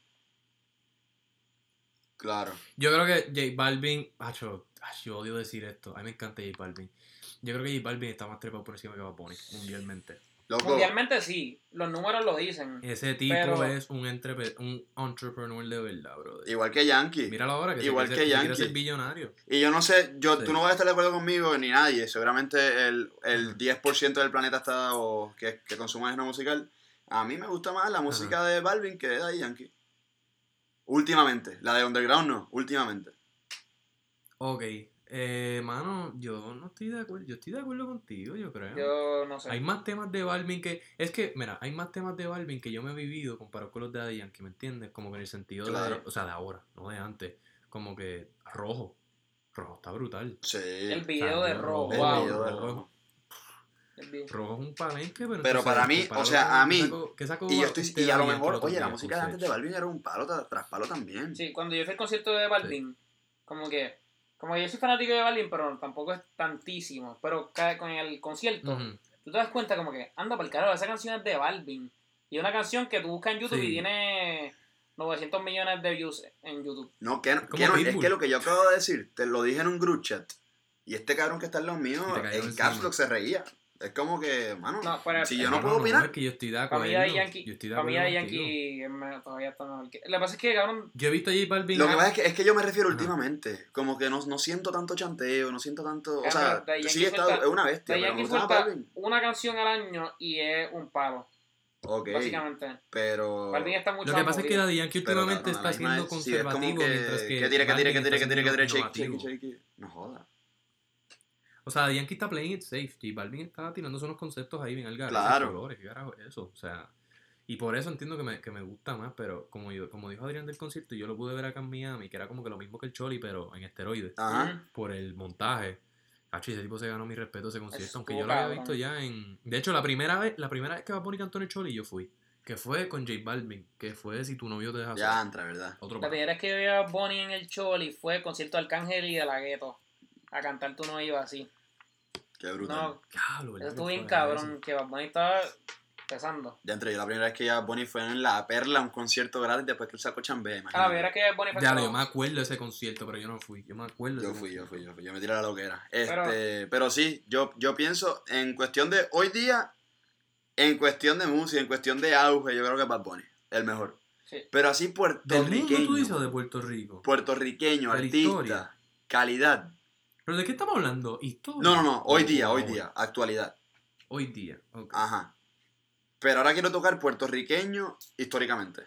Claro. Yo creo que J Balvin, acho, ay, yo odio decir esto, a mí me encanta J Balvin. Yo creo que J Balvin está más trepado por encima que Bad Bunny, mundialmente. Loco. mundialmente sí, los números lo dicen. Ese tipo Pero- es un, entrepe- un entrepreneur de verdad, brother. Igual que Yankee. Míralo ahora, que Igual se que quiere, ser- se quiere Yankee. ser billonario. Y yo no sé, yo, Sí. tú no vas a estar de acuerdo conmigo ni nadie. Seguramente el, el Ujú. diez por ciento del planeta está o que, que consume género musical. A mí me gusta más la música de Balvin que de Daddy Yankee. Últimamente. La de Underground no, últimamente. Ok. Eh, mano, yo no estoy de acuerdo. Yo estoy de acuerdo contigo, yo creo. Yo no sé. Hay más temas de Balvin que... Es que, mira, hay más temas de Balvin que yo me he vivido comparado con los de Daddy Yankee, ¿me entiendes? Como que en el sentido Claro. de... O sea, de ahora, no de antes. Como que Rojo. Rojo está brutal. Sí. El video O sea, de Rojo, El wow. video de Rojo. Rojo. El video. Rojo es un palenque, pero... Pero entonces, para mí, comparado o sea, con- a ¿qué mí, sacó- qué sacó Y yo estoy, este y a lo Daddy Yankee mejor, el otro oye, la día música con de antes de Sech? Balvin era un palo tra- tras palo también. Sí, cuando yo fui al concierto de Balvin, como que, como yo soy fanático de Balvin, pero tampoco es tantísimo, pero ca- con el concierto, Ujú. tú te das cuenta como que, anda por el carajo, esa canción es de Balvin. Y es una canción que tú buscas en YouTube Sí. y tiene novecientos millones de views en YouTube. No, que, como que no, es Pitbull. que lo que yo acabo de decir, te lo dije en un group chat. Y este cabrón que está en los míos, Y te cayó en encima. Caps Lock se reía. Es como que, mano, No, pero- si yo no Hermano, puedo opinar. es que yo estoy de Para acuerdo. mí Daddy Yankee, yo estoy de para mí acuerdo Daddy contigo. Yankee es me- todavía está mejor que... Lo que pasa es que, cabrón, Yo he visto a J Balvin. Lo que ah, pasa es que, es que yo me refiero Ajá. últimamente. Como que no, no siento tanto chanteo, no siento tanto. O Cabrón, sea, Daddy Yankee sí, está, suelta- es una bestia, Daddy pero me Yankee gusta más suelta Balvin. una canción al año y es un palo, Ok, básicamente. pero. Balvin está mucho Lo que más pasa es que movido. Daddy Yankee pero, últimamente cabrón, a está la misma siendo vez, sí, es como conservativo, que, mientras que. que tire, que tire, que Balvin tire, está que tire, que tire, siendo shake, shake, innovativo. shake. No joda. O sea, Daddy Yankee está playing it safe. J Balvin está tirándose unos conceptos ahí bien al garete, Claro. colores, qué carajo es eso. O sea, y por eso entiendo que me, que me gusta más, pero como yo, como dijo Adrián del concierto, yo lo pude ver acá en Miami, que era como que lo mismo que el Choli, pero en esteroides, Ajá. Ujú. por el montaje. Cacho, y ese tipo se ganó mi respeto ese concierto, Estuvo aunque yo lo había cabrón. visto ya en... De hecho, la primera vez, la primera vez que Bad Bunny cantó en el Choli, yo fui. Que fue con J Balvin, que fue Si tu novio te deja Ya solo. entra, ¿verdad? Otro La palo. primera vez que yo vi a Bonnie en el Choli fue el concierto de Arcángel y de la Gueto. A cantar Tú no ibas así. Qué brutal. No, Diablo, ¿verdad eso que estuvo bien fue cabrón, ese? que Bad Bunny estaba empezando. Ya entré, yo la primera vez que ya Bonnie fue en La Perla, un concierto gratis después que él sacó Chambé, A la imagínate. primera que Bonnie fue Ya, como- yo me acuerdo de ese concierto, pero yo no fui. Yo me acuerdo de Yo ese fui, yo concierto. fui, yo fui, yo me tiré a la loquera. Pero- Este, pero, sí, yo, yo pienso, en cuestión de hoy día, en cuestión de música, en cuestión de auge, yo creo que Bad Bunny, el mejor. Sí. Pero así ¿Del mundo puertorriqueño, tú dices o de Puerto Rico? puertorriqueño, ¿De la artista, historia? calidad. ¿Pero de qué estamos hablando? ¿Historia? No, no, no, hoy ¿O- día, o hoy ahora? día, actualidad. Hoy día, ok. Ajá. Pero ahora quiero tocar puertorriqueño históricamente.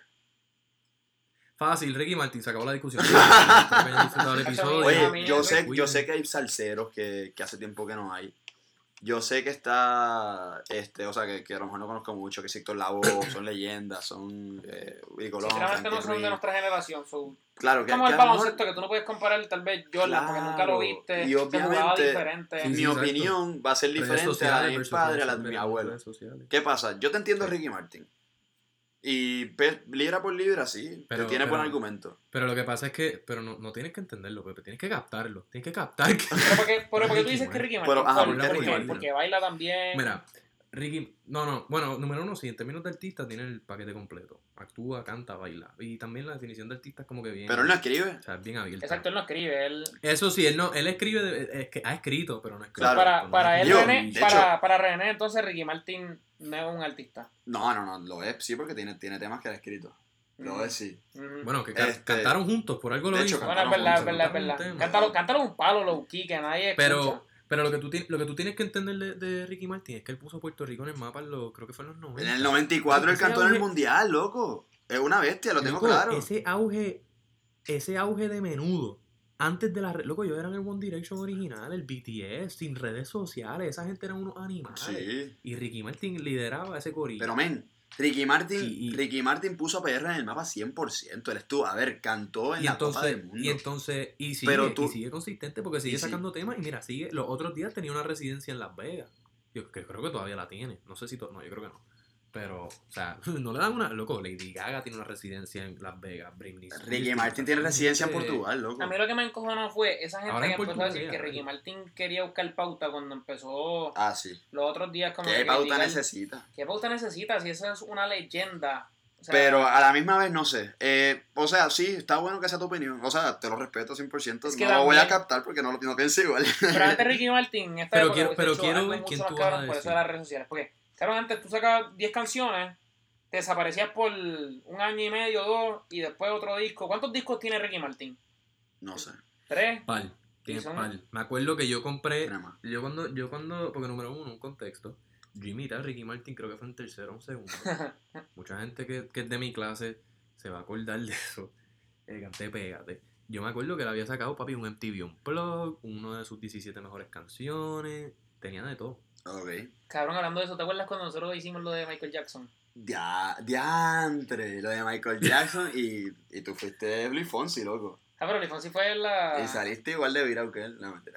Fácil, Ricky Martin, se acabó la discusión. Espero que hayan disfrutado el episodio. Oye, a mí yo me sé, yo cuiden. sé que hay salseros que, que hace tiempo que no hay. Yo sé que está, este, o sea, que, que a lo mejor no conozco mucho, que Héctor Lavoe, son leyendas, son eh, Willy Colón, Sinceramente no Frankie son de Ruiz. nuestra generación. So, Claro, que, como que el a lo mejor, baloncesto, que tú no puedes comparar tal vez Jordan, porque nunca lo Claro, viste. y se jugaba obviamente- diferente. Sí, mi sí, exacto. opinión va a ser Redes diferente a la sociales de mi versus padre, a redes la de mi versus abuelo. redes sociales. ¿Qué pasa? Yo te entiendo a Sí. Ricky Martin. Y pe- libra por libra, sí, Pero- que tiene buen pero- argumento. Pero lo que pasa es que, pero no, no tienes que entenderlo, Pepe, tienes que captarlo, tienes que captar que... Pero porque, pero porque tú Ricky dices que Martin. Ricky Pero, Martin, ajá, ¿por- ¿por qué ¿por Ricky qué? Martin? Porque baila también. Mira, Ricky, no, no, bueno, número uno, sí, en términos de artista tiene el paquete completo. Actúa, canta, baila. Y también la definición de artista es como que bien... Pero él no escribe. O sea, es bien abierta. Exacto, él no escribe. Él, Eso sí, él no, él escribe, de- es que ha escrito, pero no escribe. Claro. para, No para él, escribe. Yo, René, de para, hecho- para René, entonces Ricky Martin no es un artista. No, no, no, lo es, sí, porque tiene, tiene temas que ha escrito. Lo Ujú. es, sí. Ujú. Bueno, que ca- Este- cantaron juntos, por algo lo de hecho, hizo. Bueno, es cantaron verdad, es juntos, verdad, es cantaron un verdad. tema. Cántalo, cántalo un palo, low key, que nadie escucha. Pero, pero lo que tú tienes, lo que tú tienes que entender de, de Ricky Martin es que él puso a Puerto Rico en el mapa, en los- creo que fue en los noventa. En el noventa y cuatro él Ese cantó en el auge- mundial, loco. Es una bestia, lo tengo Loco, claro. Ese auge, ese auge de Menudo, antes de la re- loco, yo era en el One Direction original, el B T S, sin redes sociales, esa gente eran unos animales. Sí. Y Ricky Martin lideraba ese corillo. Pero, men, Ricky Martin, Y- y- Ricky Martin puso a P R en el mapa cien por ciento. Él estuvo, a ver, cantó en y la Copa entonces, del Mundo. y entonces, y sigue, Pero tú- y sigue consistente porque sigue y sí. sacando temas. Y mira, sigue, los otros días tenía una residencia en Las Vegas. Yo que creo que todavía la tiene. No sé si to- no, yo creo que no. Pero, o sea, no le dan una. Loco, Lady Gaga tiene una residencia en Las Vegas. Britney Spears Ricky Martin tiene residencia en gente- Portugal, loco. A mí lo que me encojonó fue esa gente Ahora en que empezó a decir Portugal, que ya, Ricky ya. Martin quería buscar pauta cuando empezó Ah, sí. los otros días como ¿Qué que pauta criticar- necesita? ¿Qué pauta necesita? Si eso es una leyenda. O sea, Pero a la misma vez no sé. Eh, o sea, sí, está bueno que sea tu opinión. O sea, te lo respeto cien por ciento. Es que no lo voy a también- captar porque no lo no pienso igual. Pero antes Ricky Martin, en esta Pero época, quiero- hubiese pero hecho quiero algo ver mucho quién más tú vas a cabrón por eso de decir. las redes sociales. Porque, claro, antes tú sacabas diez canciones, te desaparecías por un año y medio, dos, y después otro disco. ¿Cuántos discos tiene Ricky Martin? No sé. ¿Tres? Pal, tienes son- pal. Me acuerdo que yo compré. Nada más. Yo cuando, yo cuando, porque número uno, un contexto. Yo imité a Ricky Martin, creo que fue en tercero o en segundo. Mucha gente que, que es de mi clase se va a acordar de eso. eh, canté Pégate. Yo me acuerdo que él había sacado, papi, un M T V Unplugged, uno de sus diecisiete mejores canciones, tenía de todo. Ok. Cabrón, hablando de eso, ¿te acuerdas cuando nosotros hicimos lo de Michael Jackson? Dia, diantre, lo de Michael Jackson y, y tú fuiste Luis Fonsi, loco. Ah, pero Luis Fonsi fue la... Y saliste igual de viral que él, no mentira.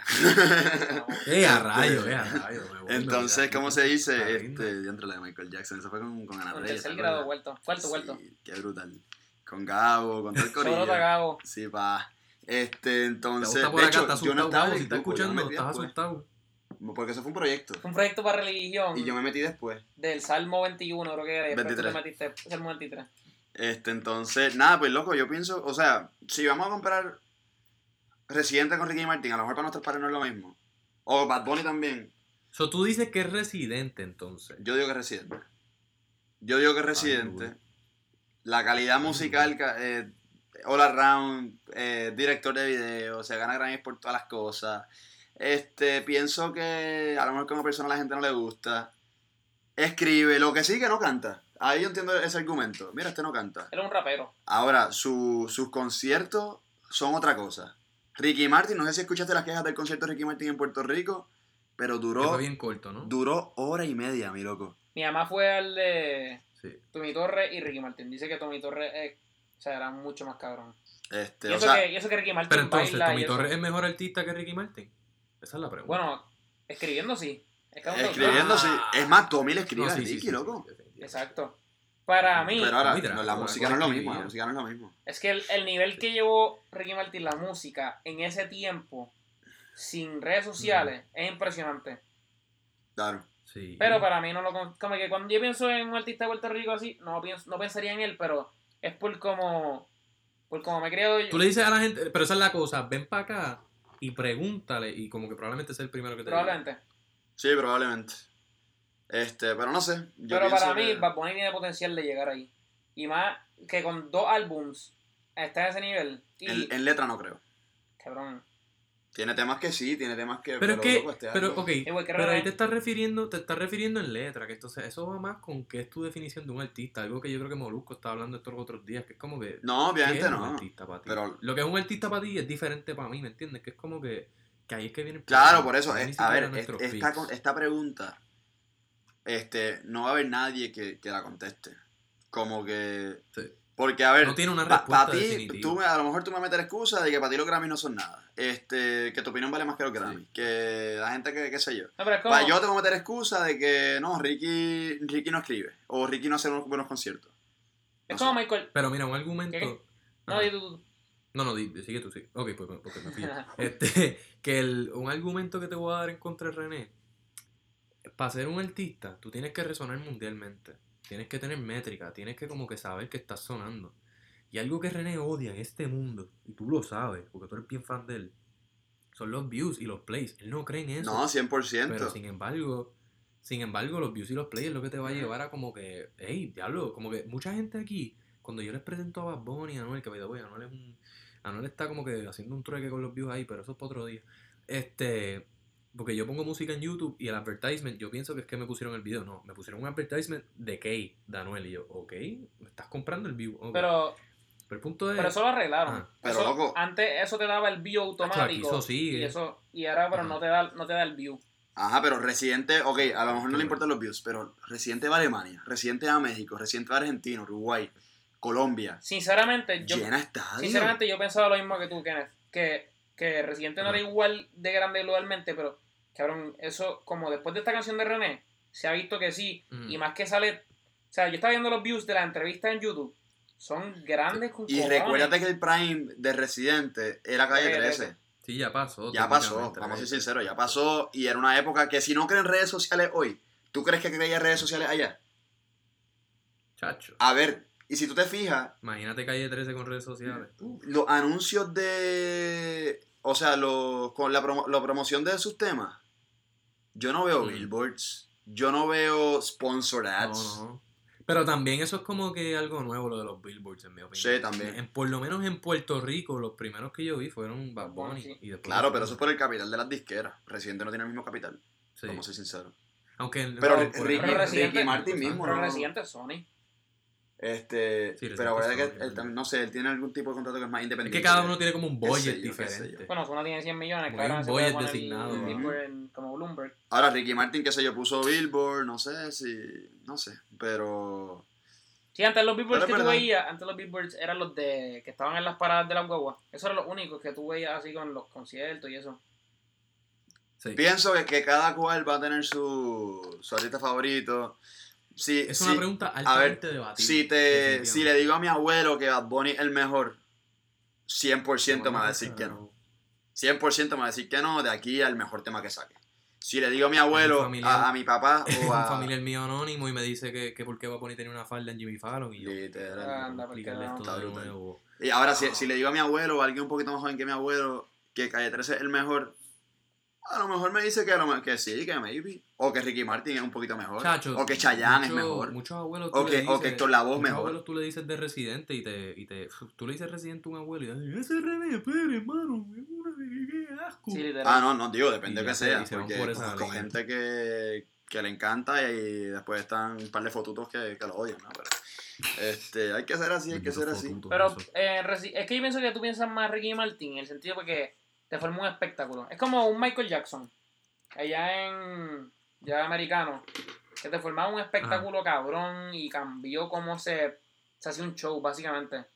¡Eh, a rayo, eh, a rayo! me voy, me Entonces, voy, ¿cómo me se voy. dice? Está Este, lindo. dentro de Michael Jackson, eso fue con, con Ana Con Reyes. tercer ¿te grado, acuerdas? vuelto. Cuarto, Sí, vuelto. qué brutal. Con Gabo, con todo el Solo corillo. Gabo. Sí, pa. Este, ¿Te entonces, gusta por de acá? hecho, ¿Estás yo no asustado, estaba en Gabo? el Si estás grupo, yo me escuchando, metí estás después. asustado. Porque eso fue un proyecto. Fue un proyecto para religión. Y yo me metí después. Del Salmo veintiuno, creo que era. Y después tú te veintitrés. metiste Salmo veintitrés. Este, entonces, nada, pues loco, yo pienso, o sea, si vamos a comparar Residente con Ricky Martin, a lo mejor para nuestros padres no es lo mismo. O Bad Bunny también. So, tú dices que es Residente, entonces. Yo digo que es Residente. Yo digo que es Residente. Ay, La calidad musical, ca- eh, all around, eh, director de video, se gana Grammys por todas las cosas. Este, pienso que a lo mejor como persona a la gente no le gusta. Escribe, lo que sí que no canta. Ahí yo entiendo ese argumento. Mira, este no canta. Él es un rapero. Ahora, su- sus conciertos son otra cosa. Ricky Martin, no sé si escuchaste las quejas del concierto de Ricky Martin en Puerto Rico, pero Que duró, fue bien corto, ¿no? duró hora y media, mi loco. Mi mamá fue al de Sí. Tommy Torres y Ricky Martin. Dice que Tommy Torres eh, o sea, era mucho más cabrón. Este, Y o eso, sea, que, y eso que Ricky Martin Pero entonces, baila y ¿Tommy eso. Torres es mejor artista que Ricky Martin? Esa es la pregunta. Bueno, escribiendo sí. Es que es un escribiendo, autor. sí. Ah. Es más, Tommy le escribe No, a sí, sí, Ricky, sí, loco. sí, definitivamente. Exacto. Para mí, Pero ahora, Mira, no, la una música no es lo mismo, colectividad. la música no es lo mismo. es que el, el nivel que llevó Ricky Martin la música en ese tiempo, sin redes sociales, es impresionante. Claro. Sí. Pero para mí no lo... con- Como que cuando yo pienso en un artista de Puerto Rico así, no, pienso, no pensaría en él, pero es por como... Por como me he criado yo. Tú le dices a la gente, pero esa es la cosa, ven para acá y pregúntale y como que probablemente sea el primero que te diga. Probablemente. Sí, probablemente. Este, pero no sé. Yo Pero pienso para mí, que- Bad Bunny tiene potencial de llegar ahí. Y más que con dos álbums está a ese nivel. Y, en, en letra no creo. cabrón. Tiene temas que sí, tiene temas que... Pero es que, loco, este pero álbum- ok, Igual que pero ahí René. te estás refiriendo, te estás refiriendo en letra, que entonces eso va más con qué es tu definición de un artista, algo que yo creo que Molusco estaba hablando estos otros días, que es como que No, ¿qué obviamente es un no. artista para ti? Pero- Lo que es un artista para ti es diferente para mí, ¿me entiendes? Que es como que, que ahí es que viene el Claro, problema. por eso. Ahí eh, ni a siquiera ver, nuestros es- esta, picks. con- esta pregunta, este, no va a haber nadie que, que la conteste. Como que... Sí. Porque, a ver, No tiene una para respuesta ti, definitiva. tú, me- a lo mejor tú me metes la excusa de que para ti los Grammys no son nada. Este, que tu opinión vale más que los Grammys. Que la gente que, qué sé yo. No, pero es como... Para yo te voy a meter excusa de que no, Ricky, Ricky no escribe. O Ricky no hace unos buenos conciertos. es no como sé. Michael... Pero mira, un argumento... ¿Qué? No, Ajá. di tú, tú. No, no, di- sigue tú, sí. Ok, pues porque me fío. Este, que el, un argumento que te voy a dar en contra de René, para ser un artista, tú tienes que resonar mundialmente. Tienes que tener métrica, tienes que como que saber que estás sonando. Y algo que René odia en este mundo, y tú lo sabes, porque tú eres bien fan de él, son los views y los plays. Él no cree en eso. No, cien por ciento. Pero sin embargo, sin embargo, los views y los plays es lo que te va a llevar a como que, hey, diablo, como que mucha gente aquí, cuando yo les presento a Bad Bunny, a Anuel, que by the way, Anuel es un, Anuel está como que haciendo un trueque con los views ahí, pero eso es para otro día. Este, porque yo pongo música en YouTube y el advertisement, yo pienso que es que me pusieron el video, no, me pusieron un advertisement de Kay, de Anuel, y yo, ok, me estás comprando el view, ok. Pero, Pero el punto es, pero eso lo arreglaron. Ah. Pero, Eso- loco. Antes eso te daba el view automático. eso sigue. Y eso... Y ahora, pero Ajá. no te da, no te da el view. Ajá, pero Residente, ok, a lo mejor no le importan los views, pero Residente va a Alemania, Residente va a México, Residente va a Argentina, Uruguay, Colombia. Sinceramente, yo... Llena estadio. Sinceramente, yo pensaba lo mismo que tú, Kenneth. Que, que Residente no era Ajá. igual de grande globalmente, pero, cabrón, eso, como después de esta canción de René, se ha visto que sí. Mm. Y más que sale. O sea, yo estaba viendo los views de la entrevista en YouTube. Son grandes con Y cojones. recuérdate que el prime de Residente era Calle Calle trece. sí, ya pasó. Ya pasó, técnicamente, vamos a ser ¿verdad? sinceros, ya pasó. Y era una época que si no creen redes sociales hoy, ¿tú crees que creía redes sociales allá? Chacho. A ver, y si tú te fijas, Imagínate Calle trece con redes sociales. los anuncios de... O sea, los, con la, promo- la promoción de sus temas, yo no veo Mm. billboards, yo no veo sponsored ads. No, no. Pero también eso es como que algo nuevo lo de los billboards, en mi opinión. Sí, también. En, por lo menos en Puerto Rico, los primeros que yo vi fueron Bad Bunny. Sí. Y después Claro, pero eso es por el capital de las disqueras. Residente no tiene el mismo capital, Sí. vamos a ser sinceros. Aunque en- Pero por- por Ricky- ejemplo, Ricky por ejemplo, Martin cosas- mismo, Pero no. Residente es Sony. Este, Sí, pero acuérdate que Resident él, también, no sé, él tiene algún tipo de contrato que es más Es independiente. que cada uno tiene como un Qué sé budget yo, qué sé diferente. yo. Bueno, Ozuna tiene cien millones, Como hay claro, un se puede budget poner designado, el ¿no? Billboard en- como Bloomberg. Ahora Ricky Martin, qué sé yo, puso Billboard, no sé si, no sé, pero... Sí, antes los billboards Pero que es tú verdad. veías, antes los billboards eran los de que estaban en las paradas de la guagua. Esos eran los únicos que tú veías así con los conciertos y eso. Sí. Pienso que, que cada cual va a tener su, su artista favorito. Si, Es si- una pregunta a ver, altamente debatible. si, te, si le digo a mi abuelo que Bad Bunny es el mejor, cien por ciento me va a decir que no. cien por ciento me va a decir que no de aquí al mejor tema que saque. Si le digo a mi abuelo, familiar. a, a mi papá Es o un a... familiar mío anónimo y me dice que, que por qué va a poner tenía una falda en Jimmy Fallon y yo Literal. Ah, anda, porque explicarle no. esto Está de brutal. nuevo. Y ahora, si, si le digo a mi abuelo o a alguien un poquito más joven que mi abuelo que Calle trece es el mejor, a lo mejor me dice que, a lo, me- que sí, que maybe. O que Ricky Martin es un poquito mejor. Chacho, o que Chayanne es mucho- mejor. Muchos abuelos O tú que- le o dices, que Héctor Lavoe muchos mejor. abuelos tú le dices de Residente y te, y te tú le dices Residente a un abuelo y dices, ese René Pérez, hermano, es una qué asco. Sí, literal. Ah, no, no, digo, depende Y de ya que se- sea. y se van Porque por esa conozco línea. gente que, que le encanta y después están un par de fotutos que, que lo odian, ¿no? Pero, este, hay que ser así, hay que ser Bendito así. fotuto, Pero eso. eh, Resi- es que yo pienso que tú piensas más Ricky Martin en el sentido de que te forma un espectáculo. Es como un Michael Jackson, allá en ya americano, que te formaba un espectáculo cabrón y cambió cómo se, se hace un show, básicamente.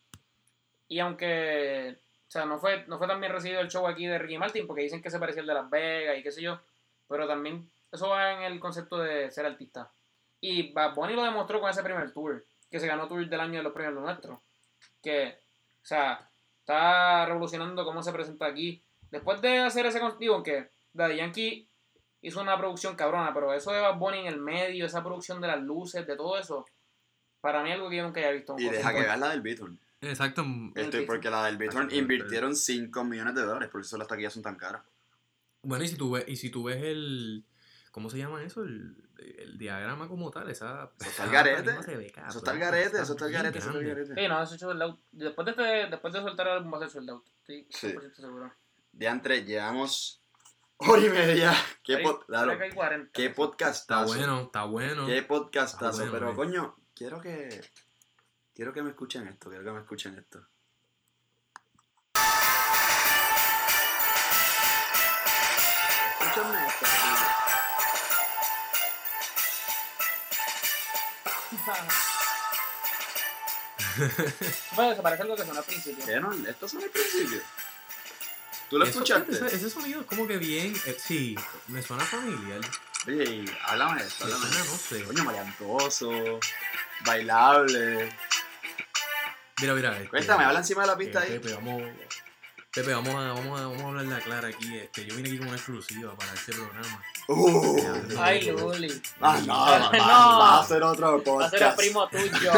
Y aunque, o sea, no fue, no fue tan bien recibido el show aquí de Ricky Martin, porque dicen que se parecía al de Las Vegas y qué sé yo, pero también eso va en el concepto de ser artista. Y Bad Bunny lo demostró con ese primer tour, que se ganó Tour del Año de los premios Lo Nuestro. Que, o sea, está revolucionando cómo se presenta aquí. Después de hacer ese contigo, que Daddy Yankee hizo una producción cabrona, pero eso de Bad Bunny en el medio, esa producción de las luces, de todo eso, para mí es algo que yo nunca había visto. en un Y deja que concierto. veas la del Beaton. Exacto. Este, porque la del Beaton Exacto. invirtieron cinco millones de dólares, por eso las taquillas son tan caras. Bueno, y si tú ves, y si tú ves el ¿cómo se llama eso? El, el diagrama como tal, esa Eso está al esa garete. tarima se ve cabrón, Eso está al garete, está eso está al bien garete, eso está al grande. garete. Sí, no, eso es sold out. Después de, este, después de soltar el álbum va a ser sold out. Estoy Sí. cien por ciento seguro. Diantre, llevamos hora y media. ¿Qué, Ahí- pod- claro, creo que hay cuarenta. qué Está podcastazo. bueno, está bueno. Qué podcastazo. Está bueno, pero eh. coño, quiero que. Quiero que me escuchen esto, quiero que me escuchen esto. Escúchame esto. Bueno, se parece a algo que sonó al principio. ¿Qué no? Esto es el principio. ¿Tú lo Eso- escuchaste? Ese, ese sonido es como que bien, eh, sí, me suena familiar. Oye, y háblame de esto, Me háblame de suena, esto. no sé. Coño, mariantoso, bailable. Mira, mira. este, Cuéntame, habla encima de la eh, pista ahí. Pepe, vamos, Pepe, vamos a, vamos a, vamos a hablarla clara aquí. Este, yo vine aquí con una exclusiva para este programa. Uh, Ay, Luli. ah, no, va, No. va a hacer otro Va a ser el podcast. primo tuyo.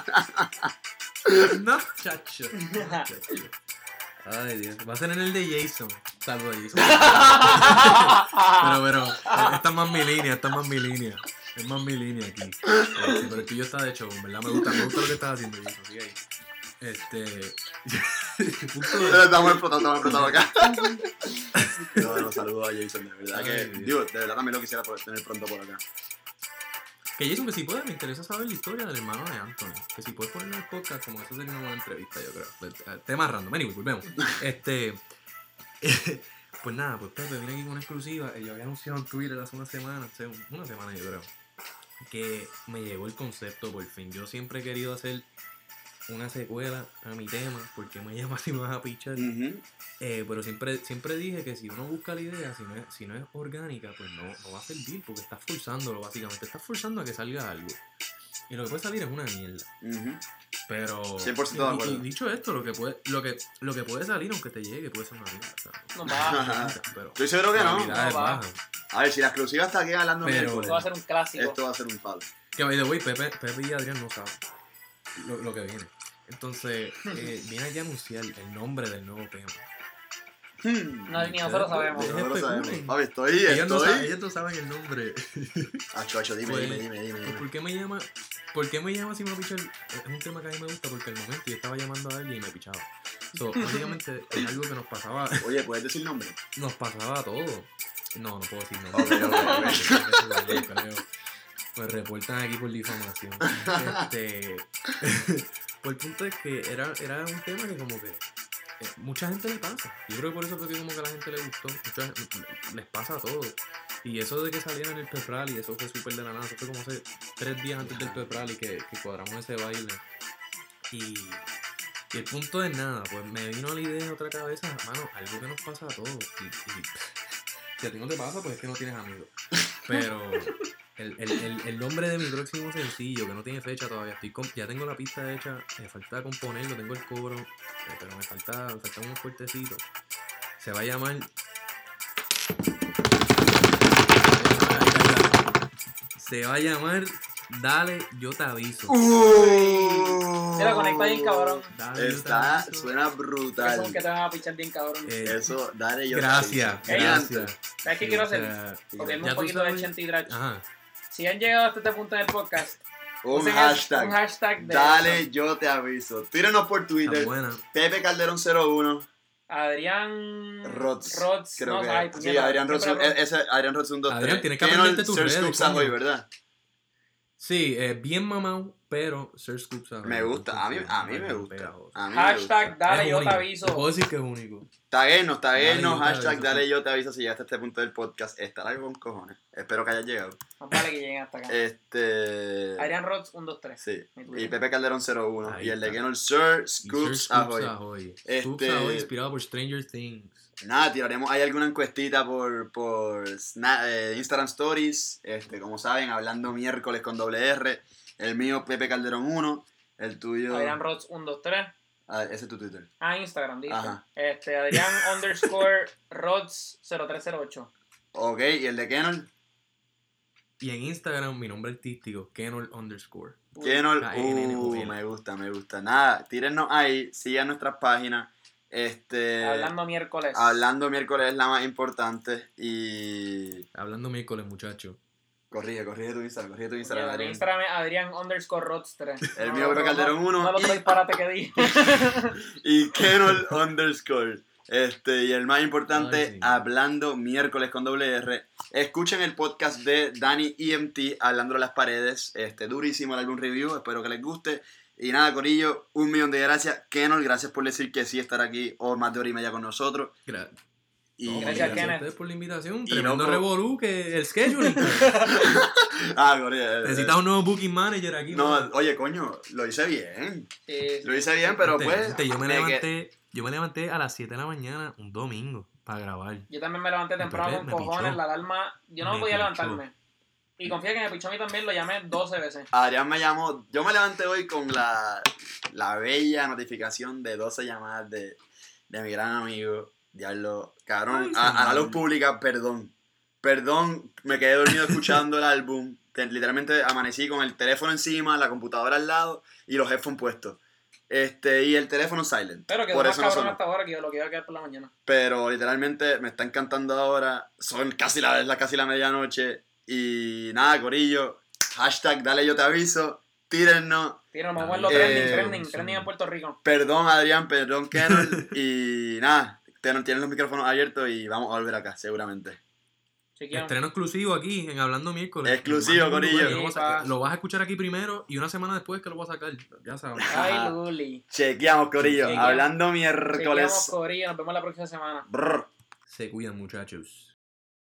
No, chacho. Chacho. Ay, Dios. Va a ser en el de Jason. Saludos, Jason. pero, pero, eh, esta es más mi línea, esta es más mi línea. Es más mi línea aquí. Este, pero el tuyo está de show, en ¿verdad? Me gusta, me gusta lo que estás haciendo, Jason. Sigue ahí. Este. punto de- Estamos explotando, estamos explotando acá. No, no, saludos a Jason, de verdad Ay, que. Dios. Digo, de verdad también lo quisiera poder tener pronto por acá. Que Jason, que si puedes, me interesa saber la historia del hermano de Anthony. Que si puedes ponerlo en el podcast, como eso sería una buena entrevista, yo creo. Pues, eh, tema random, anyway, volvemos. Este. Pues nada, pues Pepe vine aquí con una exclusiva. Yo había anunciado en Twitter hace una semana, hace un- una semana yo creo, que me llegó el concepto por fin. Yo siempre he querido hacer una secuela a mi tema, porque me llama si me vas a pichar. Ujú. Eh, pero siempre, siempre dije que si uno busca la idea, si no es, si no es orgánica, pues no, no va a servir, porque estás forzándolo básicamente, estás forzando a que salga algo. Y lo que puede salir es una mierda. Ujú. Pero. cien por ciento de y- acuerdo. Y, dicho esto, lo que puede, lo que, lo que puede salir, aunque te llegue, puede ser una mierda. ¿sabes? No va. Pero Estoy seguro que no. probabilidades No va. bajas. A ver, si la exclusiva está aquí hablando Pero- miércoles, Esto va a ser un clásico. esto va a ser un palo. Que by the way, Pepe, Pepe y Adrián no saben lo, lo que viene. Entonces, eh, viene aquí a anunciar el nombre del nuevo tema. Hmm. No, ni nosotros sabemos. Deja No lo sabemos. especulen. Papi, estoy, Ellos no, estoy. saben, ellos no saben el nombre. Acho, acho, dime, Pues, dime, dime, dime. Pues, dime. ¿Por qué me llama? ¿Por qué me llama si me pichar? Es un tema que a mí me gusta porque al momento yo estaba llamando a alguien y me pichaba. So, básicamente es algo que nos pasaba, Oye, ¿puedes decir nombre? nos pasaba a todos. No, no puedo decir nombre. Ok, ok, ok. Yo creo. Me reportan aquí por difamación. Este. Por el punto es que era, era un tema que como que eh, mucha gente le pasa. Yo creo que por eso fue que como que a la gente le gustó. Mucha, les pasa a todos. Y eso de que salieron en el pep rally, eso fue súper de la nada. Eso fue como hace tres días antes del pep rally que, que cuadramos ese baile. Y, y el punto es nada, pues me vino la idea en otra cabeza, mano, algo que nos pasa a todos. Y, y si a ti no te pasa, pues es que no tienes amigos. Pero el, el, el, el nombre de mi próximo sencillo, que no tiene fecha todavía, estoy con, ya tengo la pista hecha, me falta componerlo, tengo el coro, eh, pero me falta, me faltan unos fuertecitos. Se va a llamar... Se va a llamar Dale, yo te aviso. Uh, Se la conecta bien, cabrón. Dale, Está, yo te aviso. suena Eso brutal. es que te van a pichar bien, cabrón. Eh, Eso, dale yo. Gracias, te aviso. gracias. ¿Sabes qué Sí, quiero o hacer? sea, Copiarme ya un tú poquito de sabes- Chanty Drach. Ajá. Si han llegado hasta este punto en el podcast, Un usen hashtag. un hashtag de Dale, eso. yo te aviso. Tírenos por Está Twitter. buena. Pepe Calderón cero uno. Adrián Rods. Rods, Creo no, que. ay, sí, puñeta, Adrián Rods. siempre lo- Ese Adrián Rods un dos Adrián, tienes que Kenol, aprenderte tus Sir redes, Scoops coño. Ahoy, ¿verdad? Sí, eh, bien mamado, pero Sir Scoops Ahoy. Me gusta, a mí, a mí Entonces, me es gusta. pegajoso. A mí me Hashtag gusta. dale, Es yo te único. Te aviso. puedo decir que es único. Taguenos, taguenos, Dale, yo te hashtag, aviso. dale yo te aviso si llegaste a este punto del podcast. Estará con cojones. Espero que hayas llegado. Más vale que lleguen hasta acá. Este. Adrián Rods, uno, dos, tres. Sí. Mi Twitter. Y Pepe Calderón cero uno. Ahí Y el de está. Kenol Sir Y Sir Scoops Scoops Ahoy. Ahoy. Este- Scoops Ahoy inspirado por Stranger Things. Nada, tiraremos ahí alguna encuestita por, por Sna- eh, Instagram Stories. Este, como saben, hablando miércoles con doble R. El mío, Pepe Calderón uno. El tuyo. Adrián Rods, uno, dos, tres. Ah, ese es tu Twitter. Ah, Instagram, dice. Ajá. Este, Adrián underscore Rods cero tres cero ocho. Ok, y el de Kenol. Y en Instagram, mi nombre artístico, Kenol underscore. Kenol. K N N O L. Uh, me gusta, me gusta. Nada, tírennos ahí, sigan nuestras páginas. Este. Hablando miércoles. Hablando miércoles es la más importante. Y. Hablando miércoles, muchachos. Corrige, corrige tu Instagram, corrige tu Ya, Instagram. mi Adrián. Instagram es Adrián underscore Rods tres. El No, mío, no, Pepe no, Calderón no, uno. No, el otro y- disparate que di. Y Kenol underscore. Este, y el más importante, Ay, sí. hablando miércoles con doble R. Escuchen el podcast de Danny E M T, Hablando de las Paredes. Este, durísimo el álbum review, espero que les guste. Y nada, Corillo, un millón de gracias. Kenol, gracias por decir que sí, estar aquí o más de hora y media con nosotros. Gra- Y, No, Gracias, a Kenneth. ustedes por la invitación. Y Tremendo loco. revolú que el scheduling. Ah, Corillo. eh, Necesitas un nuevo booking manager aquí. No, mano. oye, coño, lo hice bien. Sí, sí. Lo hice bien, pero Gente, pues. gente, yo me me que- levanté, yo me levanté a las siete de la mañana un domingo para grabar. Yo también me levanté temprano Pepe con me cojones, pichó. la alarma. Yo no Me podía pichó. levantarme. Y confía que me pichó a mí también, lo llamé doce veces. Adrián me llamó. Yo me levanté hoy con la, la bella notificación de doce llamadas de, de mi gran amigo. Diablo, cabrón. Ay, A, a la señor. luz pública, perdón. Perdón, me quedé dormido escuchando el álbum. Te- Literalmente amanecí con el teléfono encima, la computadora al lado y los headphones puestos. Este, y el teléfono silent. Pero quedó Por más eso no cabrón sonó. hasta ahora que yo lo que iba a quedar por la mañana. Pero literalmente me está encantando ahora. Son casi la, es la, casi la medianoche. Y nada, Corillo. Hashtag dale yo te aviso. Tírennos. Tírenlo, vamos a verlo Eh, trending, trending, son- trending en Puerto Rico. Perdón, Adrián, perdón, Kenol. Y nada, ten- tienen los micrófonos abiertos y vamos a volver acá, seguramente. Si quieren. Estreno exclusivo aquí en Hablando Miércoles. Exclusivo, Mando un corillo. lugar, lo vamos a- Sí, pa. Lo vas a escuchar aquí primero y una semana después que lo voy a sacar. Ya sabes. Ay, Luli. Chequeamos, Corillo. Chequeamos. Hablando Chequeamos, miércoles. Corillo. Nos vemos la próxima semana. Brr. Se cuidan, muchachos.